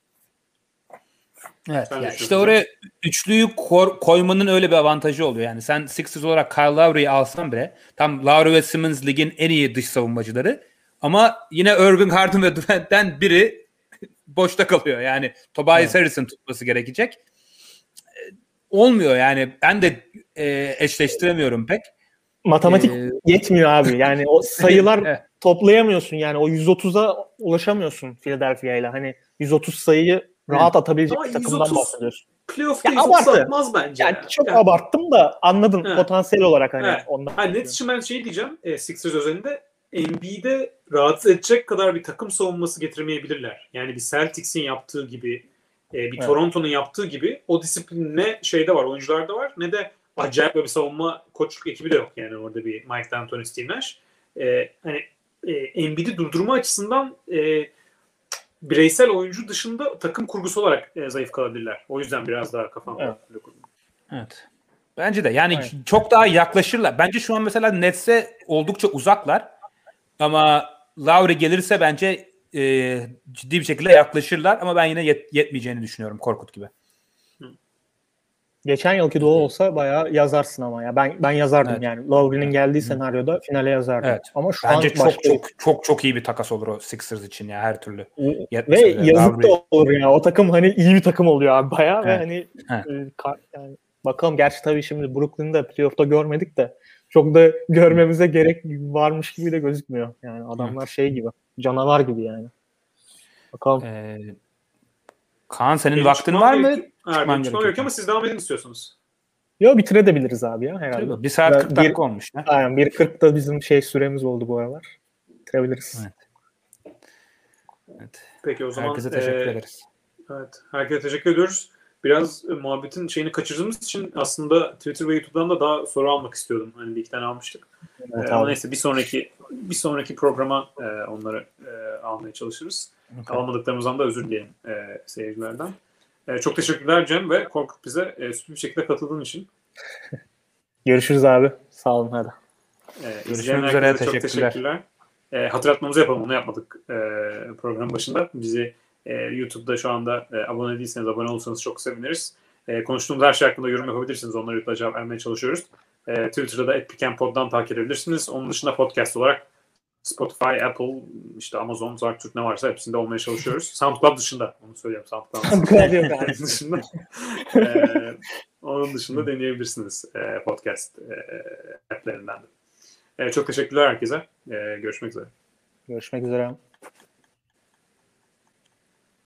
Evet. Yani işte oraya üçlüyü koymanın öyle bir avantajı oluyor. Yani sen Sixers olarak Kyle Lowry'yi alsan bile, tam Lowry ve Simmons ligin en iyi dış savunmacıları, ama yine Irving, Harden ve Durant'ten biri boşta kalıyor. Yani Tobias Harris'in tutması gerekecek. Olmuyor yani. Ben de eşleştiremiyorum pek. Matematik yetmiyor abi. Yani o sayılar toplayamıyorsun. Yani o 130'a ulaşamıyorsun Philadelphia ile. Hani 130 sayıyı rahat atabilecek bir takımdan bahsediyorsun. Playoff'ta 130 atmaz bence. Yani çok abarttım da anladın potansiyel olarak hani ondan. Hani net için ben diyeceğim Sixers özelinde, NBA'de rahatsız edecek kadar bir takım savunması getirmeyebilirler. Yani bir Celtics'in yaptığı gibi, bir Toronto'nun yaptığı gibi o disiplin ne var, oyuncularda var, ne de acayip bir savunma koçluk ekibi de yok yani orada bir Mike D'Antoni, Steve Nash. Hani Embiid'i durdurma açısından bireysel oyuncu dışında takım kurgusu olarak zayıf kalabilirler. O yüzden biraz daha kafam var. Evet. Bence de yani çok daha yaklaşırlar. Bence şu an mesela Nets'e oldukça uzaklar. Ama Lowry gelirse bence ciddi bir şekilde yaklaşırlar ama ben yine yetmeyeceğini düşünüyorum Korkut gibi. Geçen yılki Doğu olsa bayağı yazarsın ama ya ben yazardım evet. Yani Lowry'nin geldiği senaryoda finale yazardım. Evet. Ama şu bence an çok iyi bir takas olur o Sixers için ya her türlü. Ve yazık da olur ya. O takım hani iyi bir takım oluyor abi bayağı ve hani yani bakalım, gerçi tabii şimdi Brooklyn'de playoff'ta görmedik de çok da görmemize gerek varmış gibi de gözükmüyor. Yani adamlar şey gibi, canavar gibi yani. Bakalım. Kaan senin vaktin var mı? Çıkmam gerekiyor ama siz devam edin istiyorsunuz. Yok, bitirebiliriz abi ya herhalde. Tabii, 1 saat 40 dakika olmuş. Aynen 1.40'da bizim süremiz oldu bu aralar. Bitirebiliriz. Evet. Peki o zaman herkese teşekkür ederiz. Evet, herkese teşekkür ediyoruz. Biraz muhabbetin şeyini kaçırdığımız için aslında Twitter ve YouTube'dan da daha soru almak istiyordum. Hani bir iki tane almıştık. Ama neyse bir sonraki programa onları almaya çalışırız. Okay. Almadıklarımızdan da özür dilerim seyircilerden. Çok teşekkürler Cem ve Korkut bize sürpriz bir şekilde katıldığın için. Görüşürüz abi. Sağ olun hadi. Görüşmek üzere. Teşekkürler. Hatırlatmamızı yapalım. Onu yapmadık programın başında. Bizi YouTube'da şu anda abone değilseniz, abone olursanız çok seviniriz. Konuştuğumuz her şey hakkında yorum yapabilirsiniz. Onlara YouTube'da cevap vermeye çalışıyoruz. Twitter'da da @pickandpod'dan takip edebilirsiniz. Onun dışında podcast olarak Spotify, Apple, işte Amazon, Zartürk ne varsa hepsinde olmaya çalışıyoruz. SoundCloud dışında. Onu söyleyeyim. SoundCloud dışında. Onun dışında deneyebilirsiniz podcast app'lerinden de. Çok teşekkürler herkese. Görüşmek üzere. Görüşmek üzere.